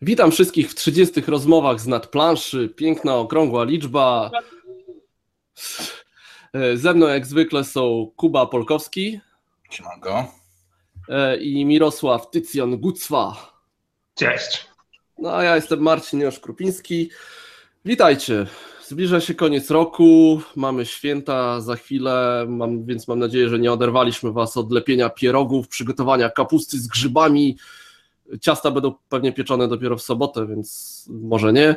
Witam wszystkich w 30 rozmowach z nadplanszy. Piękna, okrągła liczba. Ze mną jak zwykle są Kuba Polkowski. Siemanko. I Mirosław Tycjan-Gucwa. Cześć. No a ja jestem Marcin Josz-Krupiński. Witajcie. Zbliża się koniec roku, mamy święta za chwilę, więc mam nadzieję, że nie oderwaliśmy Was od lepienia pierogów, przygotowania kapusty z grzybami. Ciasta będą pewnie pieczone dopiero w sobotę, więc może nie.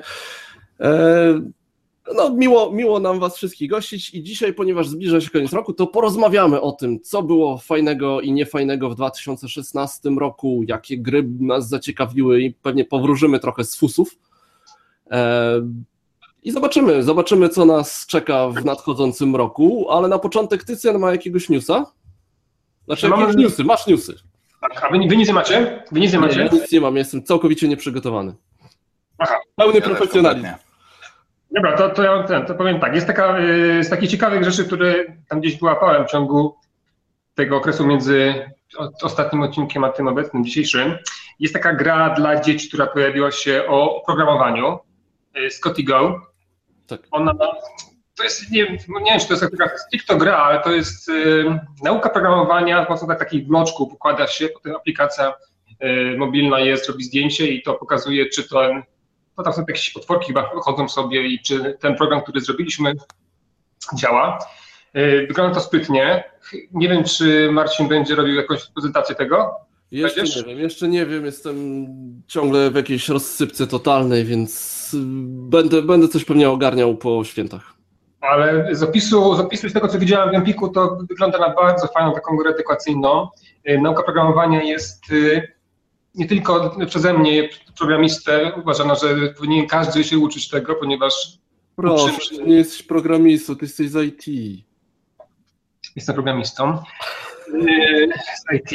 No, miło nam Was wszystkich gościć i dzisiaj, ponieważ zbliża się koniec roku, to porozmawiamy o tym, co było fajnego i niefajnego w 2016 roku, jakie gry nas zaciekawiły i pewnie powróżymy trochę z fusów. I zobaczymy, co nas czeka w nadchodzącym roku, ale na początek Tycjan ma jakiegoś newsa? Znaczy jakieś newsy, masz newsy. Tak, a wy nic nie macie? Wy nic nie macie? Ja nic nie mam, jestem całkowicie nieprzygotowany. Aha. Pełny profesjonalizm. Dobra, to powiem tak, jest z takich ciekawych rzeczy, które tam gdzieś wyłapałem w ciągu tego okresu między ostatnim odcinkiem a tym obecnym, dzisiejszym. Jest taka gra dla dzieci, która pojawiła się o programowaniu, Scotty Go. Tak. Ona, to jest, nie wiem, czy to jest taka stricte gra, ale to jest nauka programowania, po prostu takich bloczków układa się, potem aplikacja mobilna jest, robi zdjęcie i to pokazuje, czy to tam są jakieś potworki chyba chodzą sobie i czy ten program, który zrobiliśmy, działa. Wygląda to sprytnie. Nie wiem, czy Marcin będzie robił jakąś prezentację tego? Jeszcze nie wiem, jestem ciągle w jakiejś rozsypce totalnej, więc będę coś pewnie ogarniał po świętach. Ale z opisu z tego, co widziałem w Empiku, to wygląda na bardzo fajną taką grę edukacyjną. Nauka programowania jest nie tylko przeze mnie, programistę, uważana, że powinien każdy się uczyć tego, ponieważ... Proszę, ty nie jesteś programistą, ty jesteś z IT. Jestem programistą z IT.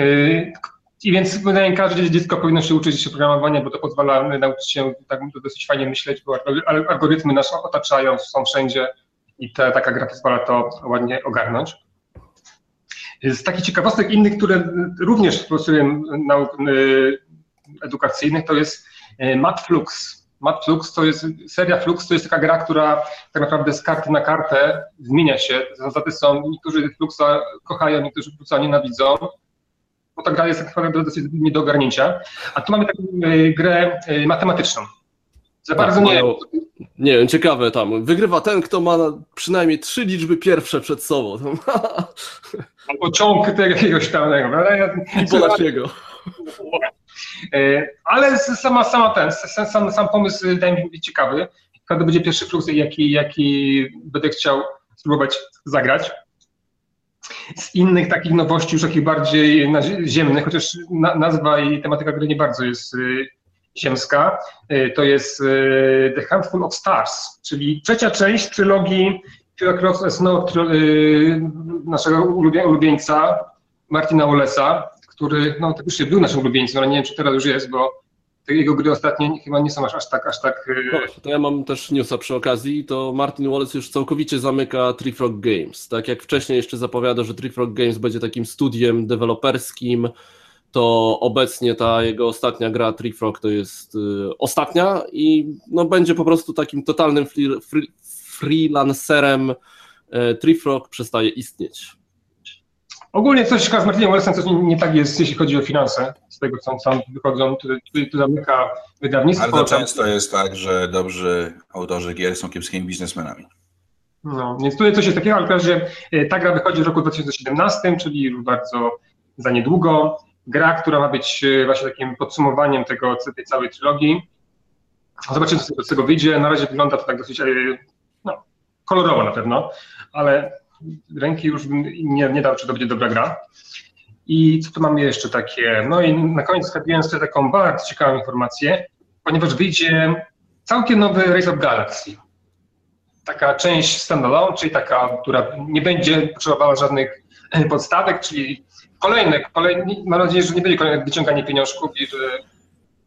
I więc wydaje każde dziecko powinno się uczyć programowania, bo to pozwala nauczyć się tak dosyć fajnie myśleć, bo algorytmy nas otaczają, są wszędzie i taka gra pozwala to ładnie ogarnąć. Z takich ciekawostek innych, które również stosuję nauk edukacyjnych, to jest Matflux. Matflux to jest seria Flux, to jest taka gra, która tak naprawdę z karty na kartę zmienia się. Zasady są, niektórzy Fluxa kochają, niektórzy Fluxa nienawidzą, bo ta gra jest tak naprawdę dosyć nie do ogarnięcia. A tu mamy taką grę matematyczną. Za bardzo nie wiem, ciekawe tam. Wygrywa ten, kto ma przynajmniej 3 liczby pierwsze przed sobą. Albo ciąg tego jakiegoś tam. Polaskiego. Ale sam pomysł wydaje mi się ciekawy. Kiedy będzie pierwszy Flux, jaki będę chciał spróbować zagrać. Z innych takich nowości, już takich bardziej ziemnych, chociaż nazwa i tematyka gry nie bardzo jest ziemska, to jest The Handful of Stars, czyli trzecia część trylogii Cross Snow, naszego ulubieńca Martina Wallace'a, który faktycznie był naszym ulubieńcem, ale nie wiem, czy teraz już jest, bo te jego gry ostatnie chyba nie są aż tak... To ja mam też newsa przy okazji, to Martin Wallace już całkowicie zamyka Tree Frog Games. Tak jak wcześniej jeszcze zapowiadał, że Tree Frog Games będzie takim studiem deweloperskim, to obecnie ta jego ostatnia gra Tree Frog to jest ostatnia i będzie po prostu takim totalnym freelancerem. Tree Frog przestaje istnieć. Ogólnie coś z Martinem Wallace'em coś nie tak jest, jeśli chodzi o finanse, z tego co tam wychodzą, tu zamyka wydawnictwo. Bardzo często jest tak, że dobrzy autorzy gier są kiepskimi biznesmenami. No, więc tutaj coś jest takiego, ale w każdym razie ta gra wychodzi w roku 2017, czyli już bardzo za niedługo. Gra, która ma być właśnie takim podsumowaniem tej całej trylogii. Zobaczymy, co z tego wyjdzie. Na razie wygląda to tak dosyć kolorowo na pewno, ale ręki już nie dał, czy to będzie dobra gra. I co tu mamy jeszcze takie? No i na koniec zrobiłem sobie taką bardzo ciekawą informację, ponieważ wyjdzie całkiem nowy Race of Galaxy. Taka część standalone, czyli taka, która nie będzie potrzebowała żadnych podstawek, czyli kolejne, mam nadzieję, że nie będzie kolejne wyciąganie pieniążków i że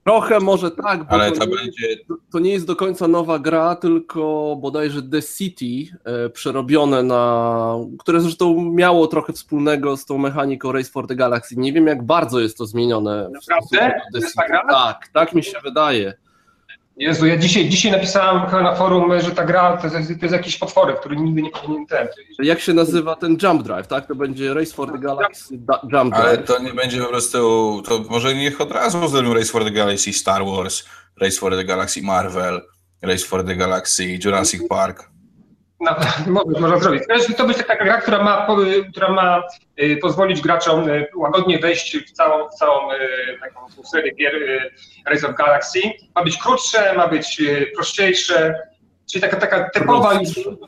Trochę może tak, bo Ale to to nie, będzie... to nie jest do końca nowa gra, tylko bodajże The City przerobione na... które zresztą miało trochę wspólnego z tą mechaniką Race for the Galaxy. Nie wiem, jak bardzo jest to zmienione. Naprawdę? To jest ta gra? Tak mi się wydaje. Jezu, ja dzisiaj napisałem na forum, że ta gra to jest jakiś potworek, który nigdy nie powinien ten. Jak się nazywa ten Jump Drive, tak? To będzie Race for the Galaxy Jump Drive. Ale to nie będzie po prostu, to może niech od razu zrobią Race for the Galaxy Star Wars, Race for the Galaxy Marvel, Race for the Galaxy Jurassic Park. No, można zrobić. To będzie taka gra, która ma pozwolić graczom łagodnie wejść w całą taką serię gier Race of Galaxy. Ma być krótsze, ma być prościejsze, czyli taka typowa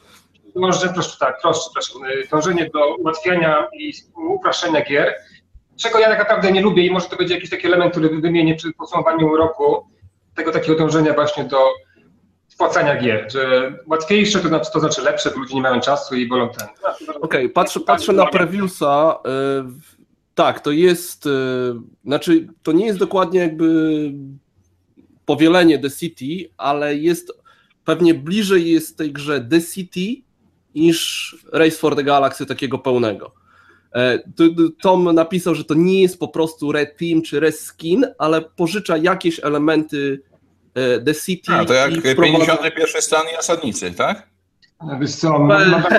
dążenie do ułatwiania i upraszczenia gier, czego ja tak naprawdę nie lubię i może to będzie jakiś taki element, który wymienię przy podsumowaniu roku, tego takiego dążenia właśnie do spłacania gier, że łatwiejsze to znaczy lepsze, bo ludzie nie mają czasu i wolą ten. Okej, patrzę na previewsa. Tak, to jest, znaczy to nie jest dokładnie jakby powielenie The City, ale jest pewnie bliżej jest tej grze The City niż Race for the Galaxy takiego pełnego. Tom napisał, że to nie jest po prostu Red Team czy Red Skin, ale pożycza jakieś elementy The City. A to jak 51 stan i osadnicy, tak? Wiesz co,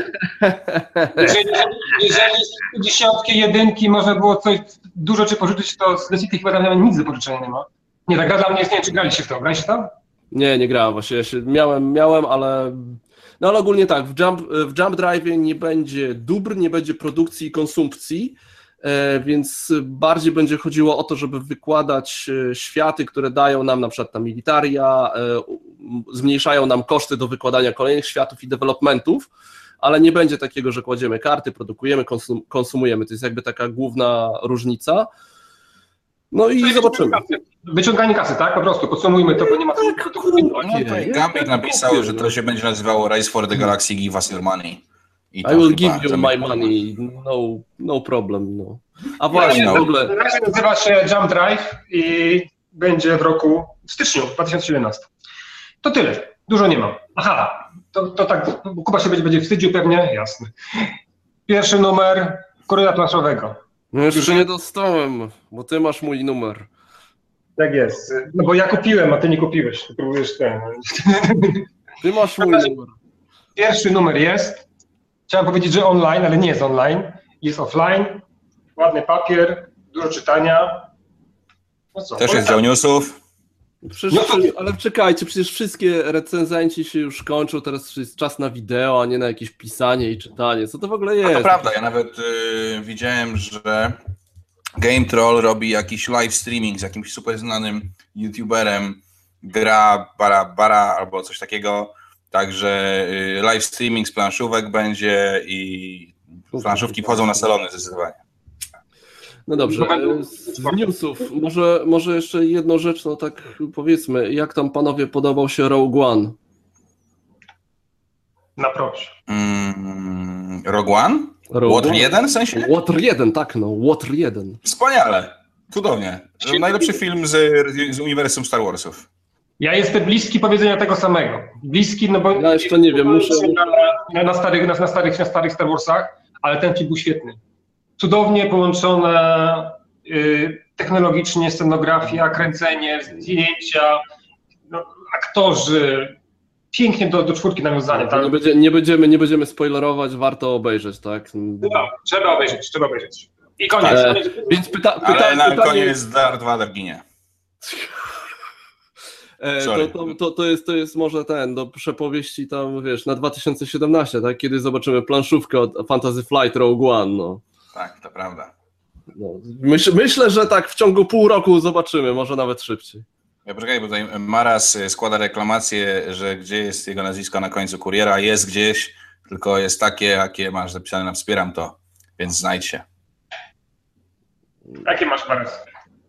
jeżeli z dziesiątki, jedynki można było coś dużo czy pożyczyć, to z The City chyba tam nic do pożyczenia nie ma. Nie, ta gra dla mnie jest, nie wiem, czy graliście w to. Graliście tam? Nie grałem właśnie, ja się miałem, ale... No ale ogólnie tak, w Jump Drive nie będzie dóbr, nie będzie produkcji i konsumpcji, więc bardziej będzie chodziło o to, żeby wykładać światy, które dają nam na przykład militaria, zmniejszają nam koszty do wykładania kolejnych światów i developmentów, ale nie będzie takiego, że kładziemy karty, produkujemy, konsumujemy. To jest jakby taka główna różnica. No i zobaczymy. Wyciąganie kasy, tak? Po prostu podsumujmy to, bo nie ma co... Gambit napisał, że to się będzie nazywało Race for the Galaxy, give us your money. I will give you my money, no problem. No. A właśnie, w ogóle... Nazywa się Jump Drive i będzie w styczniu 2017. To tyle, dużo nie mam. Aha, to tak, Kuba się będzie wstydził pewnie, jasne. Pierwszy numer Kuriera Planszowego. No jeszcze nie dostałem, bo ty masz mój numer. Tak jest, no bo ja kupiłem, a ty nie kupiłeś, ty próbujesz ten. Ty masz mój numer. Pierwszy numer jest, chciałem powiedzieć, że online, ale nie jest online, jest offline, ładny papier, dużo czytania. No co, też jest dział newsów. Ale czekajcie, przecież wszystkie recenzenci się już kończą, teraz jest czas na wideo, a nie na jakieś pisanie i czytanie. Co to w ogóle jest? To prawda, ja nawet widziałem, że Game Troll robi jakiś live streaming z jakimś super znanym youtuberem, gra bara albo coś takiego, także live streaming z planszówek będzie i planszówki wchodzą na salony zdecydowanie. No dobrze, z newsów może jeszcze jedną rzecz, no tak powiedzmy, jak tam panowie podobał się Rogue One? Na proś. Rogue One? Water 1 w sensie? Water 1, tak no, Water 1. Wspaniale, cudownie. Najlepszy film z uniwersum Star Warsów. Ja jestem bliski powiedzenia tego samego. Bliski, no bo... Ja jeszcze nie wiem, muszę... Na starych Star Warsach, ale ten film był świetny. Cudownie połączona technologicznie scenografia, kręcenie, zdjęcia, aktorzy, pięknie do czwórki nawiązania. Tak? Nie będziemy spoilerować, warto obejrzeć, tak? Trzeba obejrzeć. I koniec. Więc ale na koniec Darth Vader ginie. To jest może do przepowieści tam, wiesz, na 2017, tak? Kiedy zobaczymy planszówkę od Fantasy Flight Rogue One, no. Tak, to prawda. No, myślę, że tak w ciągu pół roku zobaczymy, może nawet szybciej. Ja poczekaj, bo tutaj Maras składa reklamację, że gdzie jest jego nazwisko na końcu kuriera, jest gdzieś, tylko jest takie, jakie masz zapisane na Wspieram to, więc znajdź się. Jakie masz, Maras?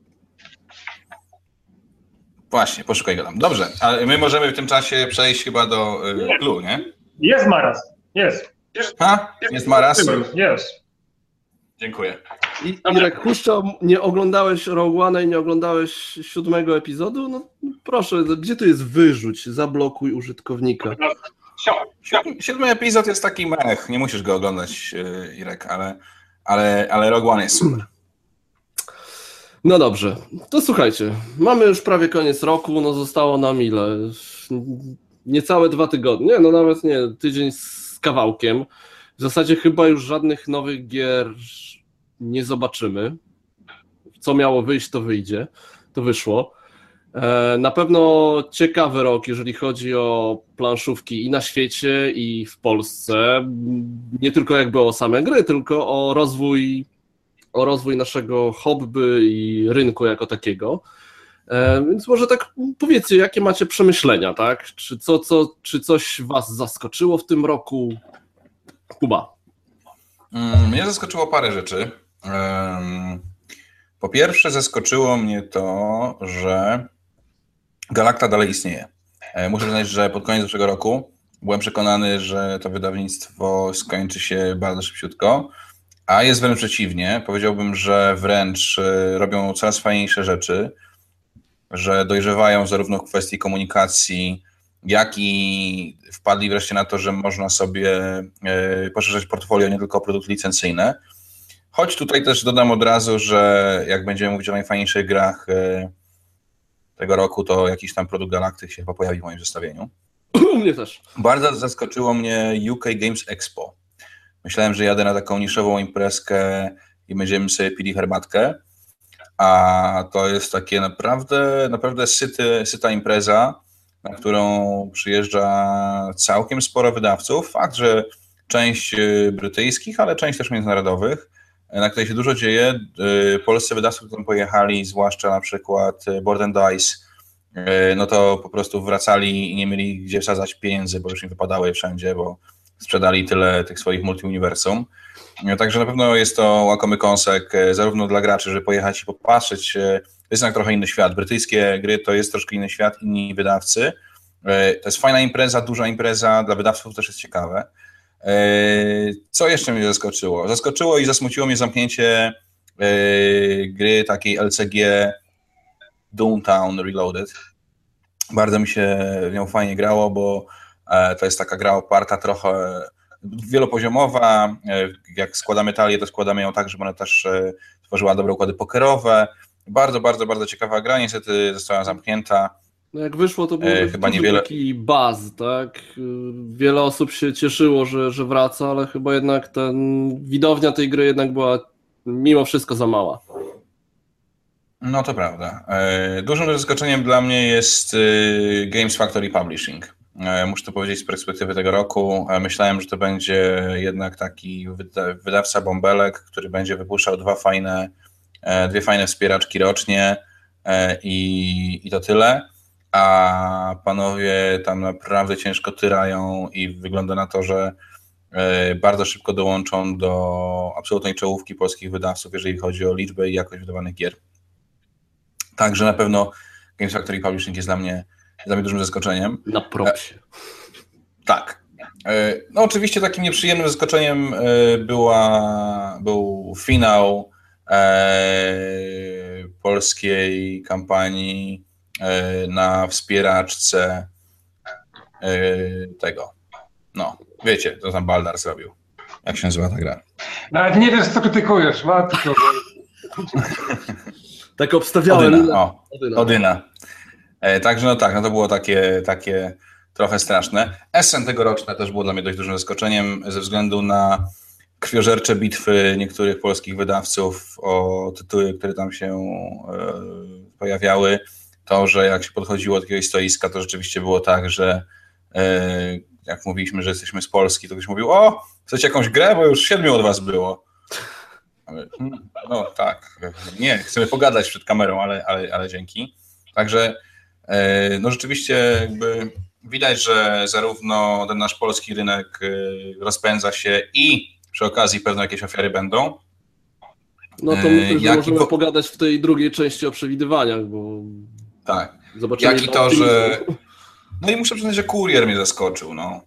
Właśnie, poszukaj go tam. Dobrze, ale my możemy w tym czasie przejść chyba do Clue, nie? Jest Maras, jest. Jest Maras? Jest. Dziękuję. Irek Huszcza, nie oglądałeś Rogue One i nie oglądałeś 7 epizodu? No proszę, gdzie tu jest wyrzuć? Zablokuj użytkownika. 7 epizod jest taki mech, nie musisz go oglądać, Irek, ale Rogue One jest super. No dobrze, to słuchajcie, mamy już prawie koniec roku, no zostało nam ile? Niecałe 2 tygodnie, no nawet nie, tydzień z kawałkiem. W zasadzie chyba już żadnych nowych gier nie zobaczymy. Co miało wyjść, to wyjdzie, to wyszło. Na pewno ciekawy rok, jeżeli chodzi o planszówki i na świecie, i w Polsce. Nie tylko jakby o same gry, tylko o rozwój naszego hobby i rynku jako takiego. Więc może tak powiedzcie, jakie macie przemyślenia, tak? Czy coś was zaskoczyło w tym roku? Kuba. Mnie zaskoczyło parę rzeczy. Po pierwsze zaskoczyło mnie to, że Galacta dalej istnieje. Muszę przyznać, że pod koniec zeszłego roku byłem przekonany, że to wydawnictwo skończy się bardzo szybciutko, a jest wręcz przeciwnie. Powiedziałbym, że wręcz robią coraz fajniejsze rzeczy, że dojrzewają zarówno w kwestii komunikacji, jak i wpadli wreszcie na to, że można sobie poszerzać portfolio nie tylko o produkty licencyjne. Choć tutaj też dodam od razu, że jak będziemy mówić o najfajniejszych grach tego roku, to jakiś tam produkt Galactic się chyba pojawi w moim zestawieniu. U mnie też. Bardzo zaskoczyło mnie UK Games Expo. Myślałem, że jadę na taką niszową imprezkę i będziemy sobie pili herbatkę, a to jest takie naprawdę syta impreza, na którą przyjeżdża całkiem sporo wydawców. Fakt, że część brytyjskich, ale część też międzynarodowych, na której się dużo dzieje. Polscy wydawcy, którzy tam pojechali, zwłaszcza na przykład Board and Dice, no to po prostu wracali i nie mieli gdzie wsadzać pieniędzy, bo już im wypadały wszędzie, bo sprzedali tyle tych swoich multiuniwersum. Także na pewno jest to łakomy kąsek zarówno dla graczy, żeby pojechać i popatrzeć. To jest jednak trochę inny świat. Brytyjskie gry to jest troszkę inny świat, inni wydawcy. To jest fajna impreza, duża impreza, dla wydawców też jest ciekawe. Co jeszcze mnie zaskoczyło? Zaskoczyło i zasmuciło mnie zamknięcie gry takiej LCG Doomtown Reloaded. Bardzo mi się w nią fajnie grało, bo to jest taka gra oparta trochę wielopoziomowa. Jak składamy talię, to składamy ją tak, żeby ona też tworzyła dobre układy pokerowe. Bardzo ciekawa gra, niestety została zamknięta. No jak wyszło, to był chyba niewiele... taki buzz, tak? Wiele osób się cieszyło, że wraca, ale chyba jednak widownia tej gry jednak była mimo wszystko za mała. No to prawda. Dużym zaskoczeniem dla mnie jest Games Factory Publishing. Muszę to powiedzieć z perspektywy tego roku. Myślałem, że to będzie jednak taki wydawca bąbelek, który będzie wypuszczał dwie fajne wspieraczki rocznie i to tyle. A panowie tam naprawdę ciężko tyrają i wygląda na to, że bardzo szybko dołączą do absolutnej czołówki polskich wydawców, jeżeli chodzi o liczbę i jakość wydawanych gier. Także na pewno Games Factory Publishing jest dla mnie dużym zaskoczeniem. Na propsie. Tak. No oczywiście takim nieprzyjemnym zaskoczeniem był finał polskiej kampanii na wspieraczce tego. No, wiecie, co tam Baldar zrobił. Jak się nazywa ta gra? Nawet nie wiesz, co krytykujesz, matko. Tak obstawiałem. Odyna. Także no tak, no to było takie trochę straszne. Essen tegoroczne też było dla mnie dość dużym zaskoczeniem ze względu na krwiożercze bitwy niektórych polskich wydawców o tytuły, które tam się pojawiały. To, że jak się podchodziło do jakiegoś stoiska, to rzeczywiście było tak, że jak mówiliśmy, że jesteśmy z Polski, to ktoś mówił: o, chcecie jakąś grę, bo już 7 od was było. No tak, nie, chcemy pogadać przed kamerą, ale dzięki. Także no rzeczywiście jakby widać, że zarówno ten nasz polski rynek rozpędza się i przy okazji pewno jakieś ofiary będą. No to myślę, że możemy pogadać w tej drugiej części o przewidywaniach, bo tak. Zobaczymy. Jak i to, że... No i muszę przyznać, że Kurier mnie zaskoczył, no.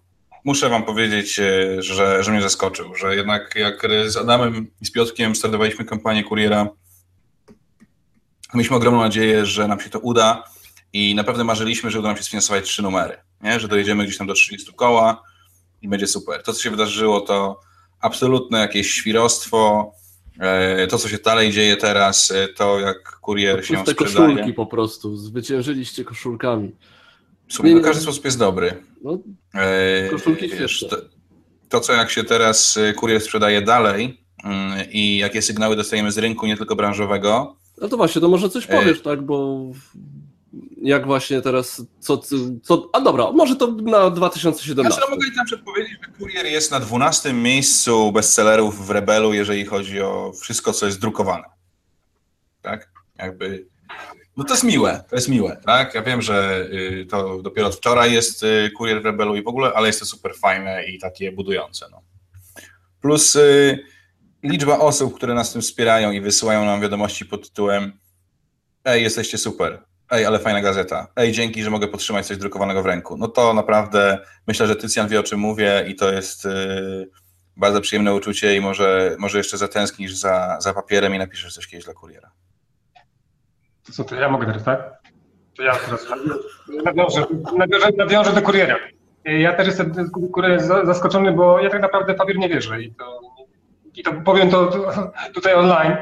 muszę wam powiedzieć, że mnie zaskoczył, że jednak jak z Adamem i z Piotrkiem startowaliśmy kampanię kuriera, mieliśmy ogromną nadzieję, że nam się to uda i naprawdę marzyliśmy, że uda nam się sfinansować 3 numery, nie? Że dojedziemy gdzieś tam do 30 koła i będzie super. To, co się wydarzyło, to absolutne jakieś świrostwo. To, co się dalej dzieje teraz, to jak kurier się sprzedaje. Koszulki po prostu, zwyciężyliście koszulkami. Słuchaj, każdy sposób jest dobry. No, koszulki świetne. To, co jak się teraz kurier sprzedaje dalej i jakie sygnały dostajemy z rynku, nie tylko branżowego. No to właśnie, to może coś powiesz, tak, bo jak właśnie teraz, a dobra, może to na 2017. Ja mogę na przykład powiedzieć, że kurier jest na 12. miejscu bestsellerów w Rebelu, jeżeli chodzi o wszystko, co jest drukowane. Tak? Jakby... No to jest miłe, tak? Ja wiem, że to dopiero od wczoraj jest kurier w Rebelu i w ogóle, ale jest to super fajne i takie budujące. No. Plus liczba osób, które nas tym wspierają i wysyłają nam wiadomości pod tytułem ej, jesteście super, ej, ale fajna gazeta, ej, dzięki, że mogę podtrzymać coś drukowanego w ręku. No to naprawdę, myślę, że Tycjan wie, o czym mówię i to jest bardzo przyjemne uczucie i może jeszcze zatęsknisz za papierem i napiszesz coś kiedyś dla kuriera. To co, to ja mogę teraz, tak? To ja teraz nawiążę do kuriera. Ja też jestem zaskoczony, bo ja tak naprawdę w papier nie wierzę i to powiem to tutaj online.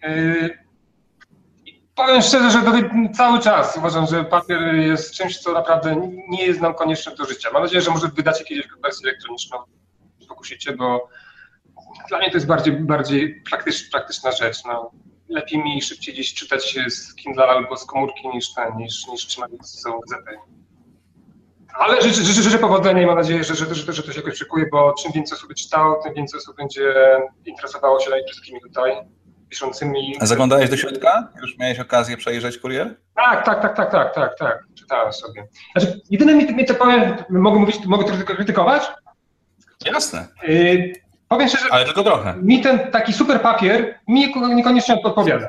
Powiem szczerze, że cały czas uważam, że papier jest czymś, co naprawdę nie jest nam konieczne do życia. Mam nadzieję, że może wydacie kiedyś wersję elektroniczną, pokusicie, bo dla mnie to jest bardziej praktyczna rzecz. No. Lepiej mi szybciej gdzieś czytać z Kindle albo z komórki niż trzymać ze sobą gazetę. Ale życzę powodzenia i mam nadzieję, że to się jakoś przekuje, bo czym więcej osób czytało, tym więcej osób będzie interesowało się wszystkimi tutaj piszącymi. A zaglądałeś do środka? Już miałeś okazję przejrzeć kurier? Tak. Czytałem sobie. Znaczy, jedyne mi to powiem, mogę to krytykować? Jasne. Powiem szczerze, ale tylko trochę. Mi ten taki super papier niekoniecznie odpowiada.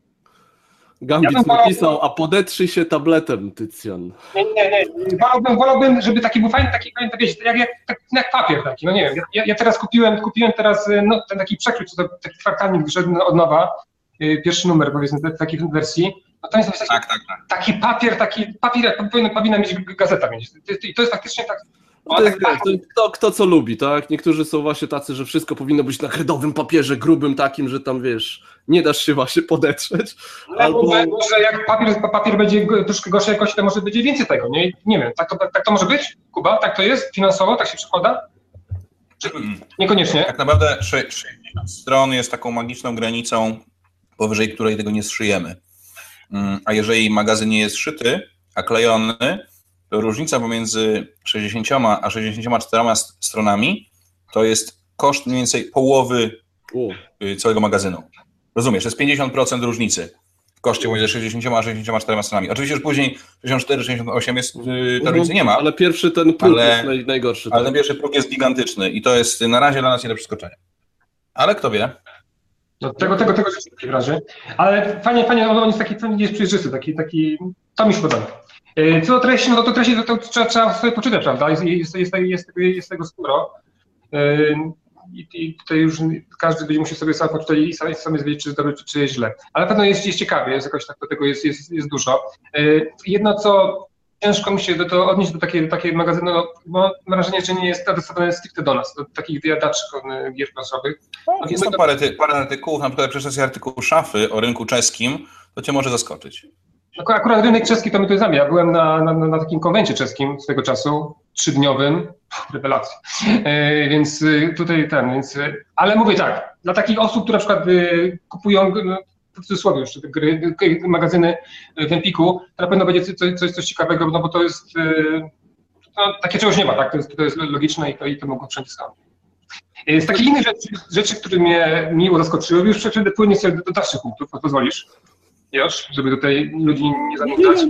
Gambit napisał, a podetrzyj się tabletem, Tycjan. Nie. Wolałbym, żeby taki był fajny, wiecie, jak papier taki, no nie wiem. Ja teraz kupiłem teraz ten taki przekrój, taki kwartalnik wyszedł od nowa, pierwszy numer, powiedzmy, takiej wersji. No to jest taki papier, powinna mieć gazeta mieć. I to jest faktycznie tak. Kto co lubi, tak? Niektórzy są właśnie tacy, że wszystko powinno być na kredowym papierze, grubym takim, że tam, wiesz, nie dasz się właśnie podetrzeć. Albo może jak papier będzie troszkę gorszej jakości, to może będzie więcej tego, nie? Nie wiem, tak to może być? Kuba? Tak to jest? Finansowo? Tak się przekłada? Czy niekoniecznie? Tak naprawdę 60 stron jest taką magiczną granicą, powyżej której tego nie zszyjemy. A jeżeli magazyn nie jest szyty, a klejony, to różnica pomiędzy 60 a 64 stronami to jest koszt mniej więcej połowy całego magazynu. Rozumiesz, to jest 50% różnicy w koszcie pomiędzy 60 a 64 stronami. Oczywiście już później 64, 68 jest, ta różnicy nie ma. Ale pierwszy ten próg jest najgorszy. Ale ten pierwszy próg jest gigantyczny i to jest na razie dla nas nie do przeskoczenia. Ale kto wie? No, tego życzę w takim razie. Ale fajnie, on jest taki przejrzysty, taki, to mi się podoba. Co do treści, no to treści to trzeba sobie poczytać, prawda? Jest tego sporo. I tutaj już każdy będzie musiał sobie sam poczytać i sam wiedzieć, czy jest dobrze, czy jest źle. Ale na pewno jest ciekawie, jest jakoś tak, do tego jest dużo. Jedno, co ciężko mi się odnieść do takiej magazynu, no, bo mam wrażenie, że nie jest adresowane stricte do nas, do takich jadaczy gier planszowych. Jest tam parę artykułów, na przykład przeczytaj artykuł Szafy o rynku czeskim, to cię może zaskoczyć. Akurat rynek czeski to my tu znamy. Ja byłem na takim konwencie czeskim swego czasu, 3-dniowym, rewelacja. Więc tutaj ale mówię tak, dla takich osób, które na przykład kupują, w cudzysłowie już, magazyny w Empiku, to na pewno będzie coś ciekawego, no bo to jest, takie czegoś nie ma, tak? To jest logiczne i to mogą wszędzie skąd. Z takich innych rzeczy, które mnie miło zaskoczyły, już przejdę płynnie sobie do dalszych punktów, pozwolisz? Już, żeby tutaj ludzi nie zanudzać.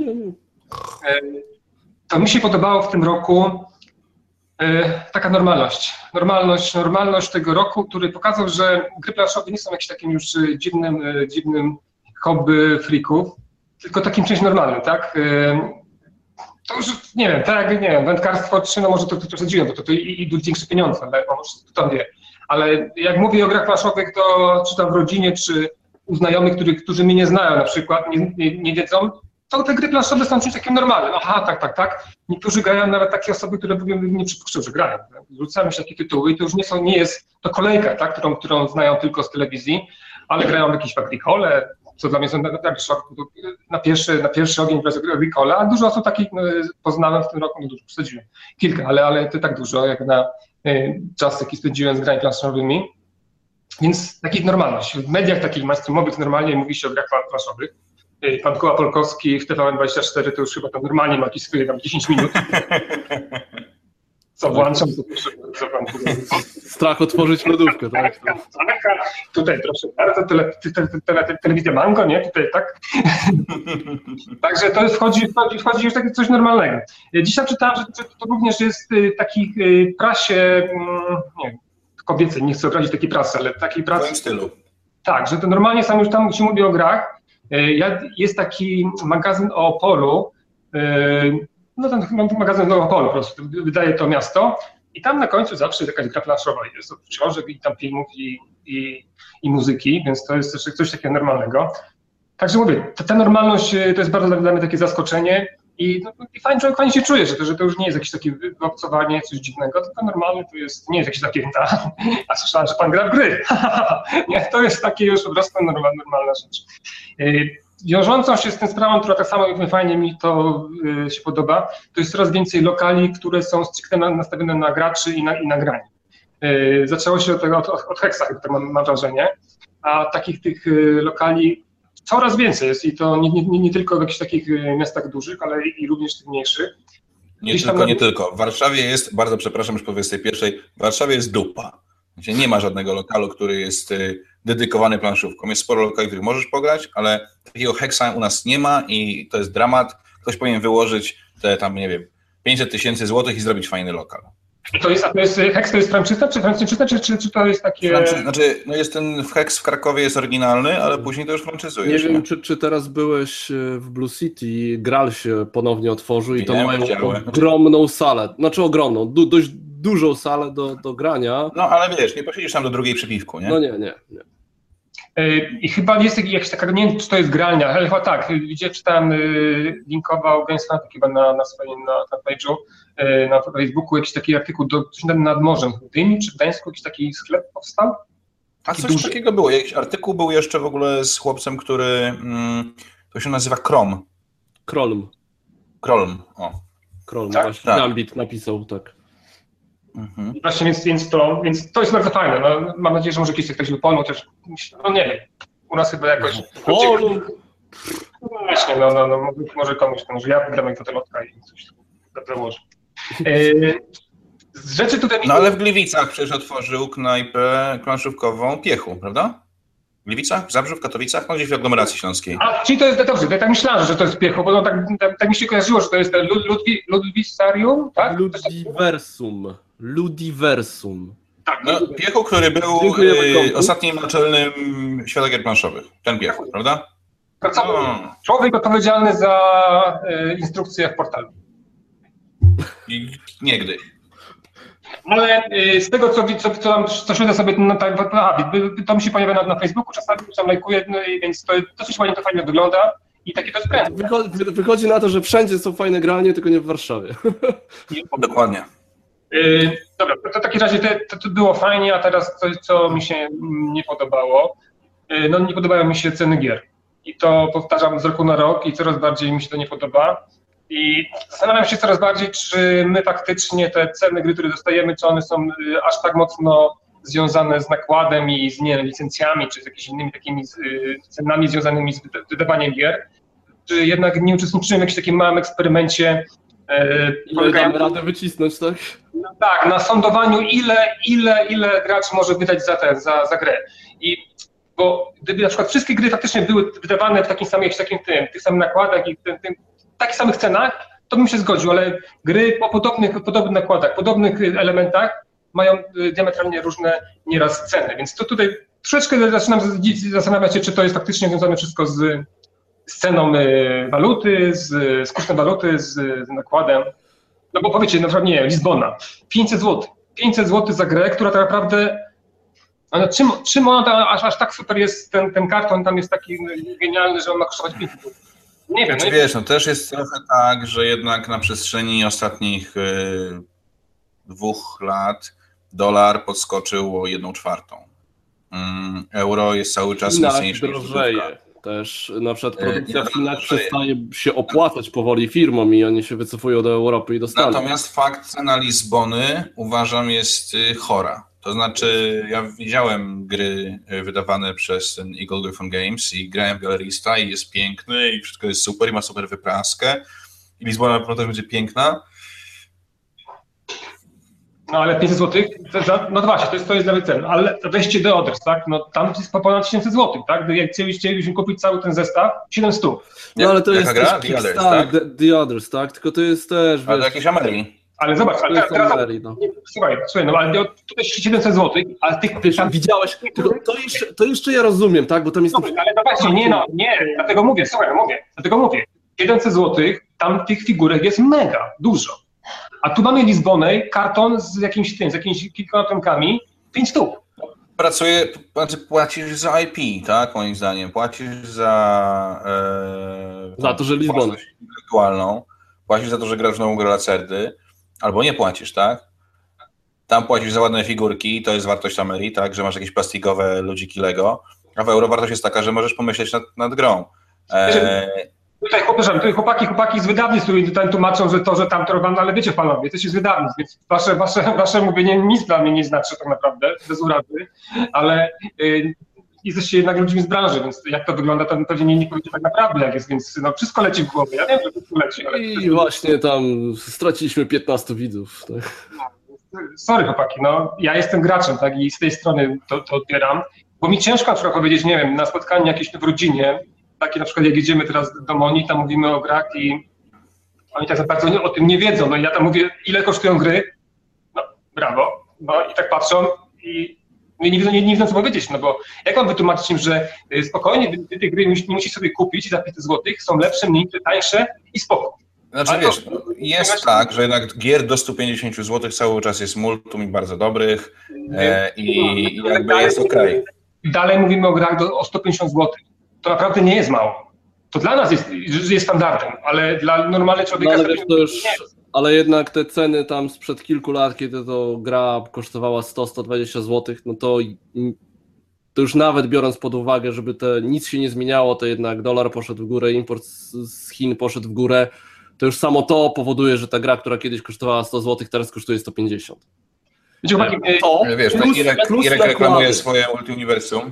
To mi się podobało w tym roku taka normalność tego roku, który pokazał, że gry planszowe nie są jakimś takim już dziwnym hobby freaków, tylko takim czymś normalnym, tak? To już, nie wiem, tak jak, nie wiem, wędkarstwo, czy no może to przesadziłem, bo to i większe pieniądze, ale kto wie. Ale jak mówię o grach planszowych, to czy tam w rodzinie, czy u znajomych, którzy mnie nie znają na przykład, nie wiedzą, to te gry planszowe są czymś takim normalnym. Aha, tak. Niektórzy grają, nawet takie osoby, które bym nie przypuszczał, że grają. Rzucamy się takie tytuły i to już nie jest to kolejka, tak, którą znają tylko z telewizji, ale grają w jakieś Agricole, co dla mnie są na pierwszy ogień bez Agricole, a dużo osób takich poznałem w tym roku, dużo przesadziłem. Kilka, ale to tak dużo, jak na czas, jaki spędziłem z grami planszowymi. Więc takich normalność. W mediach takich mainstreamowych normalnie mówi się o grach planszowych. Pan Koła Polkowski w TVN24 to już chyba tam normalnie ma jakieś swoje tam 10 minut. Co włączam, co pan Strach otworzyć lodówkę, tak? Tutaj proszę bardzo, telewizja Mango, nie? Tutaj tak. Także to wchodzi już takie coś normalnego. Dzisiaj czytałem, że to również jest w takiej prasie, nie wiem, kobiecej, nie chcę obrazić takiej prasy, ale takiej prasy. W swoim stylu. Tak, że to normalnie sam już tam się mówi o grach. Jest taki magazyn o Opolu, no ten magazyn o Opolu po prostu, wydaje to miasto i tam na końcu zawsze jakaś gra planszowa jest, od książek i tam filmów i muzyki, więc to jest też coś takiego normalnego. Także mówię, ta normalność to jest bardzo dla mnie takie zaskoczenie i fajnie się czuje, że to już nie jest jakieś takie wyobcowanie, coś dziwnego, tylko normalne to jest, nie jest jakieś takie, a słyszałem, że pan gra w gry. Nie, to jest takie już po prostu normalna rzecz. Wiążącą się z tą sprawą, która tak samo fajnie mi to się podoba, to jest coraz więcej lokali, które są stricte nastawione na graczy i na granie. Zaczęło się od Hexa, tak mam wrażenie, a takich tych lokali coraz więcej jest i to nie tylko w jakichś takich miastach dużych, ale i również tych mniejszych. Nie tylko. W Warszawie jest, bardzo przepraszam, już po 21, w Warszawie jest dupa. Nie ma żadnego lokalu, który jest dedykowany planszówkom. Jest sporo lokali, w których możesz pograć, ale takiego Hexa u nas nie ma i to jest dramat. Ktoś powinien wyłożyć te tam, nie wiem, 500 000 złotych i zrobić fajny lokal. Hex to jest franczyza, czy to jest takie... Znaczy, no jest ten Hex w Krakowie jest oryginalny, ale później to już franczyzujesz. Nie wiem, czy teraz byłeś w Blue City, Graal się ponownie otworzył i to mają ogromną salę, znaczy ogromną, dość dużą salę do grania. No ale wiesz, nie posiedzisz tam do drugiej przy piwku, nie? No nie. I chyba jest jakaś taka, nie wiem, czy to jest gralnia, ale chyba tak, gdzie czytałem, linkował Games Fanatics chyba na swoim fanpage'u, na Facebooku jakiś taki artykuł nad morzem w Gdyni czy w Gdańsku, jakiś taki sklep powstał? A coś takiego było, jakiś artykuł był jeszcze w ogóle z chłopcem, który, to się nazywa Krom. Krolm, o. Krolm, tak? Właśnie tak. Gambit napisał, tak. Mhm. Właśnie, więc to jest bardzo fajne. No, mam nadzieję, że może kiedyś ktoś by Polu, chociaż no nie wiem. U nas chyba jakoś. Polu! Właśnie, może komuś, może ja wygram jak fotelotka i coś założę. Z rzeczy tutaj. No ale w Gliwicach przecież otworzył knajpę planszówkową Piechu, prawda? W Gliwicach, w Zabrzu, w Katowicach, no gdzieś w aglomeracji śląskiej. A, czyli to jest dobrze, ja tak myślałem, że to jest Piechu, bo tak mi się kojarzyło, że to jest Ludwisarium, tak? Ludiversum. Tak, no, Piechu, który był ostatnim naczelnym świata gier planszowych. Ten Piechu, prawda? Człowiek odpowiedzialny za instrukcje w portalu. I niegdyś. Ale z tego, co śledzę sobie, to mi się pojawia na Facebooku, czasami tam lajkuję, no więc to dosyć ładnie to fajnie wygląda i takie to jest brand. Wychodzi na to, że wszędzie są fajne gralnie, tylko nie w Warszawie. Dokładnie. Dobra, to w takim razie to było fajnie, a teraz coś, co mi się nie podobało. No nie podobają mi się ceny gier. I to powtarzam z roku na rok i coraz bardziej mi się to nie podoba. I zastanawiam się coraz bardziej, czy my faktycznie te ceny gry, które dostajemy, czy one są aż tak mocno związane z nakładem i z licencjami, czy z jakimiś innymi takimi cenami związanymi z wydawaniem gier, czy jednak nie uczestniczymy w jakimś takim małym eksperymencie. Ile damy radę wycisnąć, tak? No tak, na sądowaniu ile gracz może wydać za grę. Bo gdyby na przykład wszystkie gry faktycznie były wydawane w takim samym, tych samych nakładach i takich samych cenach, to bym się zgodził, ale gry o podobnych nakładach, podobnych elementach mają diametralnie różne nieraz ceny, więc to tutaj troszeczkę zaczynam zastanawiać się, czy to jest faktycznie związane wszystko z z ceną waluty, z kosztem waluty, z nakładem. No bo powiecie, na przykład nie, Lizbona, 500 zł. 500 zł za grę, która tak naprawdę, no czym ona tam, aż tak super jest, ten karton tam jest taki genialny, że on ma kosztować 500 zł. Nie wiem. Znaczy, wiesz, no też jest trochę tak, że jednak na przestrzeni ostatnich 2 lat dolar podskoczył o 1/4. Euro jest cały czas mocniejszy niż drożeje. Też na przykład produkcja w Chinach przestaje się opłacać powoli firmom i oni się wycofują do Europy i do Stanów. Natomiast fakt cena Lizbony uważam jest chora. To znaczy ja widziałem gry wydawane przez ten Eagle Gryphon Games i grałem w Galerista i jest piękny i wszystko jest super i ma super wypraskę i Lizbona na pewno też będzie piękna. No ale 500 zł, no właśnie, to jest nawet cen, ale wejście do Others, tak? No tam jest po ponad 1000 zł, tak? Jak chcielibyśmy kupić cały ten zestaw, 700. No ale to Jaka jest gra? też The Others, tak? tak? The Others, tak? Tylko to jest też, Ale wiesz, jakieś Ameryki. Ale zobacz, ale teraz, no. słuchaj, no ale tutaj 700 zł, ale tych... Wiesz, widziałeś, tylko to jeszcze ja rozumiem, tak? Bo tam jest... Ale no właśnie, nie, dlatego mówię, słuchaj, dlatego mówię, 700 zł, tam tych figurek jest mega dużo. A tu mamy Lizbonę, karton z jakimś kilkoma tomkami, 5 sztuk. Płacisz za IP, tak? Moim zdaniem. Płacisz za to, że Lizbona. Intelektualną. Płacisz za to, że grasz w nową grę Lacerdy. Albo nie płacisz, tak? Tam płacisz za ładne figurki, to jest wartość Amerii, tak? Że masz jakieś plastikowe ludziki Lego. A w euro wartość jest taka, że możesz pomyśleć nad grą. Tutaj chłopaki z wydawnictw, które tutaj tłumaczą, że to, że tam to robią, ale wiecie panowie, jesteście z wydawnictw, więc wasze mówienie nic dla mnie nie znaczy tak naprawdę, bez urazy, ale jesteście jednak ludźmi z branży, więc jak to wygląda, to pewnie nie powiecie tak naprawdę jak jest, więc no, wszystko leci w głowie. Ja wiem, że wszystko leci. Ale I właśnie tam straciliśmy 15 widzów. Tak. Sorry chłopaki, no ja jestem graczem, tak, i z tej strony to odbieram, bo mi ciężko na przykład powiedzieć, nie wiem, na spotkaniu jakieś w rodzinie, takie na przykład jak jedziemy teraz do Moni, tam mówimy o grach i oni tak bardzo o tym nie wiedzą, no i ja tam mówię, ile kosztują gry, no brawo, no i tak patrzą i nie wiedzą co powiedzieć, no bo jak mam wytłumaczyć im, że spokojnie wy tych gry nie musisz sobie kupić za 500 zł, są lepsze, mniejsze, tańsze i spoko. Znaczy wiesz, jest tak, że jednak gier do 150 zł cały czas jest multum i bardzo dobrych i jakby jest okej. Dalej mówimy o grach o 150 zł. To naprawdę nie jest mało. To dla nas jest standardem, ale dla normalnego człowieka... No, ale, wiesz, ale jednak te ceny tam sprzed kilku lat, kiedy to gra kosztowała 100-120 zł, no to już nawet biorąc pod uwagę, żeby nic się nie zmieniało, to jednak dolar poszedł w górę, import z Chin poszedł w górę, to już samo to powoduje, że ta gra, która kiedyś kosztowała 100 zł, teraz kosztuje 150. Wiesz, Irek reklamuje swoje multiuniwersum.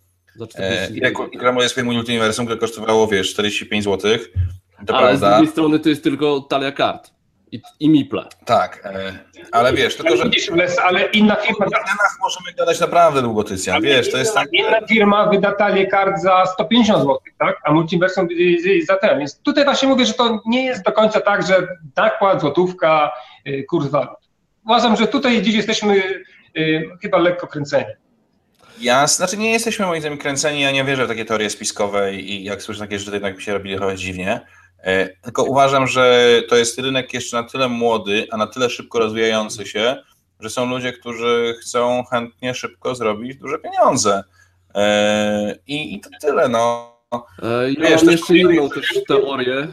Reklamuje swoje multiuniwersum, które kosztowało, wiesz, 45 zł. To ale prawda. Z drugiej strony to jest tylko talia kart i miple. Tak, ale wiesz, tylko że ale inna firma... W cenach możemy gadać naprawdę długo, Tycjan, wiesz, to jest tak... Inna firma wyda talię kart za 150 zł, tak? A multiversum za ten. Więc tutaj właśnie mówię, że to nie jest do końca tak, że nakład, złotówka, kurs walut. Uważam, że tutaj dziś jesteśmy chyba lekko kręceni. Znaczy nie jesteśmy moim zdaniem kręceni, ja nie wierzę w takie teorie spiskowe i jak słyszę takie rzeczy, to jednak mi się robi trochę dziwnie. Tylko uważam, że to jest rynek jeszcze na tyle młody, a na tyle szybko rozwijający się, że są ludzie, którzy chcą chętnie szybko zrobić duże pieniądze. I to tyle, no. Ja mam jeszcze inną też teorię.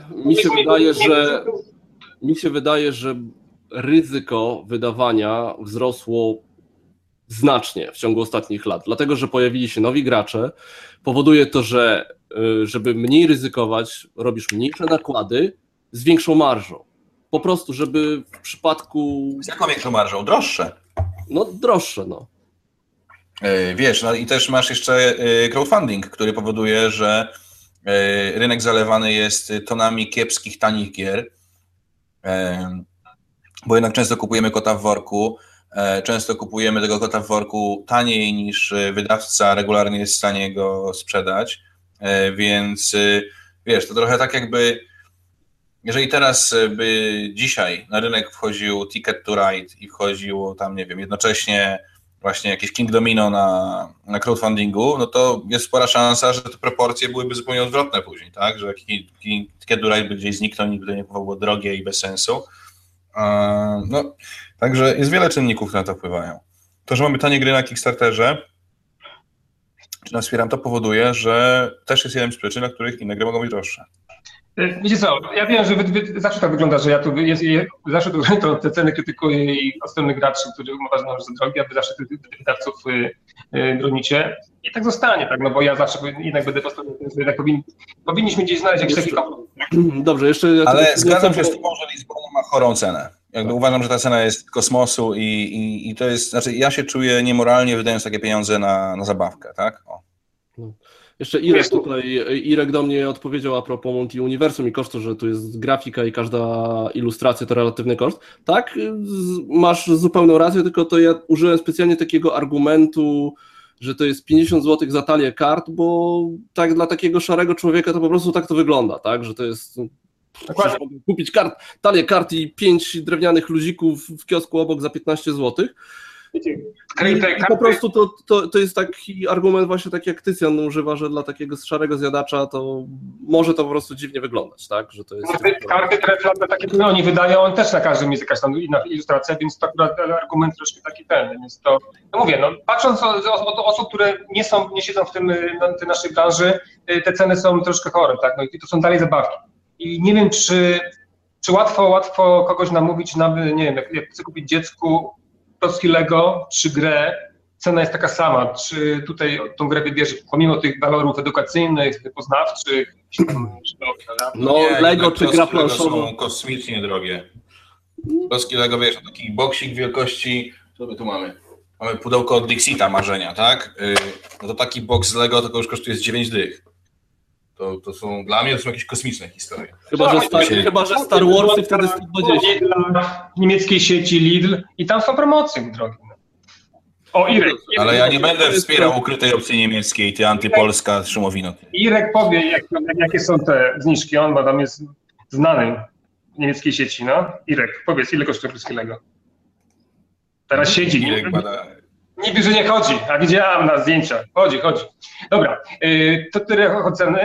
Mi się wydaje, że ryzyko wydawania wzrosło znacznie w ciągu ostatnich lat, dlatego że pojawili się nowi gracze, powoduje to, że żeby mniej ryzykować, robisz mniejsze nakłady z większą marżą. Po prostu, żeby w przypadku... Z jaką większą marżą? Droższe. No droższe, no. Wiesz, no i też masz jeszcze crowdfunding, który powoduje, że rynek zalewany jest tonami kiepskich, tanich gier, bo jednak często kupujemy kota w worku, często kupujemy tego kota w worku taniej niż wydawca regularnie jest w stanie go sprzedać, więc wiesz, to trochę tak jakby, jeżeli teraz by dzisiaj na rynek wchodził Ticket to Ride i wchodziło tam, nie wiem, jednocześnie właśnie jakieś King Domino na crowdfundingu, no to jest spora szansa, że te proporcje byłyby zupełnie odwrotne później, tak? Że Ticket to Ride by gdzieś zniknął, nikt by nie było drogie i bez sensu. No, także jest wiele czynników, które na to wpływają. To, że mamy tanie gry na Kickstarterze, czy nas wspieram, to powoduje, że też jest jeden z przyczyn, dla których inne gry mogą być droższe. Wiecie co, ja wiem, że zawsze tak wygląda, że ja tu zawsze te ceny krytykuję i ostronnych graczy, którzy uważają, że są drogie, a wy zawsze tych wydawców bronicie. I tak zostanie, tak, no bo ja zawsze jednak będę po stronie, że tak powinniśmy gdzieś znaleźć jakiś taki kompromis. Dobrze, jeszcze... Ale zgadzam się z tobą, że Lizbona ma chorą cenę. Jakby uważam, że ta cena jest kosmosu i to jest, znaczy ja się czuję niemoralnie wydając takie pieniądze na zabawkę, tak? O. No. Jeszcze Irek do mnie odpowiedział a propos multi-uniwersum i kosztu, że tu jest grafika i każda ilustracja to relatywny koszt. Tak, masz zupełną rację, tylko to ja użyłem specjalnie takiego argumentu, że to jest 50 zł za talię kart, bo tak dla takiego szarego człowieka to po prostu tak to wygląda, tak, że to jest... Mogę kupić talię kart i 5 drewnianych luzików w kiosku obok za 15 zł. I po prostu to jest taki argument właśnie tak jak Tycjan używa, że dla takiego szarego zjadacza to może to po prostu dziwnie wyglądać, tak? Że to jest karty treflane takie, które oni wydają, też na każdym jest jakaś tam inna ilustracja, więc to akurat argument troszkę taki ten, więc to, no mówię, no patrząc od osób, które nie siedzą w tej naszej branży, te ceny są troszkę chore, tak? No i to są dalej zabawki. I nie wiem, czy łatwo kogoś namówić, nie wiem, jak chce kupić dziecku klocki Lego czy grę, cena jest taka sama. Czy tutaj tą grę wybierze pomimo tych walorów edukacyjnych, poznawczych? No nie, Lego czy gra planszowa są kosmicznie drogie. Klocki Lego, wiesz, taki boksik wielkości, co my tu mamy? Mamy pudełko od Dixita marzenia, tak? No to taki boks z Lego to już kosztuje z 9 dych. To są, dla mnie to są jakieś kosmiczne historie. Chyba, że Star Warsy wtedy 120. Dla niemieckiej sieci Lidl i tam są promocje drogie. O, Irek. Ale ja nie będę wspierał ukrytej opcji niemieckiej, ty antypolska szumowino. Irek powie, jakie są te zniżki, on tam jest znanym w niemieckiej sieci, no. Irek, powiedz, ile kosztuje polski Lego? Teraz siedzi. Irek bada... Niby, że nie chodzi, a widziałam na zdjęciach. Chodzi. Dobra, to tyle oceny.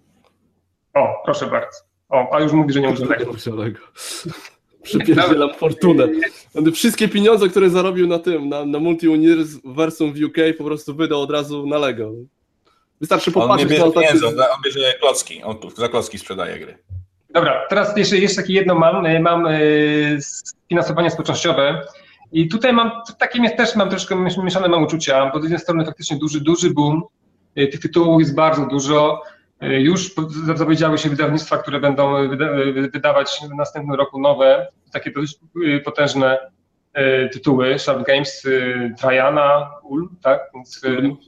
O, proszę bardzo. O, a już mówi, że nie użył Lego. Przypierdzielam fortunę. Wszystkie pieniądze, które zarobił na tym, na multi-uniwersum w UK po prostu wydał od razu na Lego. Wystarczy popatrzeć na pieniądze, on bierze klocki, on za klocki sprzedaje gry. Dobra, teraz jeszcze takie jedno mam finansowanie społecznościowe. I tutaj mam troszkę mieszane uczucia, bo z jednej strony faktycznie duży boom, tych tytułów jest bardzo dużo, już zapowiedziały się wydawnictwa, które będą wydawać w następnym roku nowe, takie dość potężne tytuły, Sharp Games, Trajana, Ulm, tak? Więc,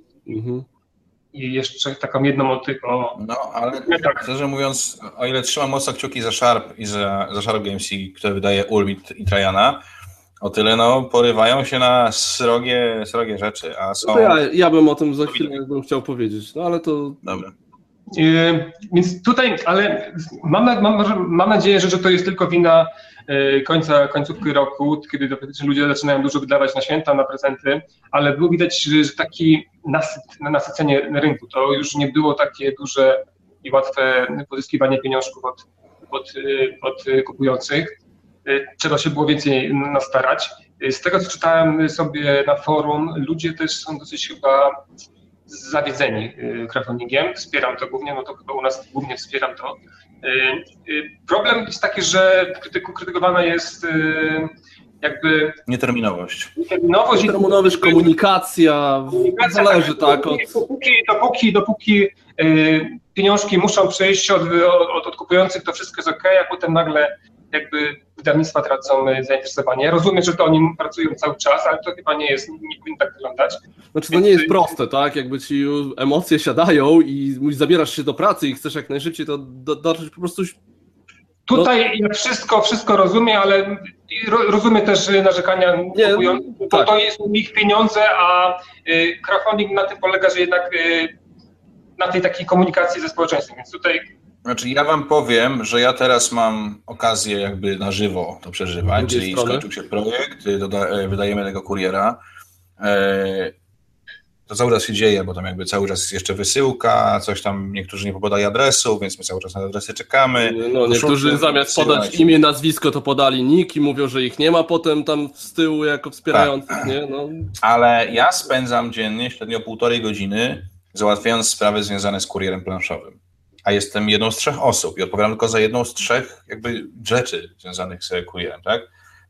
i jeszcze taką jedną o tych... No, ale szczerze mówiąc, o ile trzymam mocno kciuki za Sharp i za Sharp Games, które wydaje Ulm i Trajana, o tyle porywają się na srogie rzeczy, a są... Ja bym o tym za chwilę chciał powiedzieć, no ale to... Dobra. Więc tutaj, ale mam nadzieję, że to jest tylko wina końcówki roku, kiedy ludzie zaczynają dużo wydawać na święta, na prezenty, ale było widać, że taki nasycenie rynku, to już nie było takie duże i łatwe pozyskiwanie pieniążków od kupujących. Trzeba się było więcej nastarać. Z tego, co czytałem sobie na forum, ludzie też są dosyć chyba zawiedzeni crowdfundingiem. Wspieram to głównie, no to chyba u nas głównie wspieram to. Problem jest taki, że krytykowana jest jakby... Nieterminowość, komunikacja, zależy tak od... Dopóki pieniążki muszą przejść od kupujących, to wszystko jest okej, a potem nagle jakby wydawnictwa tracą zainteresowanie. Ja rozumiem, że to oni pracują cały czas, ale to chyba nie powinno tak wyglądać. Znaczy to nie jest proste, tak? Jakby ci emocje siadają i zabierasz się do pracy i chcesz jak najszybciej to dotrzeć po prostu... Tutaj ja wszystko rozumiem, ale rozumiem też narzekania kupujących, bo to jest ich pieniądze, a crowdfunding na tym polega, że jednak na tej takiej komunikacji ze społeczeństwem, więc tutaj... Znaczy ja wam powiem, że ja teraz mam okazję jakby na żywo to przeżywać, czyli skończył się projekt, wydajemy tego kuriera, to cały czas się dzieje, bo tam jakby cały czas jest jeszcze wysyłka, coś tam, niektórzy nie podali adresu, więc my cały czas na adresy czekamy. No, niektórzy zamiast podać imię, nazwisko, to podali nick i mówią, że ich nie ma potem tam z tyłu jako wspierających, tak. Nie? No. Ale ja spędzam dziennie średnio 1,5 godziny załatwiając sprawy związane z kurierem planszowym. A jestem jedną z 3 osób i odpowiadam tylko za jedną z 3 jakby rzeczy związanych z kurierem, tak?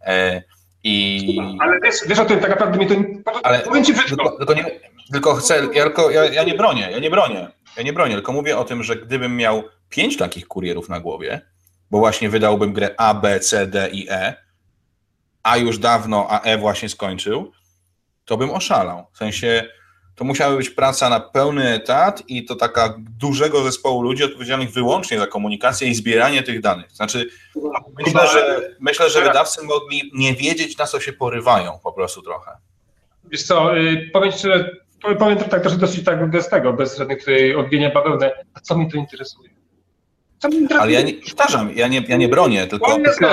Ale wiesz o tym, tak naprawdę mi to... Ale powiem ci tylko chcę, ja nie bronię, tylko mówię o tym, że gdybym miał 5 takich kurierów na głowie, bo właśnie wydałbym grę A, B, C, D i E, a już dawno A, E właśnie skończył, to bym oszalał. W sensie to musiała być praca na pełny etat i to taka dużego zespołu ludzi odpowiedzialnych wyłącznie za komunikację i zbieranie tych danych. Znaczy, myślę, że wydawcy mogli nie wiedzieć, na co się porywają po prostu trochę. Wiesz co, powiem tak też dosyć tak bez żadnych tutaj odbienia bawełny. A co mnie to interesuje? Ale ja nie bronię, tylko...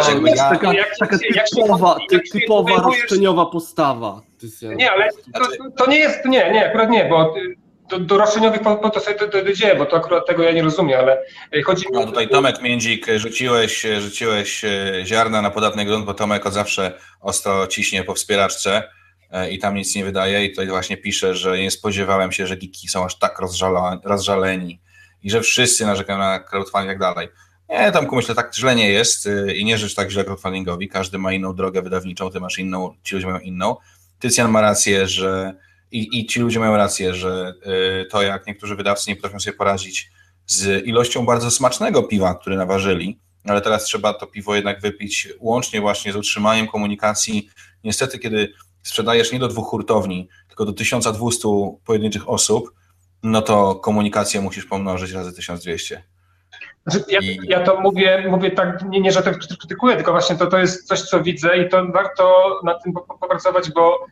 Taka typowa roszczeniowa postawa. Nie, ale to nie jest, akurat nie, bo do roszczeniowych po to sobie dojdzie, bo to akurat tego ja nie rozumiem, ale chodzi mi... No tutaj Tomek Międzik, rzuciłeś ziarna na podatny grunt, bo Tomek od zawsze ostro ciśnie po wspieraczce i tam nic nie wydaje i tutaj właśnie pisze, że nie spodziewałem się, że geeki są aż tak rozżaleni i że wszyscy narzekają na crowdfunding i tak dalej. Nie, Tomku, myślę, tak źle nie jest i nie życz tak źle crowdfundingowi, każdy ma inną drogę wydawniczą, ty masz inną, ci ludzie mają inną. Tycjan ma rację, że i ci ludzie mają rację, że to jak niektórzy wydawcy nie potrafią sobie poradzić z ilością bardzo smacznego piwa, które naważyli, ale teraz trzeba to piwo jednak wypić łącznie właśnie z utrzymaniem komunikacji. Niestety, kiedy sprzedajesz nie do 2 hurtowni, tylko do 1200 pojedynczych osób, no to komunikację musisz pomnożyć razy 1200. Znaczy, ja to mówię tak, nie że to krytykuję, tylko właśnie to jest coś, co widzę i to warto nad tym popracować, bo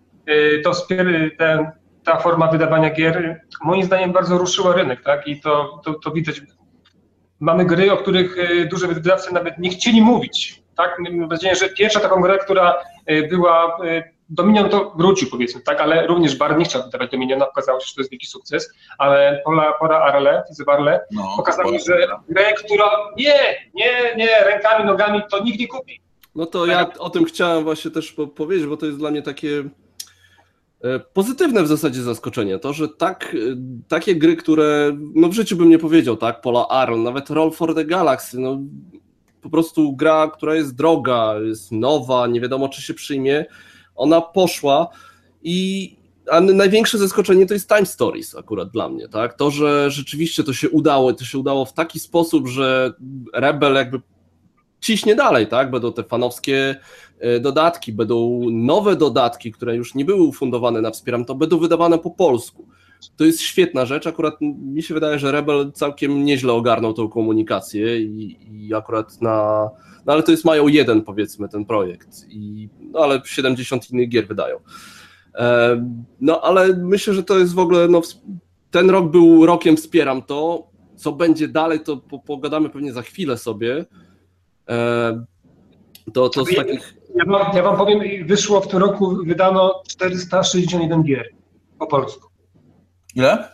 ta forma wydawania gier moim zdaniem bardzo ruszyła rynek, tak? I to widać. Mamy gry, o których duży wydawcy nawet nie chcieli mówić, tak? Mam nadzieję, że pierwsza taką grę, która była Dominion, to wrócił, powiedzmy, tak, ale również Bar nie chciał wydawać Dominiona, okazało się, że to jest wielki sukces, ale Pora Arle pokazało, że grę, która nie, rękami, nogami, to nikt nie kupi. No to ja o tym chciałem właśnie też powiedzieć, bo to jest dla mnie takie pozytywne w zasadzie zaskoczenie, to, że takie gry, które no w życiu bym nie powiedział, tak, Pola Arle, nawet Roll for the Galaxy, no po prostu gra, która jest droga, jest nowa, nie wiadomo czy się przyjmie, ona poszła a największe zaskoczenie to jest Time Stories akurat dla mnie, tak? To, że rzeczywiście to się udało w taki sposób, że Rebel jakby ciśnie dalej, tak? Będą te fanowskie dodatki, będą nowe dodatki, które już nie były ufundowane na Wspieram, to będą wydawane po polsku. To jest świetna rzecz, akurat mi się wydaje, że Rebel całkiem nieźle ogarnął tą komunikację i akurat no ale to jest mają jeden, powiedzmy, ten projekt, no ale 70 innych gier wydają. No ale myślę, że to jest w ogóle, no ten rok był rokiem Wspieram to, co będzie dalej, to pogadamy pewnie za chwilę sobie. To z takich... Ja wam powiem, wyszło w tym roku, wydano 461 gier po polsku. Ile?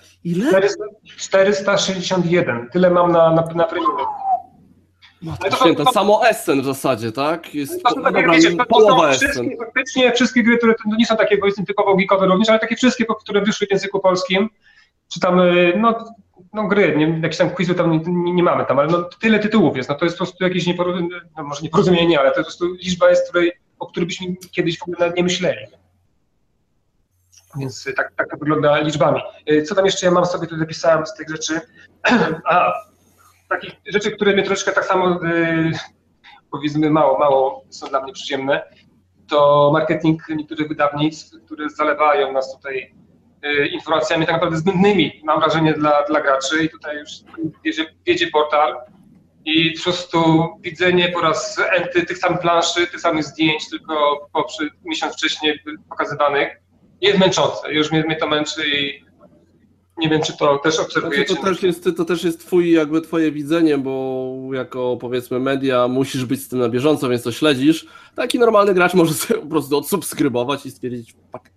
461, tyle mam na premierę. Święta, samo Essen w zasadzie, tak? Jest połowa Essen. Faktycznie wszystkie gry, które to nie są takie powiedzmy typowo geekowe również, ale takie wszystkie, które wyszły w języku polskim, czy tam gry, jakieś tam quizu tam nie mamy tam, ale no tyle tytułów jest, no to jest po prostu jakieś może nieporozumienie, ale to jest po prostu liczba jest, o której byśmy kiedyś w ogóle nawet nie myśleli. Więc tak to wygląda liczbami. Co tam jeszcze ja mam sobie, tutaj zapisałem z tych rzeczy? Takich rzeczy, które mnie troszeczkę tak samo, powiedzmy, mało są dla mnie przyziemne, to marketing niektórych wydawnictw, które zalewają nas tutaj informacjami tak naprawdę zbędnymi, mam wrażenie, dla graczy. I tutaj już wiedzie portal i po prostu widzenie po raz enty tych samych planszy, tych samych zdjęć, tylko miesiąc wcześniej pokazywanych, jest męczące. Już mnie to męczy i nie wiem, czy to też obserwujecie. To też jest twoje widzenie, bo jako, powiedzmy, media musisz być z tym na bieżąco, więc to śledzisz. Taki normalny gracz może sobie po prostu odsubskrybować i stwierdzić,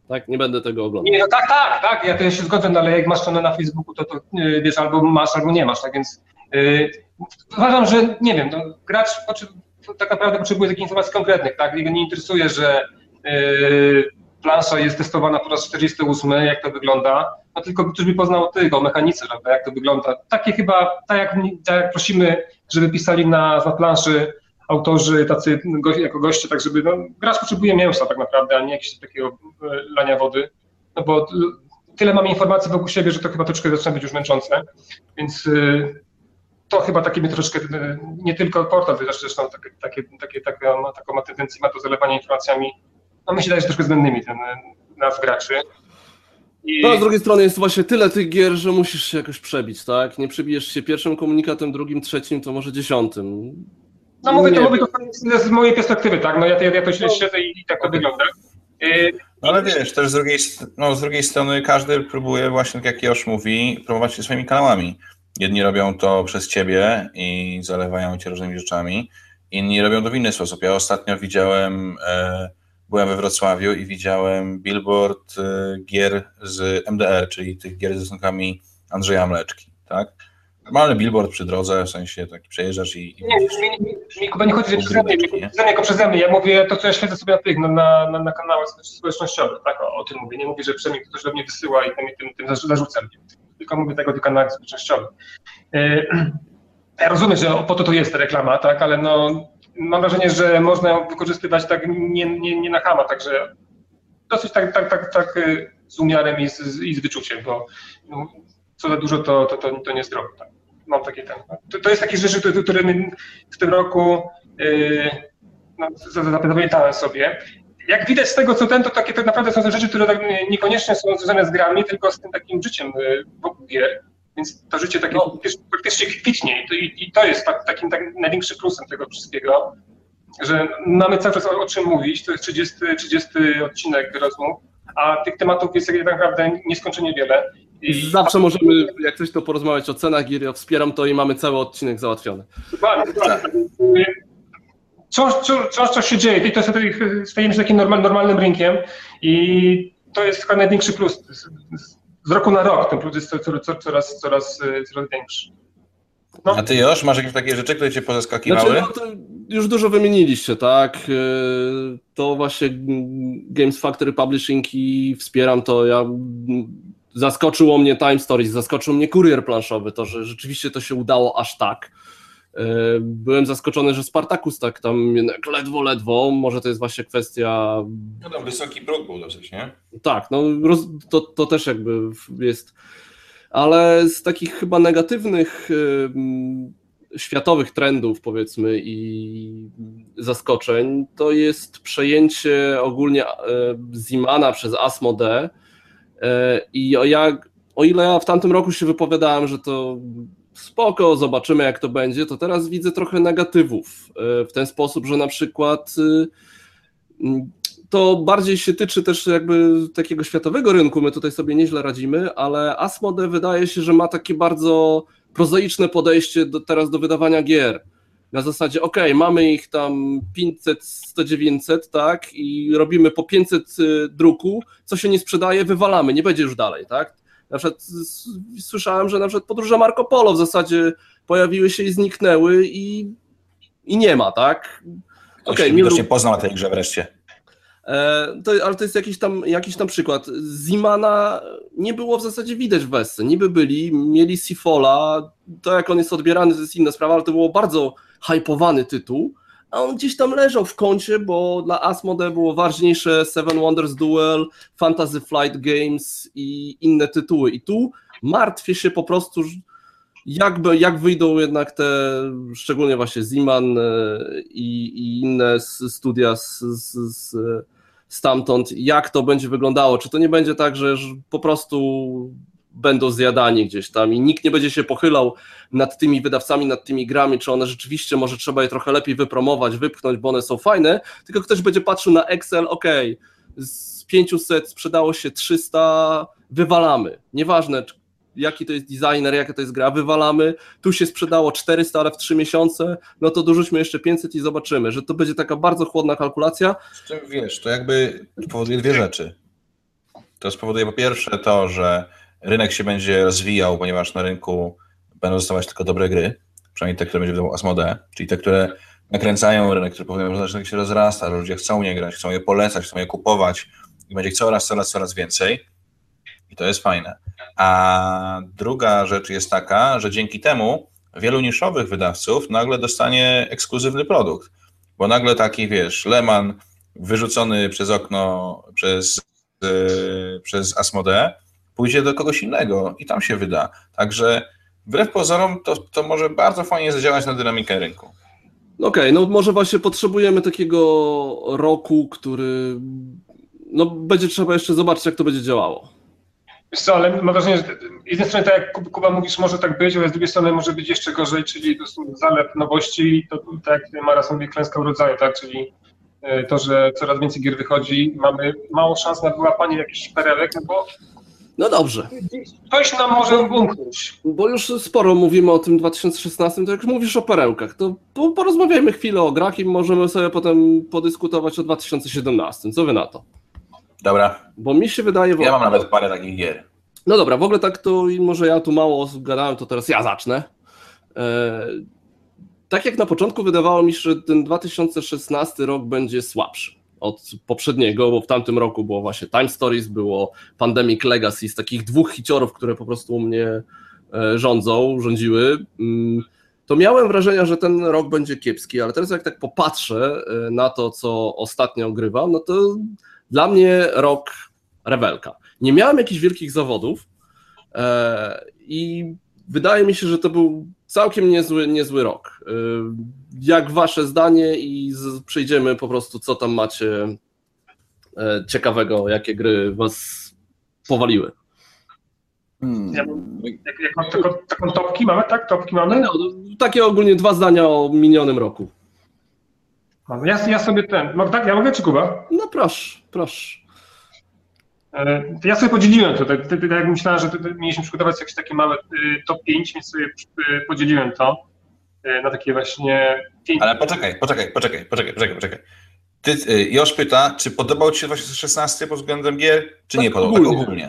tak? Nie będę tego oglądał. Nie, no tak, ja też się zgodzę, no, ale jak masz to na Facebooku, to wiesz, albo masz, albo nie masz, tak więc uważam, że nie wiem, no, gracz tak naprawdę potrzebuje takich informacji konkretnych, tak? Jego nie interesuje, że plansza jest testowana po raz 48, jak to wygląda, no tylko ktoś by poznał o mechanice, prawda, jak to wygląda. Takie chyba, tak jak prosimy, żeby pisali na planszy autorzy tacy jako goście, tak żeby, no, gracz potrzebuje mięsa tak naprawdę, a nie jakiegoś takiego lania wody, no bo tyle mamy informacji wokół siebie, że to chyba troszkę zaczyna być już męczące, więc to chyba takie mnie troszeczkę, nie tylko portal, zresztą taką ma tendencję ma do zalewania informacjami, no mi się daje, że troszkę zbędnymi nas graczy. No a z drugiej strony jest właśnie tyle tych gier, że musisz się jakoś przebić, tak? Nie przebijesz się pierwszym komunikatem, drugim, trzecim, to może 10. No mówię to z mojej perspektywy, tak? No ja to śledzę i tak to wygląda. Ale wiesz, też z drugiej strony każdy próbuje właśnie, tak jak Josh mówi, promować się swoimi kanałami. Jedni robią to przez ciebie i zalewają cię różnymi rzeczami, inni robią to w inny sposób. Ja ostatnio byłem we Wrocławiu i widziałem billboard gier z MDR, czyli tych gier z rysunkami Andrzeja Mleczki, tak? Normalny billboard przy drodze, w sensie taki przejeżdżasz i mi chyba nie chodzi, że przeze mnie, jako przeze mnie. Ja mówię to, co ja śledzę sobie na kanałach społecznościowych, tak? O tym mówię. Nie mówię, że przynajmniej ktoś do mnie wysyła i tym zarzuca mnie. Tylko mówię tego kanałach społecznościowych. Ja rozumiem, że po to jest ta reklama, tak? Ale no, mam wrażenie, że można ją wykorzystywać tak nie na chama, także dosyć tak z umiarem i z wyczuciem, bo no, co za dużo to nie zdrowe. Tak? Mam takie to jest takie rzeczy, które w tym roku zapamiętałem sobie. Jak widać z tego, co to takie tak naprawdę są rzeczy, które tak niekoniecznie są związane z grami, tylko z tym takim życiem wokół gier. Więc to życie takie praktycznie kwitnie i to jest takim największym plusem tego wszystkiego, że mamy cały czas o czym mówić, to jest 30 odcinek rozmów, a tych tematów jest tak naprawdę nieskończenie wiele. Zawsze możemy, jak coś, to porozmawiać o cenach gier, ja wspieram to i mamy cały odcinek załatwiony. Dokładnie. Coś się dzieje i to stajemy się takim normalnym rynkiem i to jest chyba największy plus. Z roku na rok ten plus jest coraz większy. No. A ty już masz jakieś takie rzeczy, które cię pozaskakiwały? Znaczy, no to już dużo wymieniliście, tak? To właśnie Games Factory Publishing i wspieram to. Zaskoczyło mnie Time Stories, zaskoczył mnie kurier planszowy, to, że rzeczywiście to się udało aż tak. Byłem zaskoczony, że Spartacus tak tam jednak ledwo, może to jest właśnie kwestia... No tam wysoki próg był dosyć, nie? Tak, no to też jakby jest... Ale z takich chyba negatywnych światowych trendów, powiedzmy, i zaskoczeń, to jest przejęcie ogólnie Zimana przez Asmodee. I o ile ja w tamtym roku się wypowiadałem, że to spoko, zobaczymy jak to będzie, to teraz widzę trochę negatywów w ten sposób, że na przykład to bardziej się tyczy też jakby takiego światowego rynku, my tutaj sobie nieźle radzimy, ale Asmodee wydaje się, że ma takie bardzo prozaiczne podejście teraz do wydawania gier. Na zasadzie, mamy ich tam 500, 100, 900, tak, i robimy po 500 druku, co się nie sprzedaje, wywalamy, nie będzie już dalej, tak. Na przykład słyszałem, że na przykład podróże Marco Polo w zasadzie pojawiły się i zniknęły i nie ma, tak. Widocznie poznał na tej grze wreszcie. Ale to jest jakiś tam przykład. Zimana nie było w zasadzie widać w Wesce. Niby mieli Seafola, to jak on jest odbierany to jest inna sprawa, ale to było bardzo hypowany tytuł, a on gdzieś tam leżał w kącie, bo dla Asmodee było ważniejsze Seven Wonders Duel, Fantasy Flight Games i inne tytuły. I tu martwię się po prostu, jak wyjdą jednak te, szczególnie właśnie Ziman i inne studia stamtąd, jak to będzie wyglądało. Czy to nie będzie tak, że po prostu będą zjadani gdzieś tam i nikt nie będzie się pochylał nad tymi wydawcami, nad tymi grami, czy one rzeczywiście, może trzeba je trochę lepiej wypromować, wypchnąć, bo one są fajne, tylko ktoś będzie patrzył na Excel, z 500 sprzedało się 300, wywalamy. Nieważne, jaki to jest designer, jaka to jest gra, wywalamy, tu się sprzedało 400, ale w 3 miesiące, no to dorzućmy jeszcze 500 i zobaczymy, że to będzie taka bardzo chłodna kalkulacja. Z czym wiesz, to jakby powoduje dwie rzeczy. to spowoduje po pierwsze to, że rynek się będzie rozwijał, ponieważ na rynku będą zostawać tylko dobre gry, przynajmniej te, które będzie wydawał Asmodee, czyli te, które nakręcają rynek, które powodują, że rynek się rozrasta, że ludzie chcą je grać, chcą je polecać, chcą je kupować i będzie ich coraz więcej. I to jest fajne. A druga rzecz jest taka, że dzięki temu wielu niszowych wydawców nagle dostanie ekskluzywny produkt, bo nagle taki, Lehman wyrzucony przez okno przez Asmodee pójdzie do kogoś innego i tam się wyda. Także wbrew pozorom to może bardzo fajnie zadziałać na dynamikę rynku. Okej, no może właśnie potrzebujemy takiego roku, który będzie trzeba jeszcze zobaczyć, jak to będzie działało. Wiesz co, ale mam wrażenie, że z jednej strony, tak jak Kuba mówisz, może tak być, ale z drugiej strony może być jeszcze gorzej, czyli zalew nowości, to tak jak Maras mówi, klęska urodzaju, tak, czyli to, że coraz więcej gier wychodzi, mamy mało szans na wyłapanie jakichś perełek, bo no dobrze. Ktoś nam może umknąć. Bo już sporo mówimy o tym 2016, to jak mówisz o perełkach, to porozmawiajmy chwilę o grach i możemy sobie potem podyskutować o 2017. Co wy na to? Dobra. Bo mi się wydaje... Ja mam nawet parę takich gier. No dobra, w ogóle tak to i może ja tu mało gadałem, to teraz ja zacznę. Tak jak na początku wydawało mi się, że ten 2016 rok będzie słabszy od poprzedniego, bo w tamtym roku było właśnie Time Stories, było Pandemic Legacy, z takich dwóch hiciorów, które po prostu u mnie rządziły, to miałem wrażenie, że ten rok będzie kiepski, ale teraz jak tak popatrzę na to, co ostatnio grywam, no to dla mnie rok rewelka. Nie miałem jakichś wielkich zawodów i wydaje mi się, że to był całkiem niezły rok. Jak wasze zdanie i przejdziemy po prostu, co tam macie ciekawego, jakie gry was powaliły? Taką topki mamy, tak? Topki mamy? No, takie ogólnie 2 zdania o minionym roku. Ja sobie tak, ja mogę czy Kuba? No proszę. Ja sobie podzieliłem to, tak jak myślałem, że mieliśmy przygotować jakieś takie małe top 5, więc sobie podzieliłem to na takie właśnie 5. Ale poczekaj. Ty, Josz pyta, czy podobał ci się 2016 pod względem gier, czy tak nie podobał? Tak ogólnie.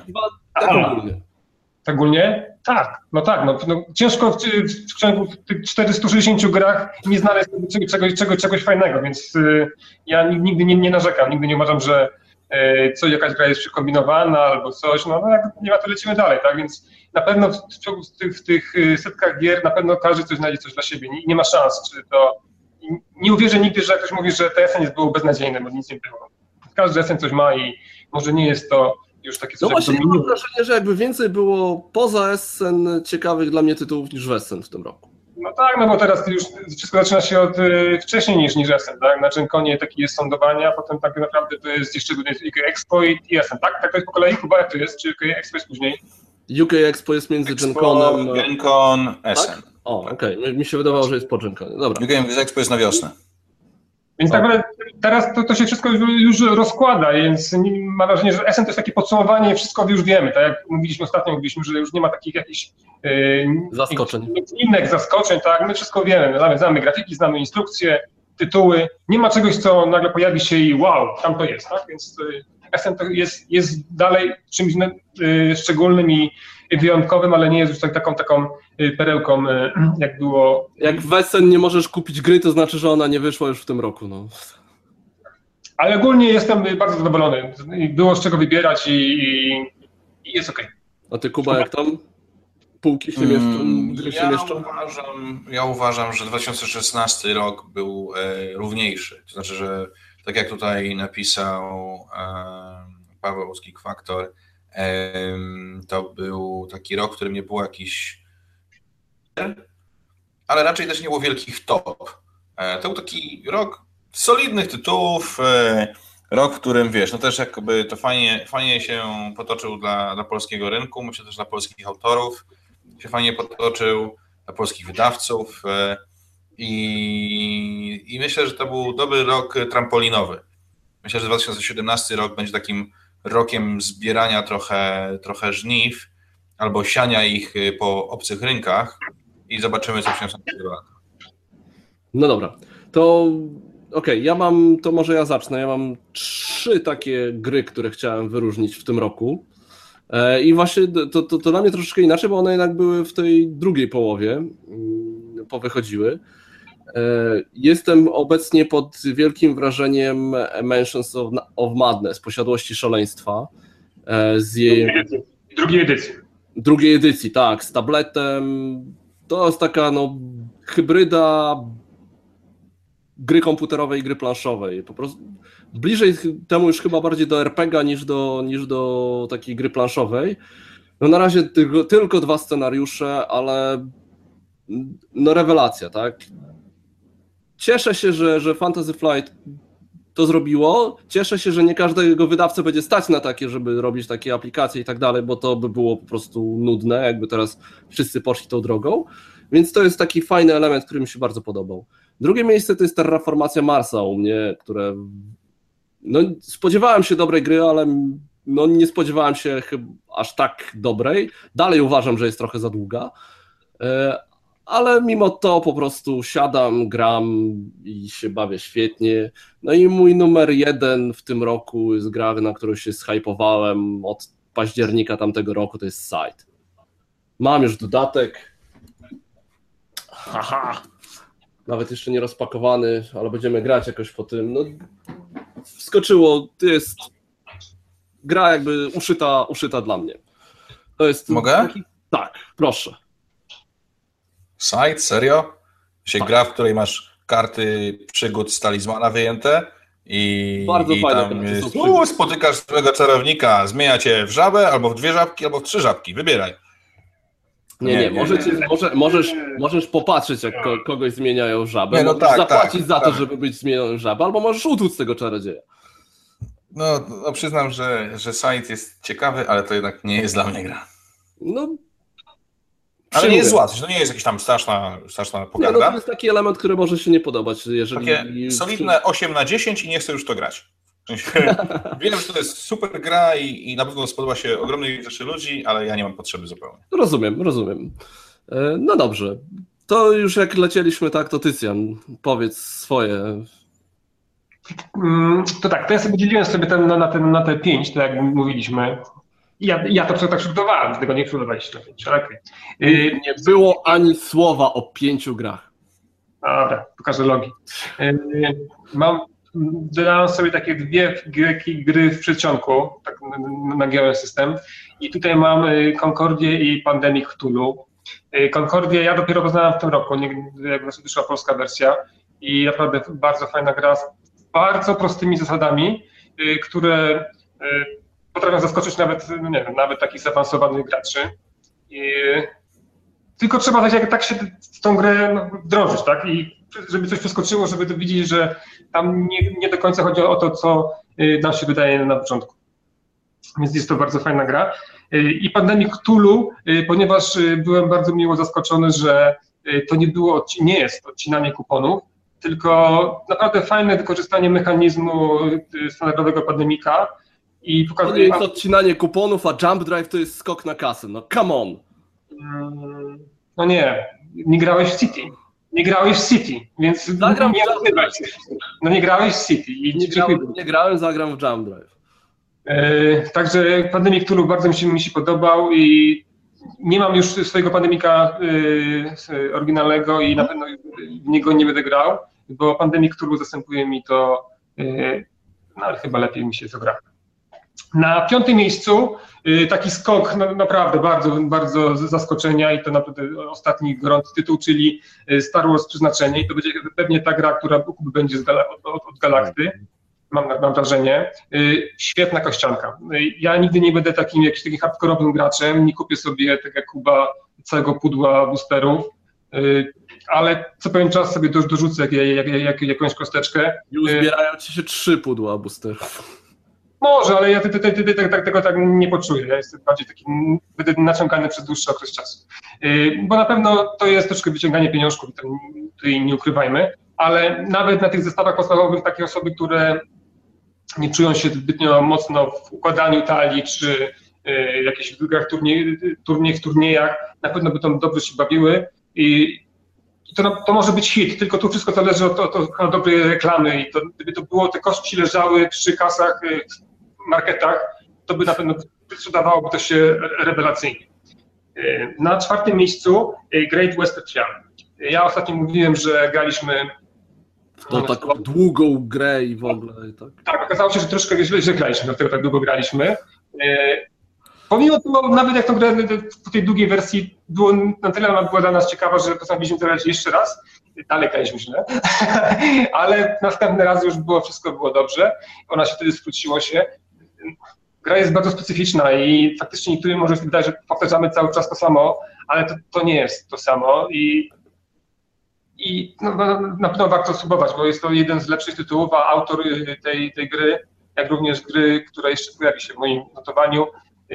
Tak ogólnie? Tak. No ciężko w ciągu tych 460 grach nie znaleźć czegoś fajnego, więc ja nigdy nie narzekam, nigdy nie uważam, że jakaś gra jest przekombinowana albo coś, jak nie ma, to lecimy dalej, tak, więc na pewno w tych setkach gier na pewno każdy coś znajdzie coś dla siebie, nie ma szans, nie uwierzę nigdy, że jak ktoś mówi, że TSN było beznadziejne, bo nic nie było. Każdy SN coś ma i może nie jest to już takie coś. No właśnie, mam wrażenie, że jakby więcej było poza SN ciekawych dla mnie tytułów niż w SN w tym roku. No tak, bo teraz już wszystko zaczyna się od wcześniej niż SN, tak? Na Gen-Conie taki jest sądowanie, a potem tak naprawdę to jest jeszcze UK Expo i SN, tak? Tak to jest po kolei, Kuba, jak to jest? Czy UK Expo jest później? UK Expo jest między Gen-Conem... Gen-Con, SN. Tak? Okej. Mi się wydawało, że jest po Gen-Conie, dobra. UK Expo jest na wiosnę. Więc tak naprawdę teraz to się wszystko już rozkłada, więc mam wrażenie, że SN to jest takie podsumowanie, wszystko już wiemy, tak jak ostatnio mówiliśmy, że już nie ma takich jakichś innych zaskoczeń, tak, my wszystko wiemy, znamy grafiki, znamy instrukcje, tytuły, nie ma czegoś, co nagle pojawi się i wow, tam to jest, tak, więc SN to jest dalej czymś szczególnym i wyjątkowym, ale nie jest już taką perełką, jak było. Jak w SN nie możesz kupić gry, to znaczy, że ona nie wyszła już w tym roku. No. Ale ogólnie jestem bardzo zadowolony. Było z czego wybierać i jest okej. A ty, Kuba, jak tam? Półki się mieszczą? Gry się mieszczą? Ja uważam, że 2016 rok był równiejszy. To znaczy, że tak jak tutaj napisał Paweł Skik-Faktor, to był taki rok, w którym nie było jakiś, ale raczej też nie było wielkich top. To był taki rok solidnych tytułów, rok, w którym też jakby to fajnie się potoczył dla polskiego rynku, myślę też dla polskich autorów, się fajnie potoczył dla polskich wydawców i myślę, że to był dobry rok trampolinowy. Myślę, że 2017 rok będzie takim rokiem zbierania trochę żniw albo siania ich po obcych rynkach i zobaczymy, co przyniosą tego lata. No dobra, to Okej, to może ja zacznę. Ja mam 3 takie gry, które chciałem wyróżnić w tym roku. I właśnie to dla mnie troszeczkę inaczej, bo one jednak były w tej drugiej połowie, powychodziły. Jestem obecnie pod wielkim wrażeniem Mansions of Madness, Posiadłości Szaleństwa. Z jej drugiej edycji, tak, z tabletem. To jest taka hybryda gry komputerowej i gry planszowej. Po prostu bliżej temu już chyba bardziej do RPG niż do takiej gry planszowej. Na razie tylko 2 scenariusze, ale rewelacja, tak? Cieszę się, że Fantasy Flight to zrobiło. Cieszę się, że nie każdego wydawcę będzie stać na takie, żeby robić takie aplikacje i tak dalej, bo to by było po prostu nudne, jakby teraz wszyscy poszli tą drogą. Więc to jest taki fajny element, który mi się bardzo podobał. Drugie miejsce to jest Terraformacja Marsa u mnie, które spodziewałem się dobrej gry, ale nie spodziewałem się chyba aż tak dobrej. Dalej uważam, że jest trochę za długa. Ale mimo to po prostu siadam, gram i się bawię świetnie. No i mój numer 1 w tym roku jest gra, na którą się zhypowałem od października tamtego roku, to jest Scythe. Mam już dodatek. Haha. Nawet jeszcze nie rozpakowany, ale będziemy grać jakoś po tym. Wskoczyło, to jest gra jakby uszyta dla mnie. To jest Mogę? Tak, proszę. Scythe? Serio? Tak. Gra, w której masz karty przygód z talizmana wyjęte i bardzo fajne tam jest, spotykasz swojego czarownika, zmienia cię w żabę, albo w 2 żabki, albo w 3 żabki. Wybieraj. Nie. Możesz popatrzeć, jak kogoś zmieniają w żabę. Możesz zapłacić za to, żeby być zmienionym w żabę, albo możesz utłuc tego czarodzieja. No przyznam, że Scythe jest ciekawy, ale to jednak nie jest dla mnie gra. Ale nie jest zła, to nie jest jakaś tam straszna pogarda. To jest taki element, który może się nie podobać. Takie solidne 8/10 i nie chcę już to grać. Wiem, że to jest super gra i na pewno spodoba się ogromnej ilości ludzi, ale ja nie mam potrzeby zupełnie. Rozumiem. No dobrze. To już jak lecieliśmy, tak, to Tycjan, powiedz swoje. To tak, to ja sobie dzieliłem na te 5, tak jak mówiliśmy. Ja to tak przygotowałem, tego nie przygotowaliście na 5, ale okej. Nie było ani słowa o 5 grach. Dobra, pokażę logi. Dodałem sobie takie 2 gry w przedsionku, tak na Geosystem. I tutaj mam Concordię i Pandemic Cthulhu. Concordię ja dopiero poznałem w tym roku, jak wyszła polska wersja. I naprawdę bardzo fajna gra z bardzo prostymi zasadami, które potrafią zaskoczyć nawet takich zaawansowanych graczy. Tylko trzeba tak się w tą grę wdrożyć, tak? I żeby coś przeskoczyło, żeby to widzieć, że tam nie do końca chodzi o to, co nam się wydaje na początku. Więc jest to bardzo fajna gra. I Pandemic Cthulhu, ponieważ byłem bardzo miło zaskoczony, że to nie jest odcinanie kuponów, tylko naprawdę fajne wykorzystanie mechanizmu standardowego pandemika. I pokazuje, to nie jest odcinanie kuponów, a Jump Drive to jest skok na kasę. No come on. No nie grałeś w City. Nie grałeś w City, więc zagram nie nazywać. No nie grałeś w City. Nie grałem, zagram w Jump Drive. Także Pandemic Cthulhu bardzo mi się podobał i nie mam już swojego Pandemika oryginalnego i na pewno w niego nie będę grał, bo Pandemic Cthulhu zastępuje mi to, ale chyba lepiej mi się to gra. Na 5. miejscu taki skok naprawdę bardzo, bardzo z zaskoczenia i to naprawdę ostatni gorący tytuł, czyli Star Wars Przeznaczenie i to będzie pewnie ta gra, która będzie od Galakty, mam wrażenie. Świetna kościanka. Ja nigdy nie będę takim hardkorowym graczem, nie kupię sobie tak jak Kuba całego pudła boosterów, ale co pewien czas sobie dorzucę jakąś kosteczkę. Już zbierają ci się 3 pudła boosterów. Może, ale ja tego tak nie poczuję. Ja jestem bardziej taki naciągany przez dłuższy okres czasu. Bo na pewno to jest troszkę wyciąganie pieniążków, tutaj nie ukrywajmy, ale nawet na tych zestawach podstawowych takie osoby, które nie czują się zbytnio mocno w układaniu talii czy jakichś grach turniejach, na pewno by tam dobrze się bawiły. I to może być hit, tylko tu wszystko zależy od dobrej reklamy i gdyby to było, te kości leżały przy kasach w marketach, to by na pewno sprzedawałoby to się rewelacyjnie. Na 4. miejscu Great Western Trail. Ja ostatnio mówiłem, że graliśmy To tak długą grę i w ogóle. Tak, okazało się, że troszkę źle graliśmy, dlatego tak długo graliśmy. Pomimo to, nawet jak to grę w tej długiej wersji było na tyle, ona była dla nas ciekawa, że postanowiliśmy zagrać jeszcze raz. Dalej graliśmy źle, ale następny raz już wszystko było dobrze. Ona się wtedy skróciło się. Gra jest bardzo specyficzna i faktycznie niektórym może się wydaje, że powtarzamy cały czas to samo, ale to nie jest to samo i na pewno warto spróbować, bo jest to jeden z lepszych tytułów, a autor tej gry, jak również gry, która jeszcze pojawi się w moim notowaniu,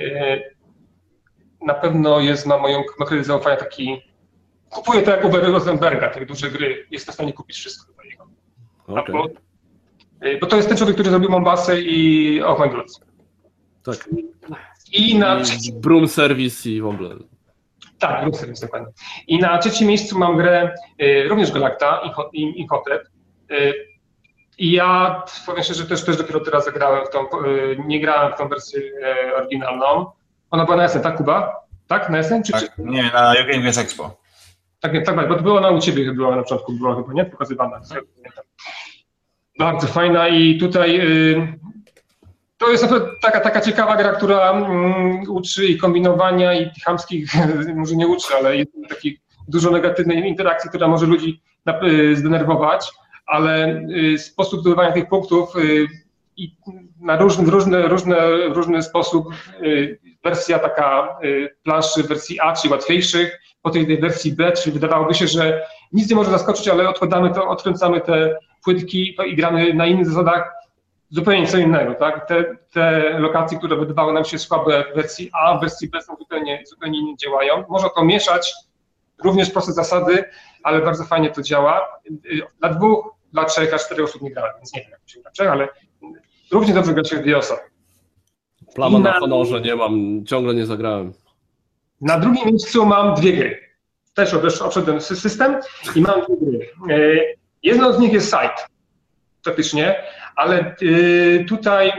na pewno jest na moją kredyt zaufania taki. Kupuję to jak Uwe Rosenberga, te duże gry, jest w stanie kupić wszystko do niego. Okay. Bo to jest ten człowiek, który zrobił Mombasę i Oh My God. Tak. I Broom Service i w ogóle. Tak, Broom Service, dokładnie. I na 3. miejscu mam grę również Galacta, Imhotep. I ja powiem szczerze, też dopiero teraz zagrałem nie grałem w tą wersję oryginalną. Ona była na SN, tak, Kuba? Tak, na SN? Tak, nie, na European Games Expo. Tak, bo to była u Ciebie, była na początku, była chyba, nie? Pokazywana. Bardzo fajna i tutaj to jest naprawdę taka ciekawa gra, która uczy i kombinowania i chamskich, może nie uczy, ale jest takich dużo negatywnej interakcji, która może ludzi zdenerwować, ale sposób zdobywania tych punktów i na różny sposób wersja taka planszy w wersji A, czyli łatwiejszych, po tej wersji B, czyli wydawałoby się, że nic nie może zaskoczyć, ale odkręcamy te płytki i gramy na innych zasadach zupełnie co innego, tak? Te lokacje, które wydawały nam się słabe w wersji A, w wersji B są zupełnie nie działają. Można to mieszać, również proste zasady, ale bardzo fajnie to działa. Dla 2, dla 3, a 4 osób nie grałem, więc nie wiem, jak się gra, ale równie dobrze gra się w 2 osoby. Plama na honorze nie mam, ciągle nie zagrałem. Na 2. miejscu mam 2 gry. Też obszedłem system i mam 2 gry. Jedną z nich jest Site, praktycznie, ale tutaj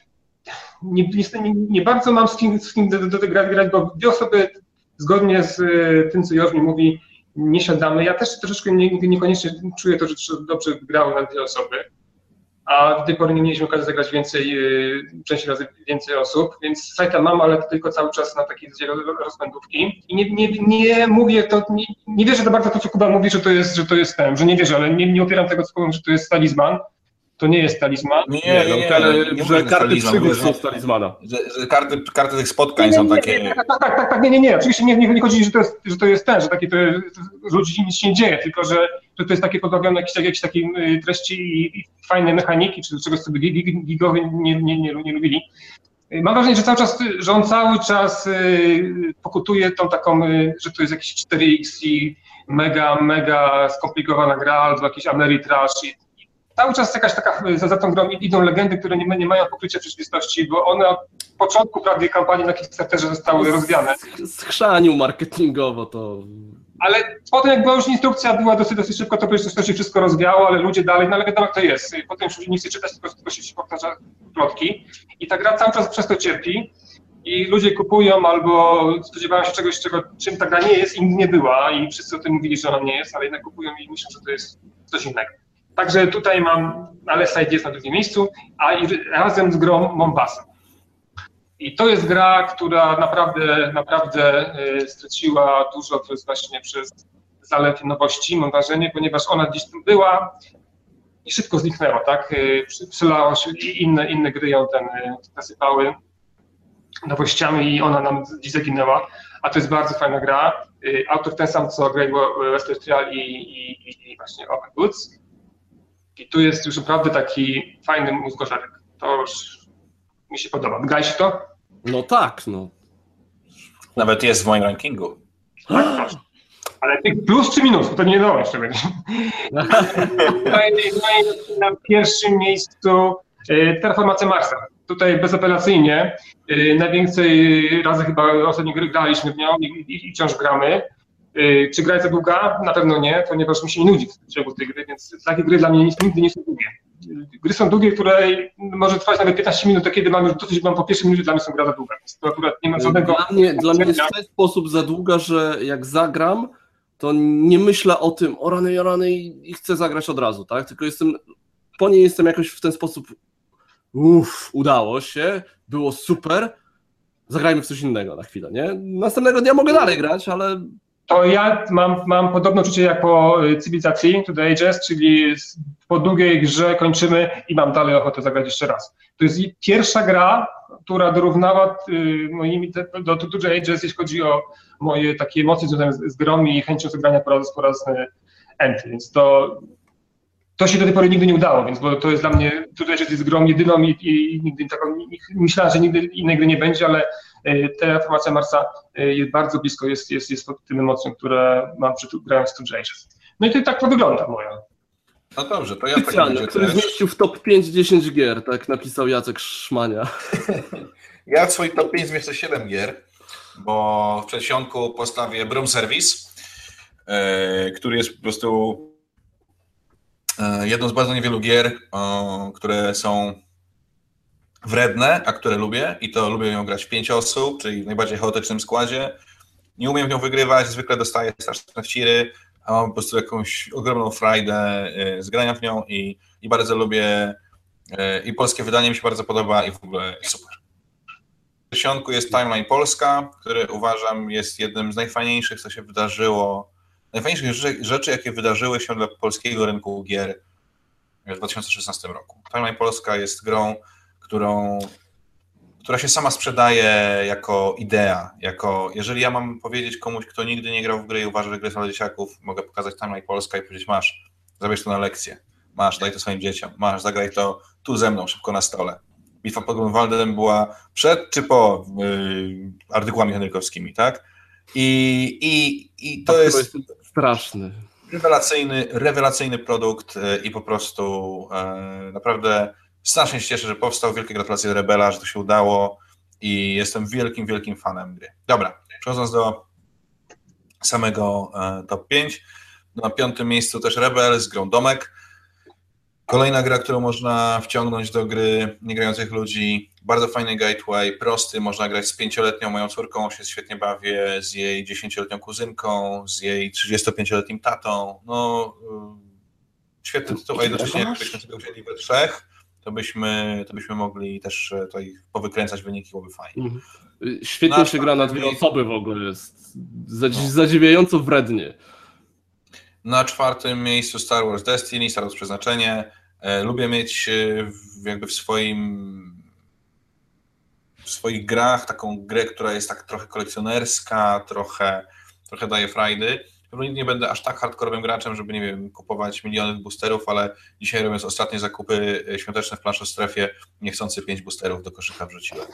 nie bardzo mam z kim do tej grać, bo 2 osoby zgodnie z tym, co Jorz mi mówi, nie siadamy. Ja też troszeczkę niekoniecznie czuję to, że dobrze grało na 2 osoby, a do tej pory nie mieliśmy okazji zagrać część razy więcej osób, więc Site'a mam, ale to tylko cały czas na takiej rozpędówki. I nie mówię to, nie wierzę to bardzo to, co Kuba mówi, że to jest ten, że nie wierzę, ale nie opieram tego, co powiem, że to jest talizman. To nie jest talizman. Nie, że karty przygód są z talizmana. Że karty tych spotkań są takie. Tak, nie. Oczywiście nie chodzi, że to jest ten, że takie ludzi nic się nie dzieje, tylko że to jest takie pozbawione jakiejś takiej treści i fajnej mechaniki, czy czegoś sobie gigowie nie lubili. Mam wrażenie, że on cały czas pokutuje tą taką, że to jest jakiś 4X i mega skomplikowana gra, albo jakiś Ameritrash. Cały czas jakaś taka, za tą grą idą legendy, które nie mają pokrycia w rzeczywistości, bo one od początku prawie kampanii na Kickstarterze zostały rozwiane. Schrzanił marketingowo to. Ale potem jak była już instrukcja, była dosyć szybko, to przecież to się wszystko rozwiało, ale ludzie dalej, no ale wiadomo jak to jest. Potem już nie chce czytać, tylko się powtarza plotki i ta gra cały czas przez to cierpi i ludzie kupują albo spodziewają się czegoś, czym ta gra nie jest i nie była i wszyscy o tym mówili, że ona nie jest, ale jednak kupują i myślą, że to jest coś innego. Także tutaj mam, ale Site jest na 2. miejscu, a razem z grą Mombasa. I to jest gra, która naprawdę straciła dużo właśnie przez zalet nowości, mam wrażenie, ponieważ ona gdzieś tam była i szybko zniknęła, tak? Przelało się i inne gry ją nasypały nowościami i ona nam gdzieś zaginęła, a to jest bardzo fajna gra. Autor ten sam, co Great Western Trail i właśnie Open Goods. I tu jest już naprawdę taki fajny mózgożerek. To już mi się podoba. Grałeś w to? No tak, no. Nawet jest w moim rankingu. Tak, ale plus czy minus? To nie wiadomo jeszcze będzie. Na 1. miejscu Terraformacja Marsa. Tutaj bezapelacyjnie. Najwięcej razy chyba ostatnio graliśmy w nią i wciąż gramy. Czy gra jest za długa? Na pewno nie, ponieważ mi się nie nudzi w ciągu tej gry, więc takie gry dla mnie nigdy nie są długie. Gry są długie, które może trwać nawet 15 minut, to kiedy mam już dosyć, mam po pierwszej minucie, dla mnie są gra za długa. Więc to akurat nie ma żadnego... Dla mnie jest w ten sposób za długa, że jak zagram, to nie myślę o tym, o rany i chcę zagrać od razu, tak? Tylko po niej jestem jakoś w ten sposób, udało się, było super, zagrajmy w coś innego na chwilę, nie? Następnego dnia mogę dalej grać, ale... To ja mam podobne uczucie jak po Cywilizacji to the Ages, czyli po długiej grze kończymy i mam dalej ochotę zagrać jeszcze raz. To jest pierwsza gra, która dorównała do the Ages, jeśli chodzi o moje takie emocje związane z grą i chęcią zagrania po raz entry, więc to się do tej pory nigdy nie udało, więc bo to jest dla mnie, tutaj jest grą jedyną i nigdy taką, myślałem, że nigdy innej gry nie będzie, ale Terraformacja Marsa jest bardzo blisko, jest pod tym emocjom, które mam grając w Two Ages. No i to tak to wygląda moja. No dobrze, to ja w takim razie który zmieścił w top 5-10 gier, tak napisał Jacek Szmania. Ja w swoim top 5 zmieszczę 7 gier, bo w przedsionku postawię Broom Service, który jest po prostu jedną z bardzo niewielu gier, które są wredne, a które lubię i to lubię ją grać w 5 osób, czyli w najbardziej chaotycznym składzie. Nie umiem w nią wygrywać, zwykle dostaję straszne wciry, a mam po prostu jakąś ogromną frajdę z grania w nią i bardzo lubię i polskie wydanie mi się bardzo podoba i w ogóle super. W przedsionku jest Timeline Polska, który uważam jest jednym z najfajniejszych, co się wydarzyło, najfajniejszych rzeczy, jakie wydarzyły się dla polskiego rynku gier w 2016 roku. Timeline Polska jest grą, która się sama sprzedaje jako idea, jeżeli ja mam powiedzieć komuś, kto nigdy nie grał w gry i uważa, że gry są dla dzieciaków, mogę pokazać Timeline Polska i powiedzieć, masz, zabierz to na lekcję, masz, daj to swoim dzieciom, masz, zagraj to tu ze mną, szybko na stole. Bitwa pod Grunwaldem była przed czy po artykułami henrykowskimi, tak? I to jest straszny. Rewelacyjny produkt i po prostu naprawdę strasznie się cieszę, że powstał. Wielkie gratulacje do Rebela, że to się udało i jestem wielkim fanem gry. Dobra, przechodząc do samego top 5. Na 5. miejscu też Rebel z grą Domek. Kolejna gra, którą można wciągnąć do gry niegrających ludzi. Bardzo fajny gateway, prosty, można grać z 5-letnią moją córką, się świetnie bawię, z jej 10-letnią kuzynką, z jej 35-letnim tatą. No, świetny tytuł, a jednocześnie jakbyśmy tego wzięli we 3, to byśmy mogli też tutaj powykręcać wyniki, byłoby fajnie. Świetnie się gra na 2 osoby w ogóle, jest zadziwiająco wrednie. Na 4. miejscu Star Wars Destiny, Star Wars Przeznaczenie. Lubię mieć jakby w swoich grach taką grę, która jest tak trochę kolekcjonerska, trochę daje frajdy. Nigdy nie będę aż tak hardkorowym graczem, żeby, nie wiem, kupować miliony boosterów, ale dzisiaj, robiąc ostatnie zakupy świąteczne w planszostrefie, niechcący 5 boosterów do koszyka wrzuciłem.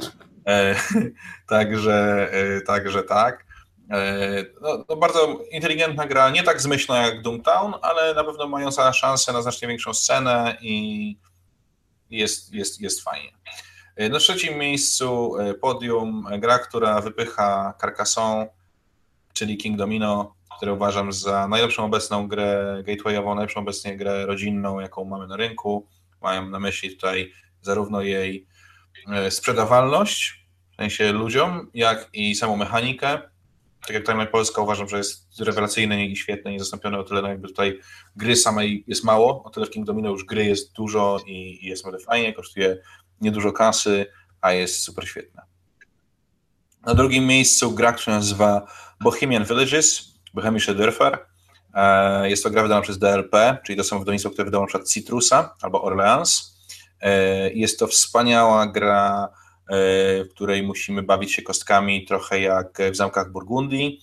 Także tak. No, bardzo inteligentna gra, nie tak zmyślna jak Doomtown, ale na pewno mająca szansę na znacznie większą scenę i jest fajnie. Na 3. miejscu podium, gra, która wypycha Carcassonne, czyli King Domino, które uważam za najlepszą obecną grę gatewayową, najlepszą obecnie grę rodzinną, jaką mamy na rynku. Mają na myśli tutaj zarówno jej sprzedawalność, w sensie ludziom, jak i samą mechanikę. Tak jak Timeline Polska uważam, że jest rewelacyjne i świetne, niezastąpione o tyle, no jakby tutaj gry samej jest mało, o tyle w King Domino już gry jest dużo i jest naprawdę fajnie, kosztuje niedużo kasy, a jest super świetna. Na 2. miejscu gra, która się nazywa Bohemian Villages, Bohemische Dörfer. Jest to gra wydana przez DLP, czyli to samo wydawnictwo, które wydało na przykład Citrusa albo Orleans. Jest to wspaniała gra, w której musimy bawić się kostkami trochę jak w Zamkach Burgundii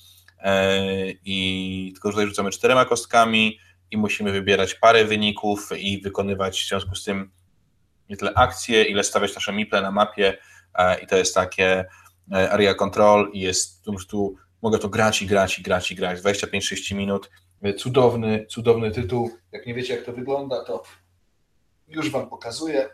i tylko tutaj rzucamy 4 kostkami i musimy wybierać pary wyników i wykonywać w związku z tym nie tyle akcje, ile stawiać nasze meeple na mapie i to jest takie area control i jest po prostu mogę to grać 25-30 minut. Cudowny tytuł. Jak nie wiecie, jak to wygląda, to już wam pokazuję.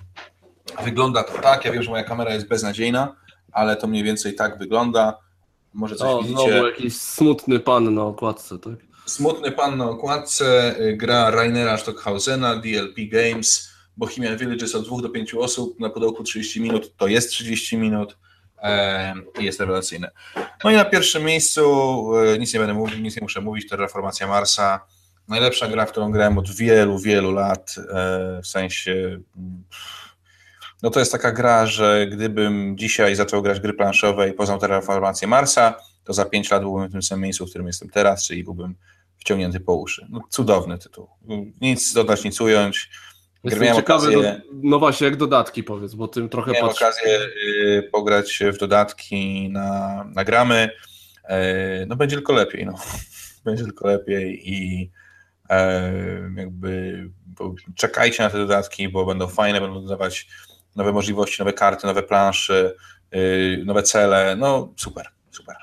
Wygląda to tak, ja wiem, że moja kamera jest beznadziejna, ale to mniej więcej tak wygląda. Może coś widzicie. Znowu jakiś smutny pan na okładce, tak? Smutny pan na okładce, gra Rainera Stockhausena, DLP Games, Bohemian Village jest od 2 do 5 osób, na pudełku 30 minut, to jest 30 minut i jest rewelacyjne. No i na pierwszym miejscu, nic nie będę mówił, nic nie muszę mówić, Terraformacja Marsa. Najlepsza gra, w którą grałem od wielu, wielu lat, w sensie... No to jest taka gra, że gdybym dzisiaj zaczął grać gry planszowe i poznał Terraformację Marsa, to za 5 lat byłbym w tym samym miejscu, w którym jestem teraz, czyli byłbym wciągnięty po uszy. No, cudowny tytuł. Nic dodać, nic ująć. Jestem ciekawy, no właśnie, jak dodatki powiedz, bo tym trochę miałem okazję pograć w dodatki na gramy. No będzie tylko lepiej, no. Będzie tylko lepiej i jakby czekajcie na te dodatki, bo będą fajne, będą dodawać nowe możliwości, nowe karty, nowe plansze, nowe cele, no super, super.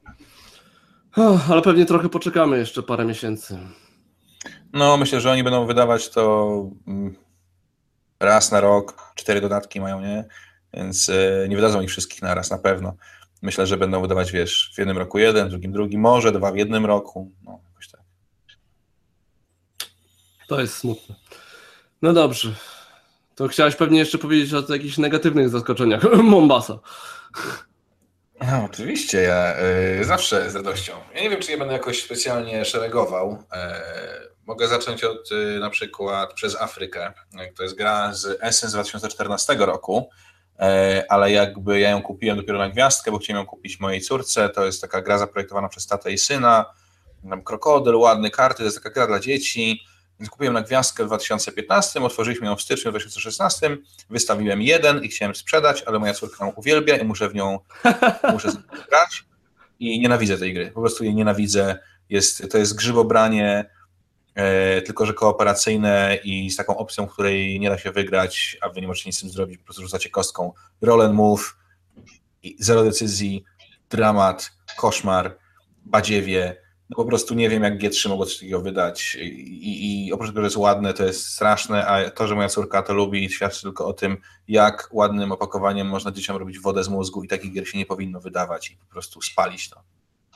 Ale pewnie trochę poczekamy jeszcze parę miesięcy. No myślę, że oni będą wydawać to raz na rok, 4 dodatki mają, nie? Więc nie wydadzą ich wszystkich na raz, na pewno. Myślę, że będą wydawać, wiesz, w jednym roku jeden, w drugim drugi, może 2 w jednym roku, no jakoś tak. To jest smutne. No dobrze. To chciałeś pewnie jeszcze powiedzieć o jakichś negatywnych zaskoczeniach. Mombasa. No, oczywiście, ja zawsze z radością. Ja nie wiem, czy je będę jakoś specjalnie szeregował. Mogę zacząć od na przykład Przez Afrykę. To jest gra z Essen z 2014 roku, ale jakby ja ją kupiłem dopiero na gwiazdkę, bo chciałem ją kupić mojej córce. To jest taka gra zaprojektowana przez tatę i syna. Tam krokodyl, ładne karty, to jest taka gra dla dzieci. Więc kupiłem na gwiazdkę w 2015, otworzyliśmy ją w styczniu 2016, wystawiłem 1 i chciałem sprzedać, ale moja córka ją uwielbia i muszę z nią grać i nienawidzę tej gry, po prostu jej nienawidzę. To jest grzybobranie, tylko że kooperacyjne i z taką opcją, w której nie da się wygrać, a wy nie możecie nic z tym zrobić, po prostu rzucacie kostką. Roll and move, zero decyzji, dramat, koszmar, badziewie. No po prostu nie wiem, jak G3 mogło coś takiego wydać i oprócz tego, że jest ładne, to jest straszne, a to, że moja córka to lubi, świadczy tylko o tym, jak ładnym opakowaniem można dzieciom robić wodę z mózgu i takich gier się nie powinno wydawać i po prostu spalić to.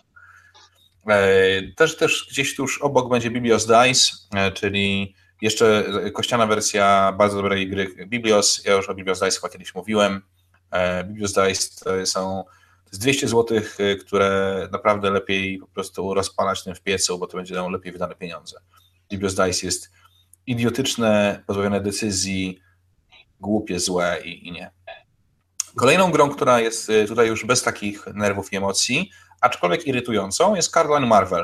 Też gdzieś tuż obok będzie Biblios Dice, czyli jeszcze kościana wersja bardzo dobrej gry Biblios. Ja już o Biblios Dice chyba kiedyś mówiłem. Biblios Dice to jest 200 zł, które naprawdę lepiej po prostu rozpalać tym w piecu, bo to będzie dało lepiej wydane pieniądze. Biblios Dice jest idiotyczne, pozbawione decyzji, głupie, złe i nie. Kolejną grą, która jest tutaj już bez takich nerwów i emocji, aczkolwiek irytującą, jest Cardline Marvel.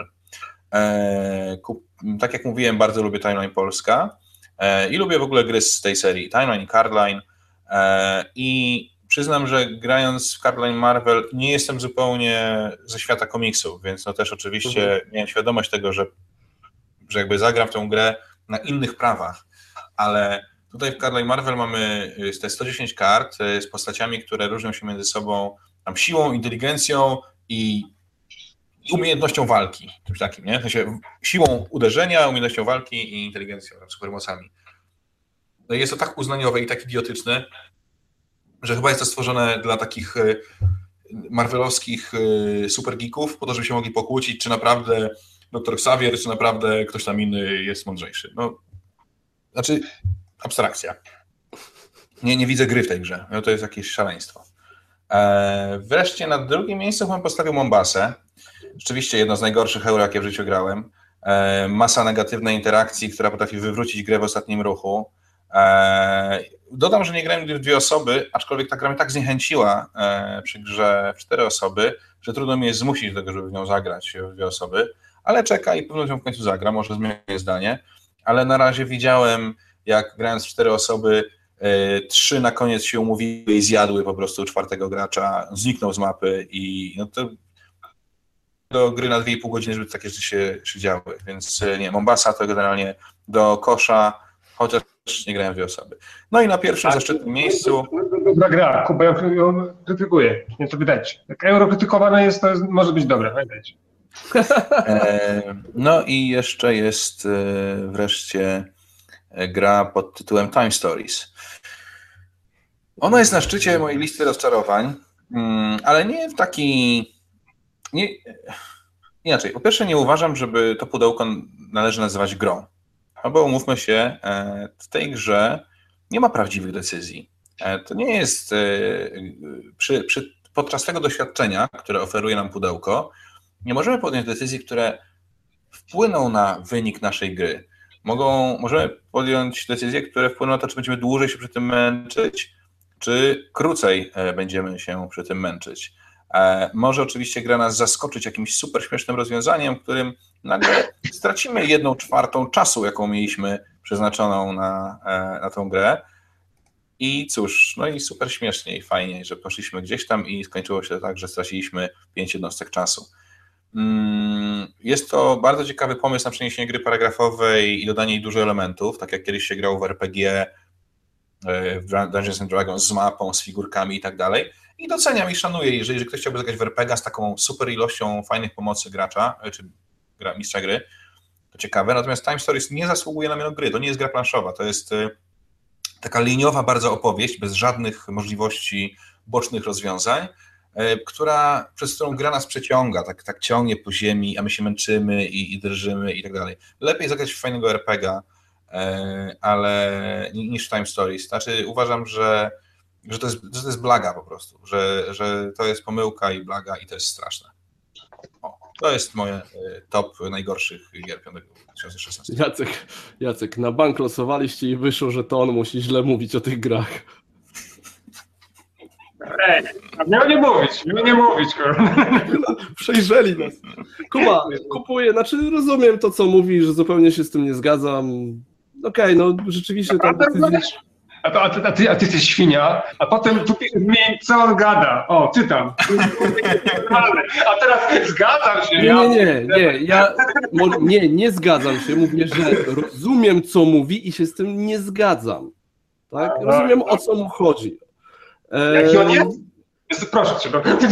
Tak jak mówiłem, bardzo lubię Timeline Polska i lubię w ogóle gry z tej serii, Timeline i Cardline i przyznam, że grając w Cardline Marvel nie jestem zupełnie ze świata komiksów, więc no też oczywiście miałem świadomość tego, że jakby zagram w tę grę na innych prawach, ale tutaj w Cardline Marvel mamy te 110 kart z postaciami, które różnią się między sobą tam siłą, inteligencją i umiejętnością walki, czymś takim, nie? W sensie siłą uderzenia, umiejętnością walki i inteligencją, supermocami. No i jest to tak uznaniowe i tak idiotyczne, że chyba jest to stworzone dla takich marvelowskich supergeeków, po to, żeby się mogli pokłócić, czy naprawdę Dr. Xavier, czy naprawdę ktoś tam inny jest mądrzejszy. No, znaczy, abstrakcja. Nie widzę gry w tej grze. No, to jest jakieś szaleństwo. Wreszcie na drugim miejscu bym postawił Mombasę. Rzeczywiście jedno z najgorszych euro, jakie w życiu grałem. Masa negatywnej interakcji, która potrafi wywrócić grę w ostatnim ruchu. Dodam, że nie grałem nigdy w 2 osoby, aczkolwiek ta gra mnie tak zniechęciła przy grze w 4 osoby, że trudno mi jest zmusić do tego, żeby w nią zagrać w 2 osoby, ale czekaj, pewno ją w końcu zagram, może zmienię zdanie, ale na razie widziałem, jak grając w 4 osoby, 3 na koniec się umówiły i zjadły po prostu 4. gracza, zniknął z mapy i no to do gry na 2,5 godziny, żeby takie rzeczy się działy, więc nie, Mombasa to generalnie do kosza, chociaż nie grałem w 2 osoby. No i na pierwszym zaszczytnym miejscu... Dobra gra, Kuba ją krytykuje, nie to widać. Jak euro krytykowane jest, to może być dobre, pamiętajcie. No i jeszcze jest wreszcie gra pod tytułem Time Stories. Ona jest na szczycie mojej listy rozczarowań, ale nie w taki Inaczej, po pierwsze nie uważam, żeby to pudełko należy nazywać grą. Albo umówmy się, w tej grze nie ma prawdziwych decyzji. To nie jest podczas tego doświadczenia, które oferuje nam pudełko, nie możemy podjąć decyzji, które wpłyną na wynik naszej gry. Możemy podjąć decyzje, które wpłyną na to, czy będziemy dłużej się przy tym męczyć, czy krócej będziemy się przy tym męczyć. Może oczywiście gra nas zaskoczyć jakimś super śmiesznym rozwiązaniem, którym nagle stracimy 1/4 czasu, jaką mieliśmy przeznaczoną na tą grę. I cóż, no i super śmiesznie i fajnie, że poszliśmy gdzieś tam i skończyło się tak, że straciliśmy 5 jednostek czasu. Jest to bardzo ciekawy pomysł na przeniesienie gry paragrafowej i dodanie jej dużo elementów, tak jak kiedyś się grało w RPG, w Dungeons and Dragons z mapą, z figurkami i tak dalej. I doceniam i szanuję, jeżeli ktoś chciałby zagrać w RPG z taką super ilością fajnych pomocy gracza, czy mistrza gry, to ciekawe. Natomiast Time Stories nie zasługuje na miano gry, to nie jest gra planszowa, to jest taka liniowa bardzo opowieść, bez żadnych możliwości bocznych rozwiązań, przez którą gra nas przeciąga, tak ciągnie po ziemi, a my się męczymy i drżymy i tak dalej. Lepiej zagrać w fajnego RPG-a, ale niż Time Stories. Znaczy uważam, że to jest blaga po prostu, że to jest pomyłka i blaga i to jest straszne. To jest moje top najgorszych gier 2016. Jacek, na bank losowaliście i wyszło, że to on musi źle mówić o tych grach. Miał nie mówić. Przejrzeli nas. Kuba, kupuję, rozumiem to, co mówisz, zupełnie się z tym nie zgadzam. Okej, no rzeczywiście tam decyzje... A ty jesteś świnia, a potem tu zmień, co on gada. O, czytam. A teraz zgadzam się. Nie zgadzam się. Mówię, że rozumiem, co mówi i się z tym nie zgadzam. Tak? Rozumiem, o co mu chodzi. Jaki on jest? Proszę cię.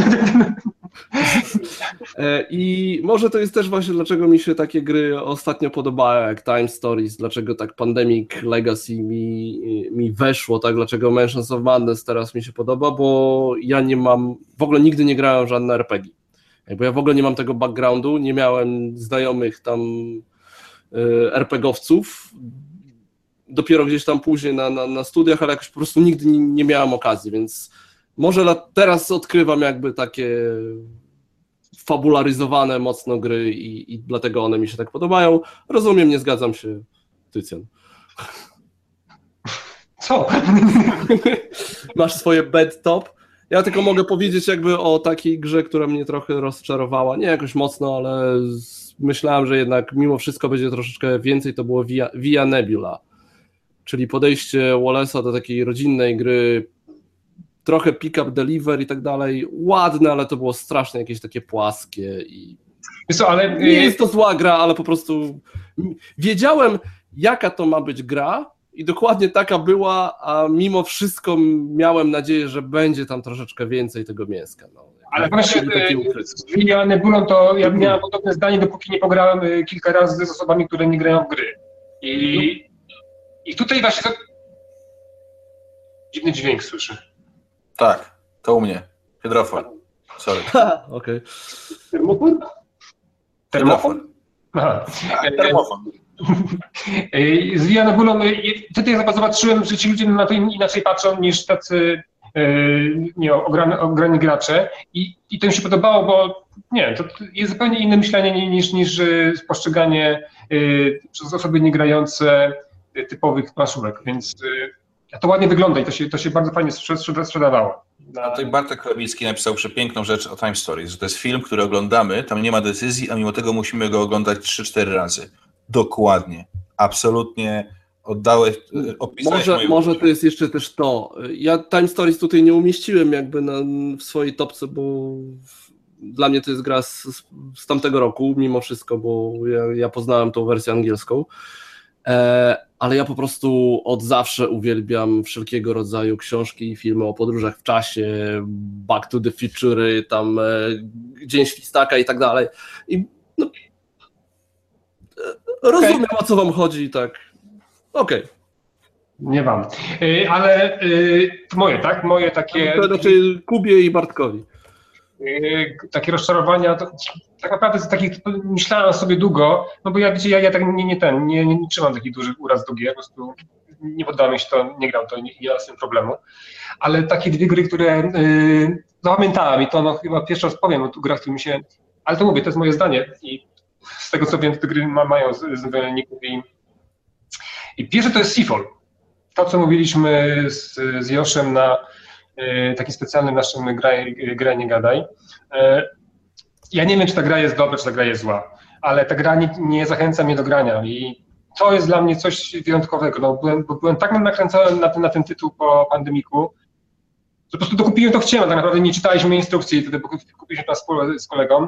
I może to jest też właśnie, dlaczego mi się takie gry ostatnio podobają, jak Time Stories, dlaczego tak Pandemic Legacy mi weszło, tak, dlaczego Mansions of Madness teraz mi się podoba, bo ja w ogóle nigdy nie grałem w żadne RPG. Ja w ogóle nie mam tego backgroundu, nie miałem znajomych tam RPGowców, dopiero gdzieś tam później na studiach, ale jakoś po prostu nigdy nie miałem okazji, więc może teraz odkrywam jakby takie fabularyzowane mocno gry i dlatego one mi się tak podobają. Rozumiem, nie zgadzam się, Tycjan. Co? Masz swoje bad top? Ja tylko mogę powiedzieć jakby o takiej grze, która mnie trochę rozczarowała. Nie jakoś mocno, ale myślałem, że jednak mimo wszystko będzie troszeczkę więcej. To było Via Nebula, czyli podejście Wallace'a do takiej rodzinnej gry, trochę pick-up, deliver i tak dalej, ładne, ale to było strasznie jakieś takie płaskie i nie jest to zła gra, ale po prostu wiedziałem, jaka to ma być gra i dokładnie taka była, a mimo wszystko miałem nadzieję, że będzie tam troszeczkę więcej tego mięska. No. Ale właśnie z Via Nebulą to ja miałem podobne zdanie, dopóki nie pograłem kilka razy z osobami, które nie grają w gry. I tutaj właśnie to dziwny dźwięk słyszę. Tak, to u mnie. Hydrofon. Sorry. Okej. Termofon? Termofon. Aha. Termofon. Z Via Nebulą, wtedy zobaczyłem, że ci ludzie na to inaczej patrzą niż tacy ograni gracze i to mi się podobało, bo nie, to jest zupełnie inne myślenie niż postrzeganie przez osoby niegrające typowych planszówek, więc to ładnie wygląda i to się bardzo fajnie sprzedawało. A tutaj Bartek Chlebicki napisał przepiękną rzecz o Time Stories, że to jest film, który oglądamy, tam nie ma decyzji, a mimo tego musimy go oglądać 3-4 razy. Dokładnie. Absolutnie opisałeś Może to jest jeszcze też to. Ja Time Stories tutaj nie umieściłem jakby w swojej topce, bo dla mnie to jest gra z tamtego roku, mimo wszystko, bo ja poznałem tą wersję angielską. Ale ja po prostu od zawsze uwielbiam wszelkiego rodzaju książki i filmy o podróżach w czasie, Back to the Future, tam Dzień Świstaka i tak dalej. I no, rozumiem, o co wam chodzi, tak. Okej. Nie wam. Ale moje, tak? Moje takie... To znaczy Kubie i Bartkowi. takie rozczarowania, to tak naprawdę z takich myślałem sobie długo, no bo ja tak nie trzymam takich dużych uraz do gier, po prostu nie podoba mi się to, nie gram to, nie ma z tym problemu, ale takie dwie gry, które zapamiętałem i to no, chyba pierwszy raz powiem o tu grach, mi się, ale to mówię, to jest moje zdanie i z tego co wiem, te gry mają zwolenników i pierwsze to jest Seafall. To, co mówiliśmy z Joszem na takim specjalnym naszym Graj nie gadaj. Ja nie wiem, czy ta gra jest dobra, czy ta gra jest zła, ale ta gra nie zachęca mnie do grania i to jest dla mnie coś wyjątkowego. No, byłem tak nakręcony na ten tytuł po pandemiku, że po prostu dokupiłem to chciałem, tak naprawdę nie czytaliśmy instrukcji, wtedy kupiliśmy to z kolegą.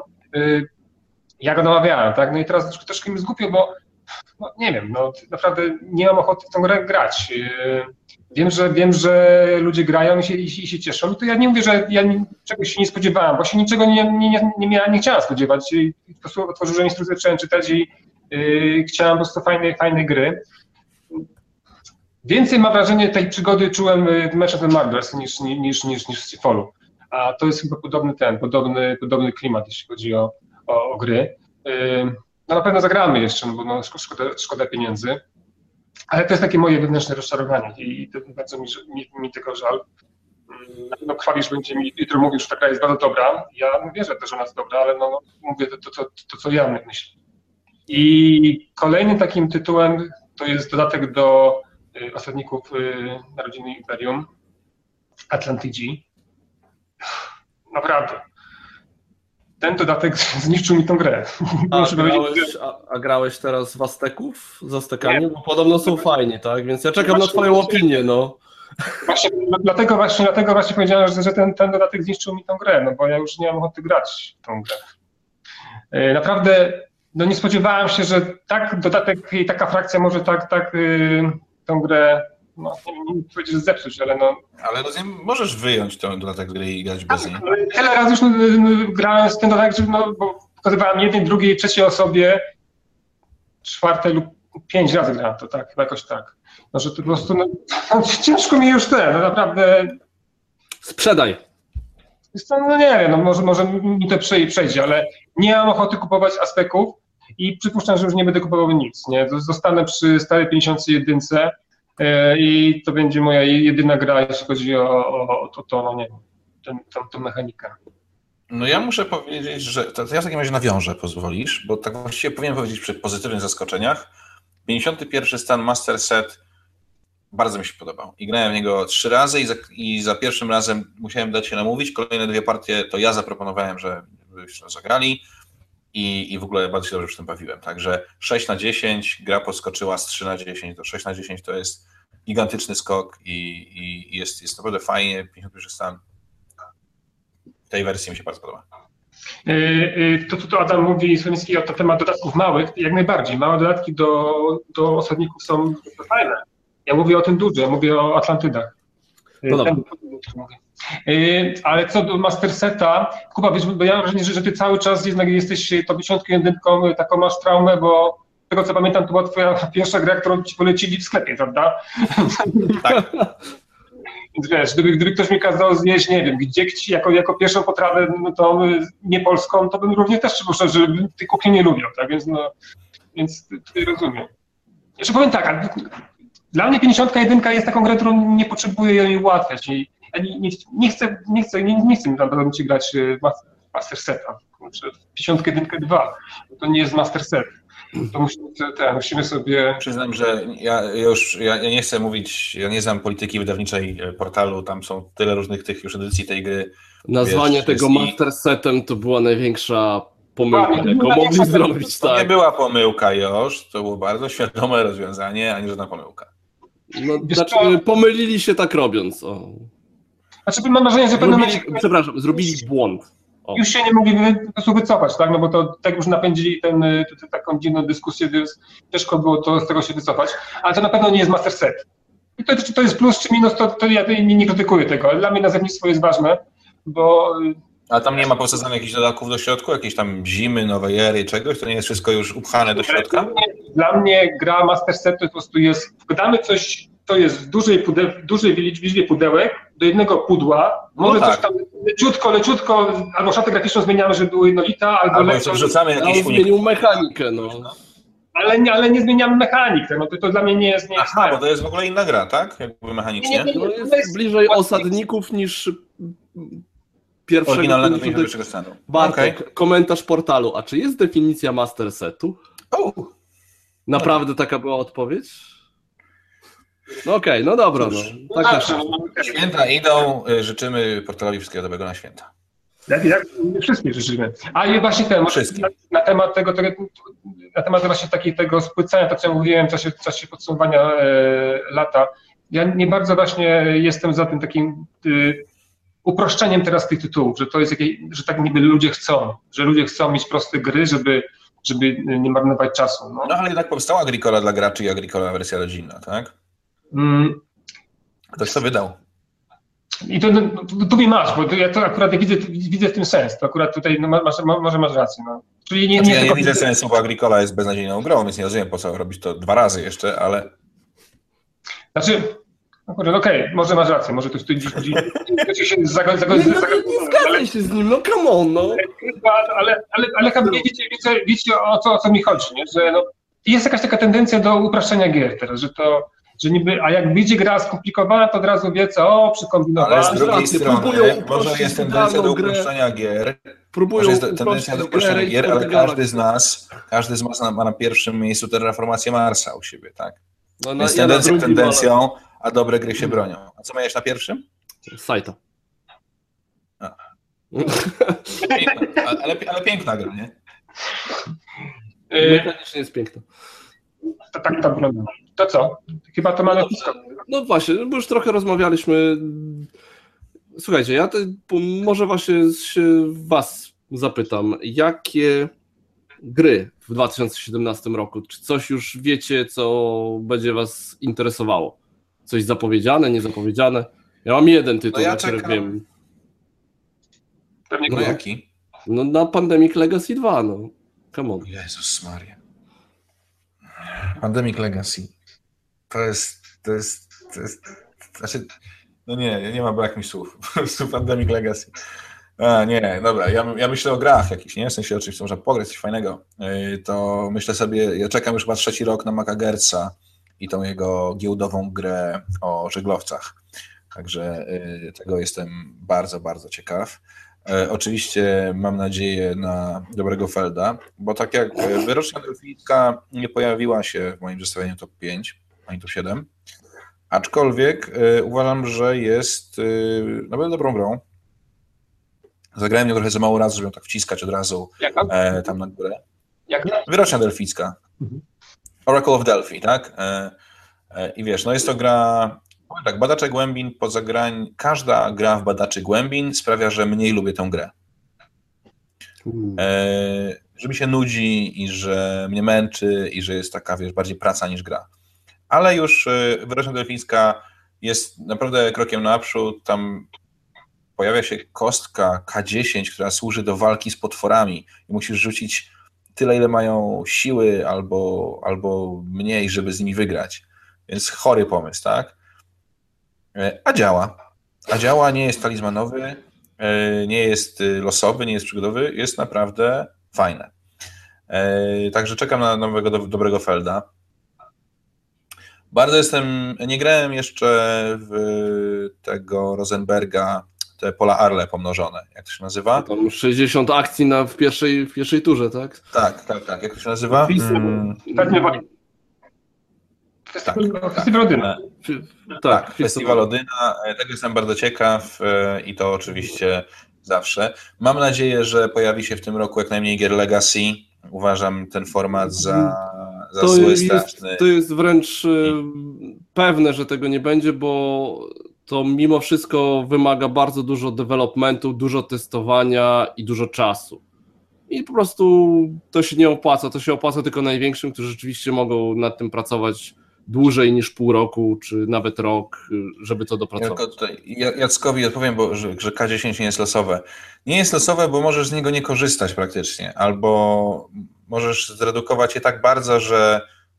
Ja go namawiałem, tak? No i teraz troszkę mi zgłupio, bo no, nie wiem, no naprawdę nie mam ochoty w tę grę grać. Wiem, że ludzie grają i się cieszą. To ja nie mówię, że ja czegoś się nie spodziewałem, bo się niczego nie chciałem spodziewać. I po prostu otworzyłem instrukcję, zacząłem czytać i chciałem po prostu fajnej gry. Więcej mam wrażenie tej przygody czułem w Match of the Murders niż w Seafallu. A to jest chyba podobny klimat, jeśli chodzi o gry. No na pewno zagramy jeszcze, no bo no, szkoda pieniędzy, ale to jest takie moje wewnętrzne rozczarowanie i to bardzo mi tego żal. Na pewno Krwawisz będzie mi jutro mówił, że ta gra jest bardzo dobra. Ja wierzę też, że ona jest dobra, ale no, mówię to, co ja myślę. I kolejnym takim tytułem to jest dodatek do Osadników Narodziny Imperium, Atlantydzi. Naprawdę. Ten dodatek zniszczył mi tą grę. A grałeś teraz w Azteków z Aztekami? Bo podobno są fajni, tak? Więc ja czekam na twoją opinię, no. Dlatego właśnie powiedziałem, że ten dodatek zniszczył mi tą grę, no bo ja już nie mam ochoty grać w tą grę. Naprawdę, no nie spodziewałem się, że tak dodatek i taka frakcja może tak tą grę, no nie wiem powiedzieć, że zepsuć, ale no... Ale możesz wyjąć ten dodatek gry i grać bez niej. Tyle razy już grałem z tym dodatkiem, no, bo pokazywałem jednej, drugiej, trzeciej osobie, czwartej lub 5 razy grałem to, tak, chyba jakoś tak. No, że to po prostu, no, ciężko mi już no naprawdę... Sprzedaj. No nie wiem, no może mi to przejdzie, ale nie mam ochoty kupować Azteków i przypuszczam, że już nie będę kupował nic, nie? Zostanę przy starej 51 i to będzie moja jedyna gra, jeśli chodzi o to, no nie wiem, tą mechanikę. No ja muszę powiedzieć, że to ja w takim razie nawiążę, pozwolisz, bo tak właściwie powinien powiedzieć przy pozytywnych zaskoczeniach. 51 stan Master Set bardzo mi się podobał i grałem w niego 3 razy i za pierwszym razem musiałem dać się namówić. Kolejne 2 partie to ja zaproponowałem, żebyśmy zagrali i w ogóle bardzo się dobrze przy tym bawiłem. Także 6/10, gra podskoczyła z 3/10 do 6/10, to jest gigantyczny skok i jest naprawdę fajnie. 51 stan w tej wersji mi się bardzo podoba. To, co tu Adam mówi Słownicki na temat dodatków małych, jak najbardziej. Małe dodatki do osadników są fajne. Ja mówię o tym dużo, ja mówię o Atlantydach. Ale co do Master Seta, Kuba, wiesz, bo ja mam wrażenie, że ty cały czas jednak jesteś tą 51, taką masz traumę, bo z tego co pamiętam, to była twoja pierwsza gra, którą ci polecili w sklepie, prawda? Tak. Więc wiesz, gdyby ktoś mi kazał zjeść, nie wiem, gdzie jako pierwszą potrawę, no to nie polską, to bym również też przypuszczał, że tej kuchni nie lubią, tak? Więc tutaj rozumiem. Jeszcze powiem tak, dla mnie 51 jest taką grą, którą nie potrzebuję jej ułatwiać. I ja nie chcę mi ci grać Master Seta. 51 2, to nie jest Master Set. To musimy sobie... Przyznam, że ja nie chcę mówić, ja nie znam polityki wydawniczej portalu, tam są tyle różnych tych już edycji tej gry. Nazwanie tego Master Setem to była największa pomyłka, jaką mogli zrobić. To nie była pomyłka już, to było bardzo świadome rozwiązanie, a nie żadna pomyłka. No, znaczy, pomylili się tak robiąc. Znaczy, mam wrażenie, że zrobili błąd. Już się nie mogli po prostu wycofać, tak? No bo to tak już napędzili taką dziwną dyskusję, więc ciężko było z tego się wycofać, ale to na pewno nie jest Master Set. I czy to jest plus czy minus, to ja nie krytykuję tego, ale dla mnie nazewnictwo jest ważne, bo... A tam nie ma posadzonych jakichś dodatków do środku, jakieś tam zimy, nowej ery, czegoś? To nie jest wszystko już upchane do środka? Dla mnie gra Master Set to po prostu jest, wkładamy coś to jest w dużej liczbie pudełek do jednego pudła, może coś tam leciutko, albo szatę graficzną zmieniamy, żeby była jednolita, albo jeszcze wrzucamy jakiś unik. Zmienił mechanikę, no. Ale nie zmieniamy mechanik, no to dla mnie nie jest... Aha, bo to jest w ogóle inna gra, tak? Jakby mechanicznie? No jest bliżej osadników niż pierwszego... Oryginalnego pierwszego stanu. Bartek, komentarz portalu. A czy jest definicja master setu? Naprawdę taka była odpowiedź? No okej, no dobra. No. Tak też. Święta idą, życzymy portalowi wszystkiego dobrego na święta. Jak wszystkie życzymy. A i właśnie na temat właśnie tego spłycania, to co ja mówiłem w czasie podsumowania lata, ja nie bardzo właśnie jestem za tym takim uproszczeniem teraz tych tytułów, że to jest że tak niby ludzie chcą mieć proste gry, żeby nie marnować czasu. No ale jednak powstała Agricola dla graczy i Agricola wersja rodzinna, tak? Ktoś to wydał. I tu mi masz, bo ja to akurat widzę w tym sens. To akurat tutaj może masz rację. No. Czyli ja nie widzę sensu, bo Agricola jest beznadziejną grą, więc nie rozumiem, po co robić to 2 razy jeszcze, ale... Znaczy, okej, może masz rację, może ktoś tu dziś się Nie zgadzaj się z nim, no come on, no. Ale wiecie o co mi chodzi, nie? Że jest jakaś taka tendencja do upraszczania gier teraz, że niby, a jak będzie gra skomplikowana, to od razu wie co, przykombinowała. Ale z drugiej strony, może jest tendencja do uproszczenia gier, ale każdy z nas ma na pierwszym miejscu terraformację Marsa u siebie, tak? Jest tendencją, a dobre gry się bronią. A co miałeś na pierwszym? Sajta. Ale piękna gra, nie? Mechanicznie jest piękna. Tak to wygląda. To co? Chyba to mamy wszystko. No właśnie, bo już trochę rozmawialiśmy. Słuchajcie, może właśnie się was zapytam, jakie gry w 2017 roku? Czy coś już wiecie, co będzie was interesowało? Coś zapowiedziane, niezapowiedziane? Ja mam jeden tytuł, na który wiem. No jaki? No na Pandemic Legacy 2, no. Come on. Jezus Maria. Pandemic Legacy. To jest, znaczy, no nie ma brak mi słów. Po prostu Pandemic Legacy. Nie, dobra, ja myślę o grach jakichś, nie? W sensie oczywiście można pograć coś fajnego. To myślę sobie, ja czekam już chyba 3. rok na Maca Gertza i tą jego giełdową grę o żeglowcach. Także tego jestem bardzo, bardzo ciekaw. Oczywiście mam nadzieję na dobrego Felda, bo tak jak Wyrocznia Delfińska nie pojawiła się w moim zestawieniu top 5, ani top 7, aczkolwiek uważam, że jest naprawdę dobrą grą. Zagrałem ją trochę za mało razy, żeby ją tak wciskać od razu tam na górę. Wyrocznia Delficka. Oracle of Delphi, tak? I wiesz, no jest to gra... Tak, Badacze Głębin poza grań, każda gra w Badaczy Głębin sprawia, że mniej lubię tę grę. Że mi się nudzi i że mnie męczy i że jest taka, wiesz, bardziej praca niż gra. Ale już Wyrocznia Delfińska jest naprawdę krokiem naprzód. Tam pojawia się kostka K10, która służy do walki z potworami i musisz rzucić tyle, ile mają siły albo mniej, żeby z nimi wygrać. Więc chory pomysł, tak? A działa, nie jest talizmanowy, nie jest losowy, nie jest przygodowy, jest naprawdę fajne. Także czekam na nowego, dobrego Felda. Bardzo nie grałem jeszcze w tego Rosenberga, te Pola Arle pomnożone, jak to się nazywa? Tam 60 akcji w pierwszej turze, tak? Tak, jak to się nazywa? Festiwal Odyna. Tak, Festiwal Odyna. Tego jestem bardzo ciekaw i to oczywiście zawsze. Mam nadzieję, że pojawi się w tym roku jak najmniej gier Legacy. Uważam ten format za zły, straszny. To jest wręcz pewne, że tego nie będzie, bo to mimo wszystko wymaga bardzo dużo developmentu, dużo testowania i dużo czasu. I po prostu to się nie opłaca. To się opłaca tylko największym, którzy rzeczywiście mogą nad tym pracować dłużej niż pół roku, czy nawet rok, żeby to dopracować. Ja tutaj Jackowi odpowiem, że K10 nie jest losowe. Nie jest losowe, bo możesz z niego nie korzystać praktycznie, albo możesz zredukować je tak bardzo, że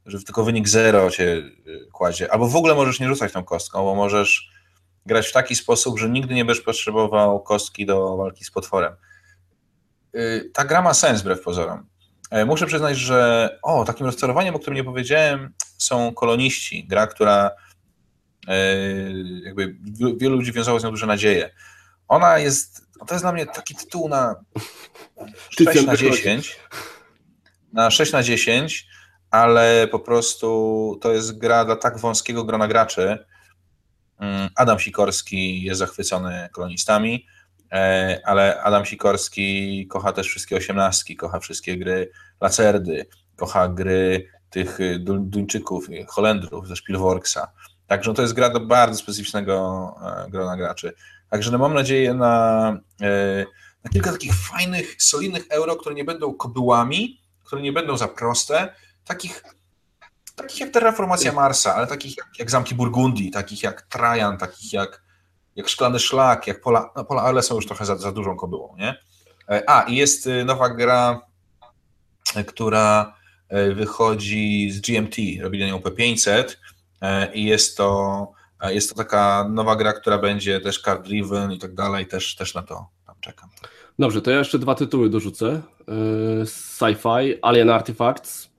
że tylko wynik 0 cię kładzie. Albo w ogóle możesz nie rzucać tą kostką, bo możesz grać w taki sposób, że nigdy nie będziesz potrzebował kostki do walki z potworem. Ta gra ma sens wbrew pozorom. Muszę przyznać, że takim rozczarowaniem, o którym nie powiedziałem, są Koloniści. Gra, która jakby wielu ludzi wiązało z nią duże nadzieje. To jest dla mnie taki tytuł na 6 na 10. Na 6 na 10, ale po prostu to jest gra dla tak wąskiego grona graczy. Adam Sikorski jest zachwycony Kolonistami, ale Adam Sikorski kocha też wszystkie 18, kocha wszystkie gry Lacerdy, kocha gry tych Duńczyków, Holendrów ze Spielworksa. Także to jest gra do bardzo specyficznego grona graczy. Także mam nadzieję na kilka takich fajnych, solidnych euro, które nie będą kobyłami, które nie będą za proste, takich jak Terraformacja Marsa, ale takich jak Zamki Burgundii, takich jak Trajan, takich jak Szklany Szlak, jak Pola, ale są już trochę za dużą kobyłą, nie? I jest nowa gra, która wychodzi z GMT, robili na nią P500 i jest to taka nowa gra, która będzie też card-driven i tak dalej, też na to tam czekam. Dobrze, to ja jeszcze 2 tytuły dorzucę. Sci-fi, Alien Artifacts.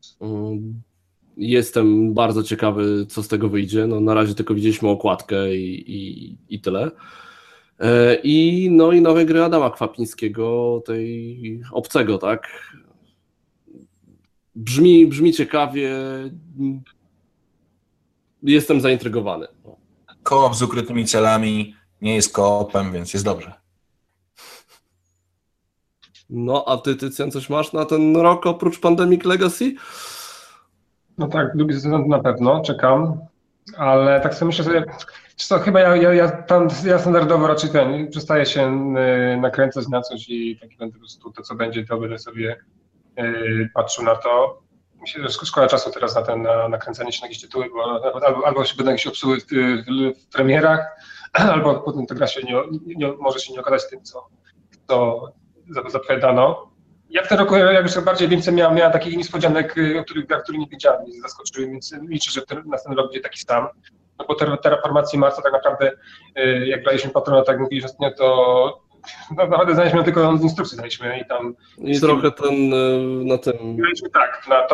Jestem bardzo ciekawy, co z tego wyjdzie. No, na razie tylko widzieliśmy okładkę i tyle. I nowe gry Adama Kwapińskiego, tej Obcego, tak? Brzmi ciekawie. Jestem zaintrygowany. Koop z ukrytymi celami nie jest koopem, więc jest dobrze. No, a ty, Tycjan, coś masz na ten rok oprócz Pandemic Legacy? No tak, drugi sezon na pewno, czekam, ale tak sobie myślę sobie, chyba ja standardowo raczej przestaję się nakręcać na coś i taki będę po prostu to, co będzie, to będę sobie patrzył na to. Myślę, że szkoda czasu teraz na nakręcanie się na jakieś tytuły, bo albo się będą jakieś obsuły w premierach, albo potem ta gra się może się nie okazać tym, co zapowiadano. Ja w tym roku, jak już bardziej więcej miałem takich niespodzianek, których nie wiedziałem, mnie zaskoczyły, więc liczę, że następny rok będzie taki sam. No bo Terraformacji Marsa tak naprawdę, jak graliśmy Patrona, tak mówiliśmy ostatnio, to naprawdę znaliśmy tylko instrukcję, znaliśmy i tam... I trochę na tym... Tak, na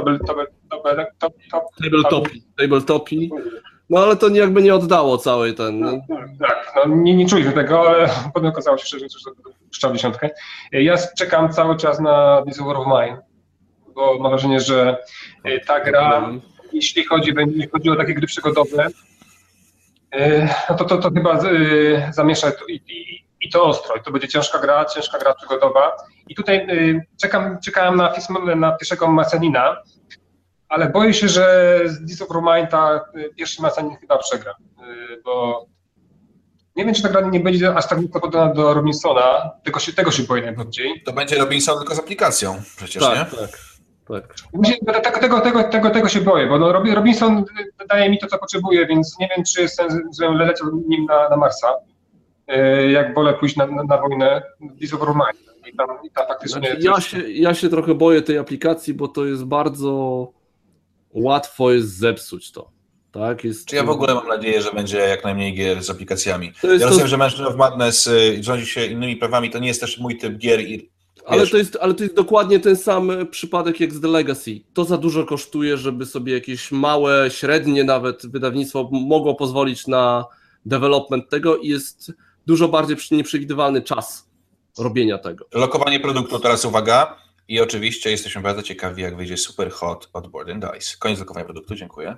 Tabletopii. No ale to jakby nie oddało całej ten... Tak, nie czuliśmy tego, ale potem okazało się, że puszczał 10. Ja czekam cały czas na This War of Mine, bo mam wrażenie, że ta gra, jeśli chodzi o takie gry przygodowe, no to chyba zamiesza i to ostro, i to będzie ciężka gra przygodowa. I tutaj czekałem na pierwszego Masenina, ale boję się, że z This War of Mine pierwszy Masenin chyba przegra, bo nie wiem, czy ta gra nie będzie aż tak podobna do Robinsona, tego się boję najbardziej. To będzie Robinson tylko z aplikacją przecież, tak, nie? Tak. Tego się boję, bo Robinson daje mi to, co potrzebuję, więc nie wiem, czy jest sens, żebym leciał nim na Marsa, jak wolę pójść na wojnę This War of Mine. I tam faktycznie... Znaczy, ja się trochę boję tej aplikacji, bo to jest bardzo łatwo jest zepsuć to. Tak, Czy ja w ogóle mam nadzieję, że będzie jak najmniej gier z aplikacjami. Ja rozumiem, że Mansion of Madness rządzi się innymi prawami, to nie jest też mój typ gier. Ale to jest dokładnie ten sam przypadek jak z The Legacy. To za dużo kosztuje, żeby sobie jakieś małe, średnie nawet wydawnictwo mogło pozwolić na development tego i jest dużo bardziej nieprzewidywalny czas robienia tego. Lokowanie produktu, teraz uwaga. I oczywiście jesteśmy bardzo ciekawi, jak wyjdzie Super Hot od Board & Dice. Koniec lokowania produktu, dziękuję.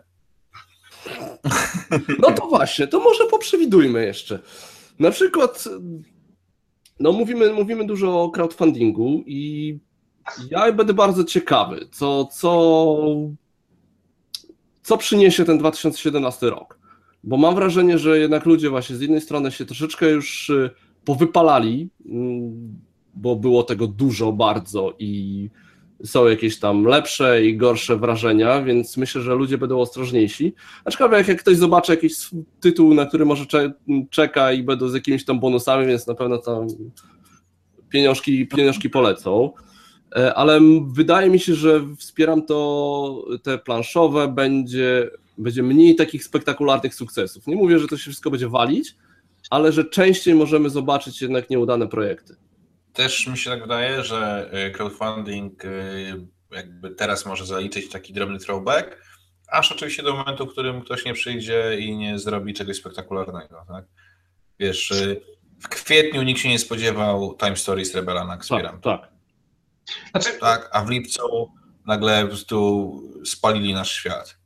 No to właśnie, to może poprzewidujmy jeszcze. Na przykład, no mówimy dużo o crowdfundingu i ja będę bardzo ciekawy, co przyniesie ten 2017 rok. Bo mam wrażenie, że jednak ludzie właśnie z jednej strony się troszeczkę już powypalali, bo było tego dużo bardzo i są jakieś tam lepsze i gorsze wrażenia, więc myślę, że ludzie będą ostrożniejsi. Aczkolwiek jak ktoś zobaczy jakiś tytuł, na który może czeka i będą z jakimiś tam bonusami, więc na pewno tam pieniążki polecą. ale wydaje mi się, że wspieram te planszowe, będzie mniej takich spektakularnych sukcesów. Nie mówię, że to się wszystko będzie walić, ale że częściej możemy zobaczyć jednak nieudane projekty. Też mi się tak wydaje, że crowdfunding jakby teraz może zaliczyć taki drobny throwback, aż oczywiście do momentu, w którym ktoś nie przyjdzie i nie zrobi czegoś spektakularnego. Tak? Wiesz, w kwietniu nikt się nie spodziewał Time Stories Rebela na Wspieram. Tak. Tak, a w lipcu nagle po prostu spalili nasz świat.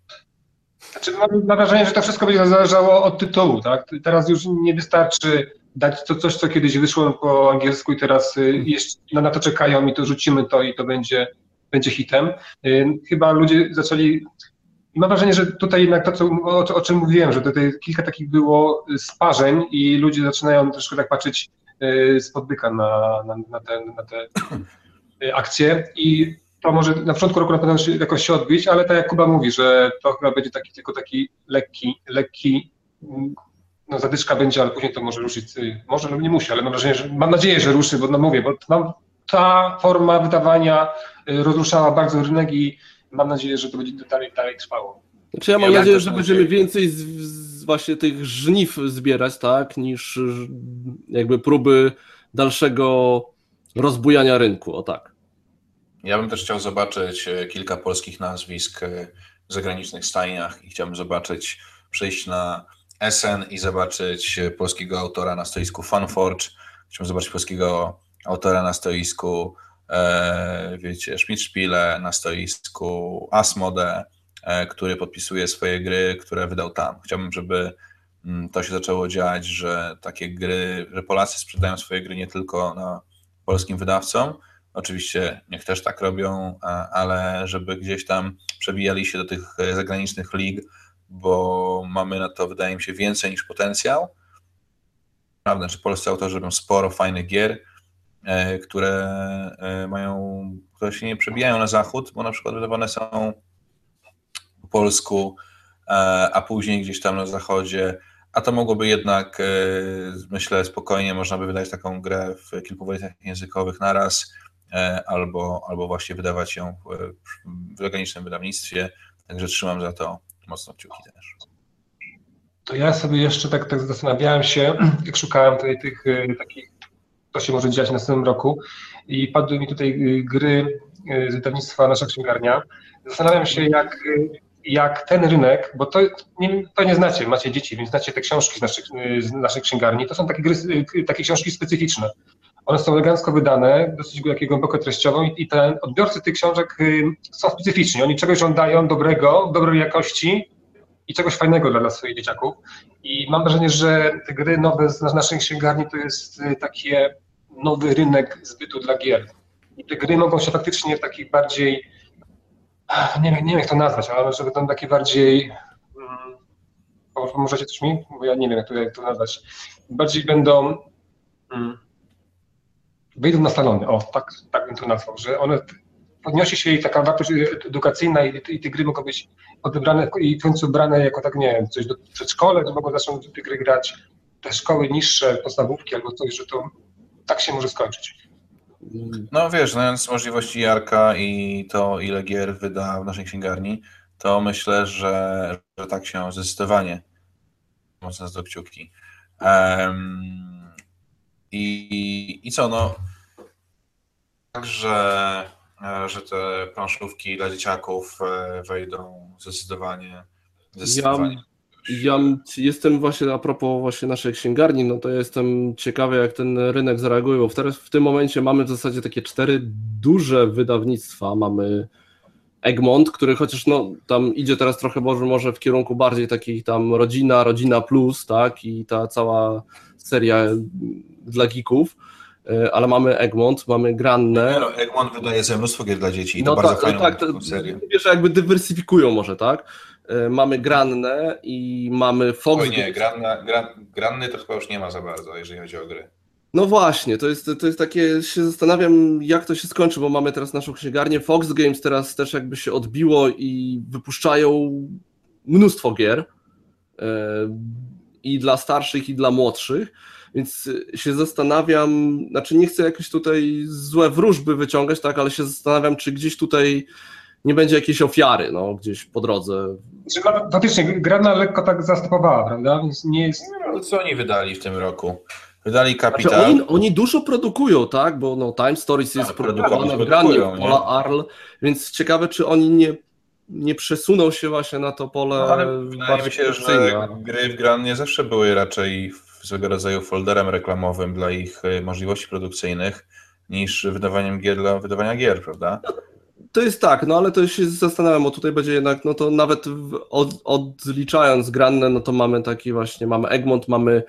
Mam wrażenie, że to wszystko będzie zależało od tytułu, tak? Teraz już nie wystarczy dać to coś, co kiedyś wyszło po angielsku i teraz jeszcze na to czekają i to rzucimy to i to będzie hitem. Chyba ludzie zaczęli... Mam wrażenie, że tutaj jednak to, o czym mówiłem, że tutaj kilka takich było sparzeń i ludzie zaczynają troszkę tak patrzeć spod byka na te akcje i to może na początku roku na pewno jakoś się odbić, ale tak jak Kuba mówi, że to chyba będzie tylko taki lekki, no zadyszka będzie, ale później to może ruszyć, może nie musi, ale mam nadzieję, że ruszy, bo ta forma wydawania rozruszała bardzo rynek i mam nadzieję, że to będzie dalej trwało. Znaczy ja mam nadzieję, że będziemy więcej właśnie tych żniw zbierać, tak, niż jakby próby dalszego rozbujania rynku, o tak. Ja bym też chciał zobaczyć kilka polskich nazwisk w zagranicznych stajniach i chciałbym przejść na Essen i zobaczyć polskiego autora na stoisku Funforge. Chciałbym zobaczyć polskiego autora na stoisku, Schmidt-Spiele, na stoisku Asmodee, który podpisuje swoje gry, które wydał tam. Chciałbym, żeby to się zaczęło dziać, że takie gry, że Polacy sprzedają swoje gry nie tylko na polskim wydawcom, oczywiście niech też tak robią, ale żeby gdzieś tam przebijali się do tych zagranicznych lig, bo mamy na to, wydaje mi się, więcej niż potencjał. Prawda, że polscy autorzy robią sporo fajnych gier, które się nie przebijają na zachód, bo na przykład wydawane są po polsku, a później gdzieś tam na zachodzie, a to mogłoby jednak, myślę, spokojnie można by wydać taką grę w kilku wersjach językowych naraz, albo właśnie wydawać ją w zagranicznym wydawnictwie, także trzymam za to mocno kciuki też. To ja sobie jeszcze tak zastanawiałem się, jak szukałem tutaj tych takich, co się może dziać w następnym roku i padły mi tutaj gry z wydawnictwa Nasza Księgarnia. Zastanawiam się, jak ten rynek, bo to nie znacie, macie dzieci, więc znacie te książki z naszej księgarni, to są takie gry, takie książki specyficzne. One są elegancko wydane, dosyć głęboko treściowo i te odbiorcy tych książek są specyficzni. Oni czegoś żądają dobrego, dobrej jakości i czegoś fajnego dla swoich dzieciaków. I mam wrażenie, że te gry nowe z naszej księgarni to jest taki nowy rynek zbytu dla gier. I te gry mogą się faktycznie w takich bardziej, nie wiem jak to nazwać, ale żeby tam takie bardziej, pomożecie coś mi? Bo ja nie wiem jak to nazwać. Bardziej będą, wyjdą na salony, tak bym to nazwał, że one podniesie się jej taka wartość edukacyjna i te gry mogą być odebrane i w końcu brane jako tak, nie wiem, coś do przedszkole, to mogą zacząć te gry grać te szkoły niższe, podstawówki albo coś, że to tak się może skończyć. No wiesz, znając możliwości Jarka i to, ile gier wyda w naszej księgarni, to myślę, że tak się zdecydowanie mocno z kciuki. I co, no także, że te planszówki dla dzieciaków wejdą zdecydowanie. Ja jestem właśnie, a propos właśnie naszej księgarni, no to jestem ciekawy, jak ten rynek zareaguje, bo w tym momencie mamy w zasadzie takie 4 duże wydawnictwa. Mamy Egmont, który chociaż no tam idzie teraz trochę może w kierunku bardziej takich tam rodzina plus, tak, i ta cała seria dla geeków, ale mamy Egmont, mamy Grannę. No, Egmont wydaje sobie mnóstwo gier dla dzieci i to bardzo fajną serię. Wiesz, jakby dywersyfikują może, tak? Mamy Grannę i mamy Fox. Oj nie, Granny to chyba już nie ma za bardzo, jeżeli chodzi o gry. No właśnie, to jest takie, się zastanawiam, jak to się skończy, bo mamy teraz naszą księgarnię. Fox Games teraz też jakby się odbiło i wypuszczają mnóstwo gier. i dla starszych, i dla młodszych, więc się zastanawiam, znaczy nie chcę jakieś tutaj złe wróżby wyciągać, tak, ale się zastanawiam, czy gdzieś tutaj nie będzie jakiejś ofiary, no, gdzieś po drodze. Faktycznie, gra na lekko tak zastopowała, prawda? Więc nie jest... No co oni wydali w tym roku? Wydali Znaczy, Capital. oni dużo produkują, tak, bo no, Time Stories jest produkowane w granie Pola Arl, więc ciekawe, czy oni nie przesuną się właśnie na to pole. No, ale wydaje mi się, że gry w Gran nie zawsze były raczej swego rodzaju folderem reklamowym dla ich możliwości produkcyjnych niż wydawaniem gier dla wydawania gier, prawda? To jest tak, no ale to się zastanawiam, bo tutaj będzie jednak, no to nawet odliczając Grannę, no to mamy taki właśnie, mamy Egmont, mamy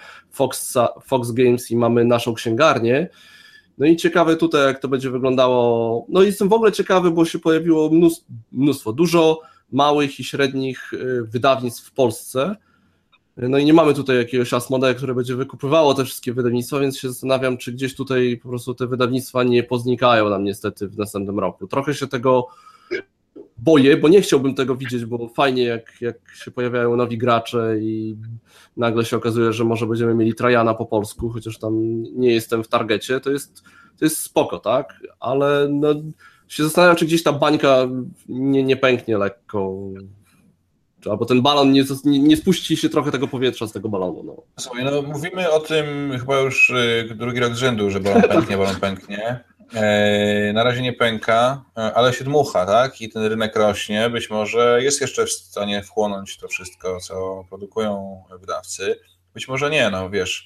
Fox Games i mamy naszą księgarnię. No i ciekawe tutaj, jak to będzie wyglądało. No i jestem w ogóle ciekawy, bo się pojawiło mnóstwo, dużo małych i średnich wydawnictw w Polsce. No i nie mamy tutaj jakiegoś Asmodeea, które będzie wykupywało te wszystkie wydawnictwa, więc się zastanawiam, czy gdzieś tutaj po prostu te wydawnictwa nie poznikają nam niestety w następnym roku. Trochę się tego boję, bo nie chciałbym tego widzieć, bo fajnie jak się pojawiają nowi gracze i nagle się okazuje, że może będziemy mieli Trajana po polsku, chociaż tam nie jestem w targecie, to jest spoko, tak? Ale no, się zastanawiam, czy gdzieś ta bańka nie pęknie lekko, albo ten balon nie spuści się trochę tego powietrza z tego balonu. No. Słuchaj, no mówimy o tym chyba już drugi rok z rzędu, że balon pęknie. Na razie nie pęka, ale się dmucha, tak? I ten rynek rośnie. Być może jest jeszcze w stanie wchłonąć to wszystko, co produkują wydawcy. Być może nie, no wiesz.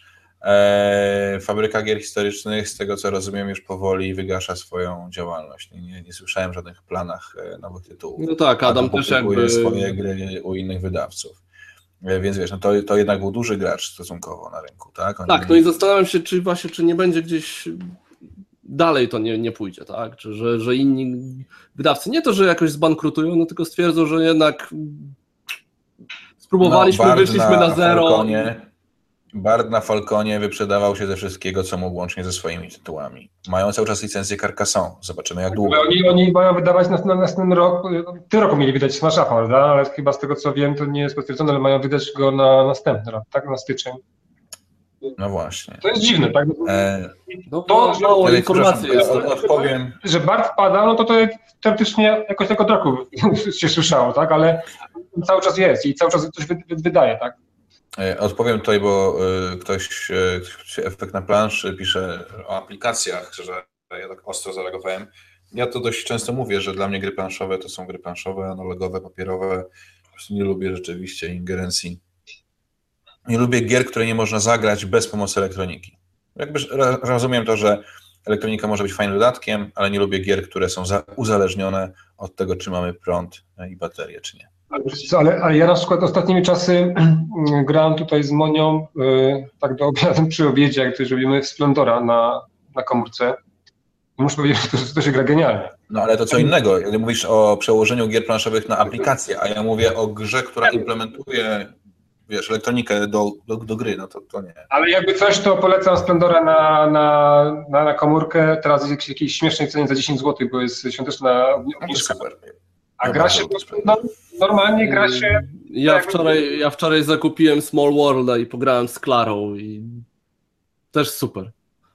Fabryka gier historycznych, z tego co rozumiem, już powoli wygasza swoją działalność. Nie słyszałem o żadnych planach nowych tytułów. No tak, Adam też jakby swoje gry u innych wydawców. Więc wiesz, no to jednak był duży gracz stosunkowo na rynku, tak? Tak, no i zastanawiam się, czy nie będzie gdzieś dalej to nie pójdzie, tak? Czy że inni wydawcy nie to, że jakoś zbankrutują, no tylko stwierdzą, że jednak spróbowaliśmy, wyszliśmy na zero. Bard na Falconie wyprzedawał się ze wszystkiego, co mógł, łącznie ze swoimi tytułami. Mają cały czas licencję Carcassonne. Zobaczymy, jak długo. Oni mają wydawać na następny rok. W tym roku mieli wydać Smasha, prawda? Ale chyba z tego, co wiem, to nie jest potwierdzone, ale mają wydać go na następny rok, tak? Na styczeń. No właśnie. To jest dziwne, tak? To mało informacji jest. Odpowiem. Że Bard wpada, no to teoretycznie jakoś tego roku się słyszało, tak? Ale cały czas jest i cały czas coś wydaje, tak? Odpowiem tutaj, bo ktoś efekt na planszy pisze o aplikacjach, że ja tak ostro zareagowałem. Ja to dość często mówię, że dla mnie gry planszowe to są gry planszowe, analogowe, papierowe. Po prostu nie lubię rzeczywiście ingerencji. Nie lubię gier, które nie można zagrać bez pomocy elektroniki. Jakby rozumiem to, że elektronika może być fajnym dodatkiem, ale nie lubię gier, które są uzależnione od tego, czy mamy prąd i baterię, czy nie. Ale ja na przykład ostatnimi czasy grałem tutaj z Monią tak do obiadu, przy obiedzie, jak tutaj robimy w Splendora na komórce. I muszę powiedzieć, że to się gra genialnie. No ale to co innego. Kiedy mówisz o przełożeniu gier planszowych na aplikację, a ja mówię o grze, która implementuje, wiesz, elektronikę do gry, no to nie. Ale jakby coś, to polecam Splendora na komórkę. Teraz jest jakiejś śmiesznej cenie za 10 zł, bo jest świąteczna obniżka. Super. A gra się, normalnie gra się... Ja wczoraj zakupiłem Small Worlda i pograłem z Klarą i też super.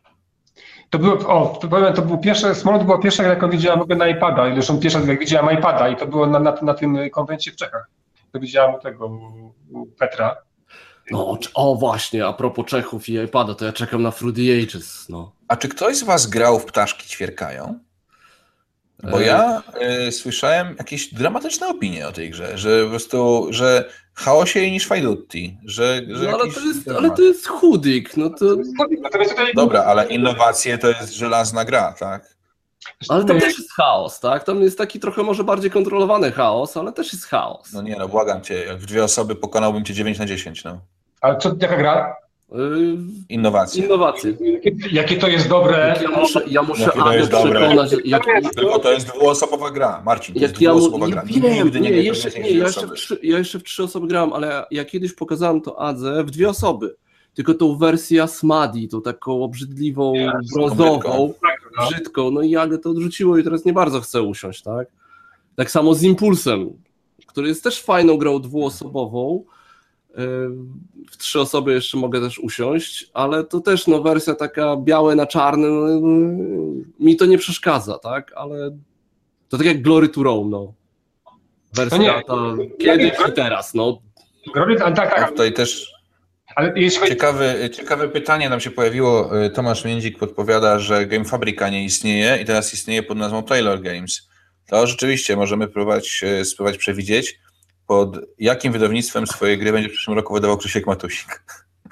To było pierwsze, Small była pierwsza, jaką widziałem na iPada, zresztą pierwsza, jak widziałem iPada i to było na tym konwencie w Czechach. To widziałem tego u Petra. No, właśnie, a propos Czechów i iPada, to ja czekam na Through the Ages, no. A czy ktoś z was grał w Ptaszki Ćwierkają? Bo ja słyszałem jakieś dramatyczne opinie o tej grze, że po prostu, że chaosiej niż Fajdutti, że no, ale to jest chudik, no to... Dobra, ale innowacje to jest żelazna gra, tak? Ale tam też jest chaos, tak? Tam jest taki trochę może bardziej kontrolowany chaos, ale też jest chaos. No nie, no błagam cię, jak w 2 osoby pokonałbym cię 9/10, no. Ale jaka gra? Innowacje. Jakie to jest dobre. Ja muszę Adę przekonać. Tylko to jest 2-osobowa gra, Marcin, to jest 2-osobowa gra. Ja jeszcze w 3 osoby grałem, ale ja kiedyś pokazałem to Adze w 2 osoby. Tylko tą wersję Asmadi, tą taką obrzydliwą, brązową, brzydką. No i Agę to odrzuciło i teraz nie bardzo chcę usiąść, tak? Tak samo z Impulsem, który jest też fajną grą 2-osobową, W 3 osoby jeszcze mogę też usiąść, ale to też no, wersja taka białe na czarne, no, mi to nie przeszkadza, tak? Ale to tak jak Glory to Rome, no. Wersja ta kiedyś i teraz, no. Tak. Tutaj też Ale jeśli chodzi... ciekawe pytanie nam się pojawiło. Tomasz Międzik podpowiada, że Game Fabrica nie istnieje i teraz istnieje pod nazwą Taylor Games. To rzeczywiście możemy spróbować przewidzieć, pod jakim wydawnictwem swoje gry będzie w przyszłym roku wydawał Krzysiek Matusik.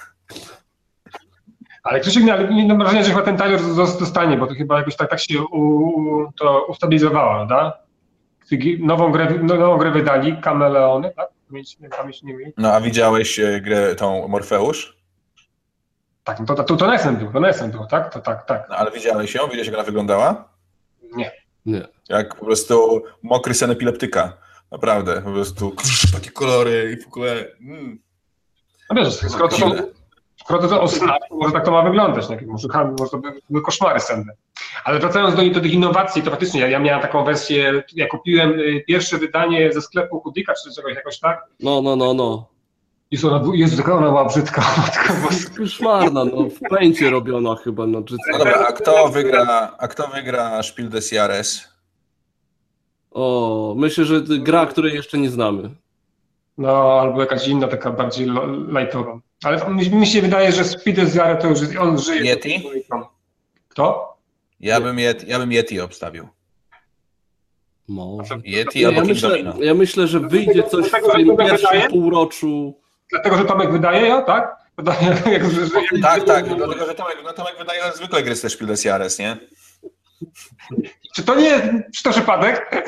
Ale Krzysiek, mam wrażenie, że chyba ten Taylor zostanie, bo to chyba jakoś tak się to ustabilizowało, prawda? Nową grę wydali, Kameleony, tak? Pamięć nie wiem. No a widziałeś grę tą Morfeusz? Tak, no to Nesem było, tak? To tak. No, ale widziałeś ją? Widziałeś, jak ona wyglądała? Nie. Jak po prostu mokry sen epileptyka. Naprawdę, po prostu takie kolory i w ogóle... No wiesz, skoro to o snach, to może tak to ma wyglądać, nie? Może to były koszmary senne. Ale wracając do tych innowacji, to faktycznie ja miałem taką wersję, ja kupiłem pierwsze wydanie ze sklepu Hudika, czy czegoś jakoś tak. No. Jezu, taka ona była brzydka. Koszmarna, no w Paincie robiona chyba. No dobra, a kto wygra Spiel des Jahres? O, myślę, że gra, której jeszcze nie znamy. No, albo jakaś inna, taka bardziej lightowa. Ale mi się wydaje, że Spiel des Jahres to już on żyje. Yeti? Kto? Ja bym Yeti obstawił. Może. Yeti albo ja myślę, że wyjdzie coś w tym pierwszym półroczu. Dlatego, że Tomek wydaje, ja, tak? Tak, dlatego, że Tomek wydaje zwykle gry ze Spiel des Jahres, nie? Czy to przypadek?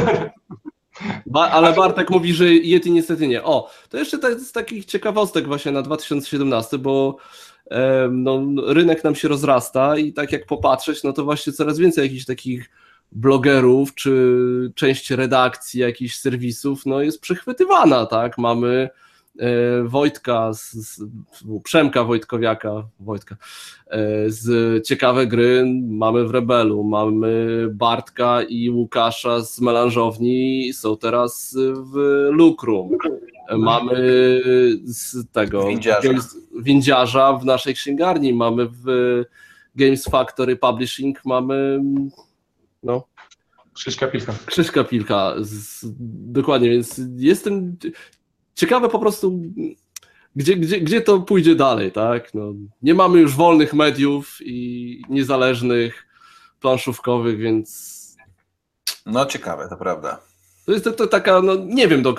Ale Bartek mówi, że Yeti niestety nie. O, to jeszcze z takich ciekawostek właśnie na 2017, bo no, rynek nam się rozrasta i tak jak popatrzeć, no to właśnie coraz więcej jakichś takich blogerów, czy część redakcji jakichś serwisów, no jest przechwytywana, tak? Mamy Wojtka, Przemka Wojtkowiaka, z Ciekawe Gry, mamy w Rebelu, mamy Bartka i Łukasza z Melanżowni, są teraz w Lucrum, mamy z tego Windziarza w naszej księgarni, mamy w Games Factory Publishing, mamy no Krzyśka Pilka, dokładnie, więc jestem ciekawe po prostu, gdzie to pójdzie dalej, tak? No, nie mamy już wolnych mediów i niezależnych, planszówkowych, więc... No ciekawe, to prawda. To jest to taka, no nie wiem,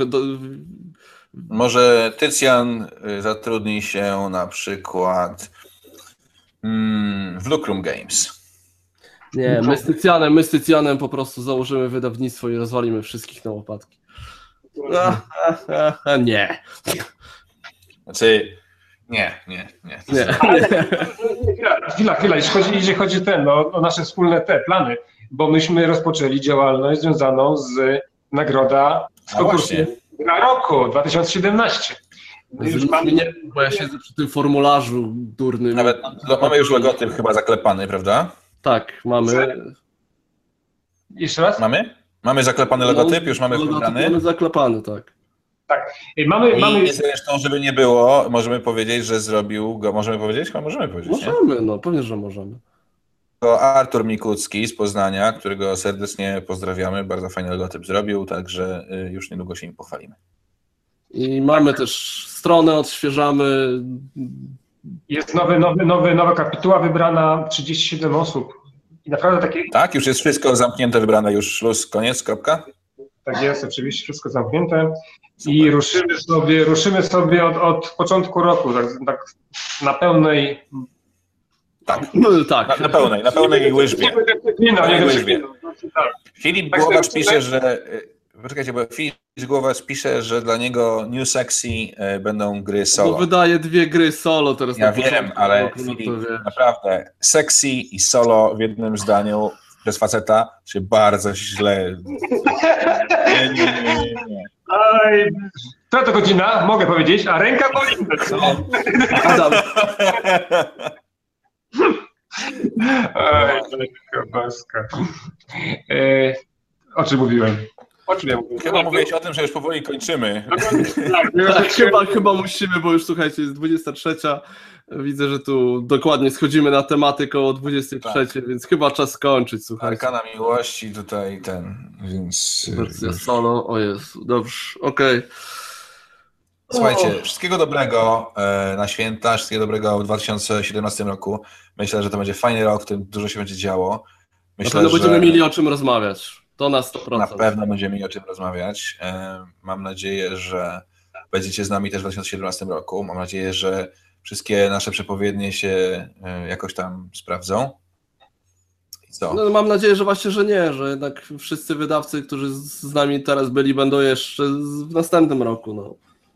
Może Tycjan zatrudni się na przykład w Lucrum Games. Nie, my z Tycjanem po prostu założymy wydawnictwo i rozwalimy wszystkich na łopatki. Nie. Znaczy, nie. Chwila, jeśli chodzi o nasze wspólne plany, bo myśmy rozpoczęli działalność związaną z nagroda z konkursu na roku 2017. Bo ja siedzę przy tym formularzu durnym. Nawet mamy już logotyp chyba zaklepany, prawda? Tak, mamy. Jeszcze raz? Mamy zaklepany logotyp, już mamy wybrany. Mamy zaklepany, tak. Tak. I zresztą, żeby nie było, możemy powiedzieć, że zrobił go. Możemy powiedzieć? Możemy powiedzieć. Możemy, nie? No pewnie, że możemy. To Artur Mikucki z Poznania, którego serdecznie pozdrawiamy. Bardzo fajny logotyp zrobił, także już niedługo się im pochwalimy. I mamy też stronę, odświeżamy. Jest nowa kapituła wybrana, 37 osób. I naprawdę takie... Tak, już jest wszystko zamknięte, wybrane, już szluz, koniec, kropka? Tak jest, oczywiście wszystko zamknięte. Super. I ruszymy sobie od początku roku, tak na pełnej... Tak, no, tak. Na pełnej łyżwie. Filip Głowacz pisze, że... Poczekajcie, bo Filip Głowacz pisze, że dla niego New Sexy będą gry solo. No wydaje 2 gry solo teraz. Ja wiem, ale Filip, naprawdę sexy i solo w jednym zdaniu przez faceta się bardzo źle... Nie. Oj, która to godzina? Mogę powiedzieć, a ręka boli. Oj, boska. O czym mówiłem? O czym ja mówię? Chyba mówiłeś o tym, że już powoli kończymy. Chyba musimy, bo już słuchajcie, jest 23. Widzę, że tu dokładnie schodzimy na tematy koło 23, więc chyba czas skończyć, słuchajcie. Arkana miłości tutaj więc... Wersja solo, o Jezu, dobrze, okej. Słuchajcie, wszystkiego dobrego na święta, wszystkiego dobrego w 2017 roku. Myślę, że to będzie fajny rok, w którym dużo się będzie działo. Myślę, że będziemy mieli o czym rozmawiać. To na 100%. Na pewno będziemy mieli o czym rozmawiać. Mam nadzieję, że będziecie z nami też w 2017 roku. Mam nadzieję, że wszystkie nasze przepowiednie się jakoś tam sprawdzą. I co? No, mam nadzieję, że właśnie, że nie, że jednak wszyscy wydawcy, którzy z nami teraz byli, będą jeszcze w następnym roku.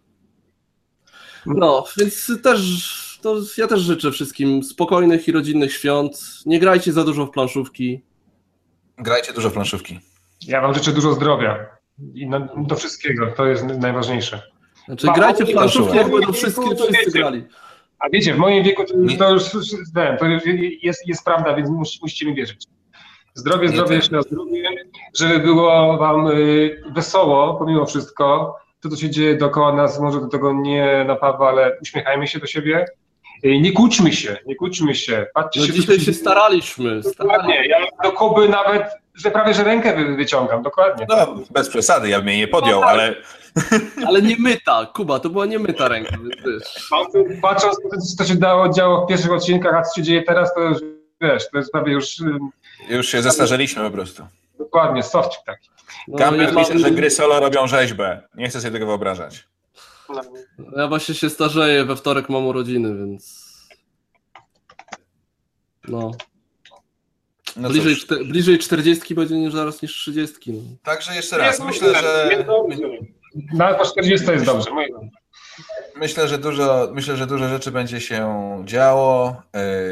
No, więc ja też życzę wszystkim spokojnych i rodzinnych świąt. Nie grajcie za dużo w planszówki. Grajcie dużo w planszówki. Ja wam życzę dużo zdrowia i do wszystkiego, to jest najważniejsze. Znaczy, grajcie w planszówki, jak będą wszyscy grali. A wiecie, w moim wieku to już jest prawda, więc musicie mi wierzyć. Zdrowie, jeszcze raz zdrowie, żeby było wam wesoło pomimo wszystko. To, co się dzieje dookoła nas, może do tego nie napawa, ale uśmiechajmy się do siebie. Nie kłóćmy się. Patrzcie no się, dzisiaj się staraliśmy. Dokładnie, ja do Kuby nawet, że prawie że rękę wyciągam, dokładnie. No, bez przesady, ja bym jej nie podjął, ale... Ale nie myta, Kuba, to była nie myta ręka. Patrząc na to, co się działo w pierwszych odcinkach, a co się dzieje teraz, to już, wiesz, to jest prawie już... Już się zestarzeliśmy po prostu. Dokładnie, sofcik taki. Kamper pisze, że gry solo robią rzeźbę. Nie chcę sobie tego wyobrażać. Ja właśnie się starzeję, we wtorek mam urodziny, więc... Bliżej 40 będzie niż zaraz niż 30. No. Także jeszcze raz, myślę, że... Nawet po 40 jest dobrze. Myślę, że dużo rzeczy będzie się działo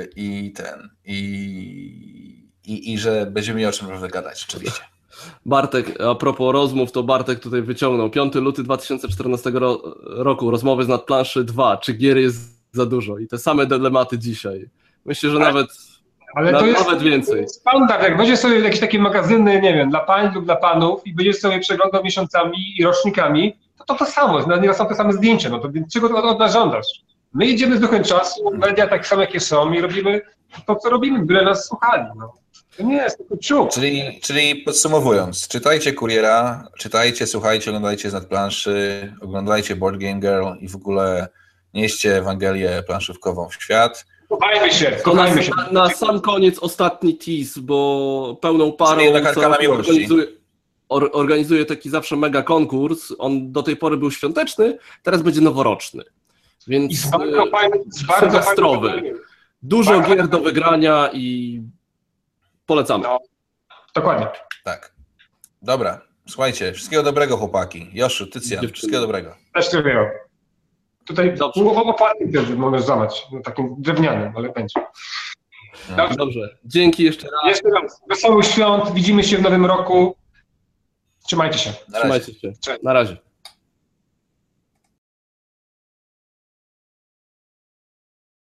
i że będziemy mieli o czym naprawdę gadać, oczywiście. Bartek, a propos rozmów, to Bartek tutaj wyciągnął. 5 luty 2014 roku, rozmowy z nadplanszy 2. Czy gier jest za dużo? I te same dylematy dzisiaj. Myślę, że nawet więcej. Standard, jak będziesz sobie jakieś takie magazyny, nie wiem, dla pań lub dla panów i będziesz sobie przeglądał miesiącami i rocznikami, to samo, nie są te same zdjęcia, no to czego od nas żądasz? My idziemy z duchem czasu, media tak samo jakie są i robimy to, co robimy, byle nas słuchali, no. To nie jest tylko ciuch. Czyli podsumowując, czytajcie Kuriera, czytajcie, słuchajcie, oglądajcie z nadplanszy, oglądajcie Board Game Girl i w ogóle nieście Ewangelię planszówkową w świat. Kochajmy się. Na sam koniec ostatni tease, bo pełną parą organizuje taki zawsze mega konkurs. On do tej pory był świąteczny, teraz będzie noworoczny. Więc sylwestrowy. Dużo gier do wygrania i polecamy. No, dokładnie. Tak. Dobra. Słuchajcie, wszystkiego dobrego, chłopaki. Joszu, Tycjan, wszystkiego dobrego. Też tyle. Tutaj opłatnik możesz zamać, no, takim drewnianym, ale będzie. Dobrze. Dzięki jeszcze raz. Jeszcze raz. Wesołych świąt. Widzimy się w nowym roku. Trzymajcie się. Trzymajcie się. Na razie.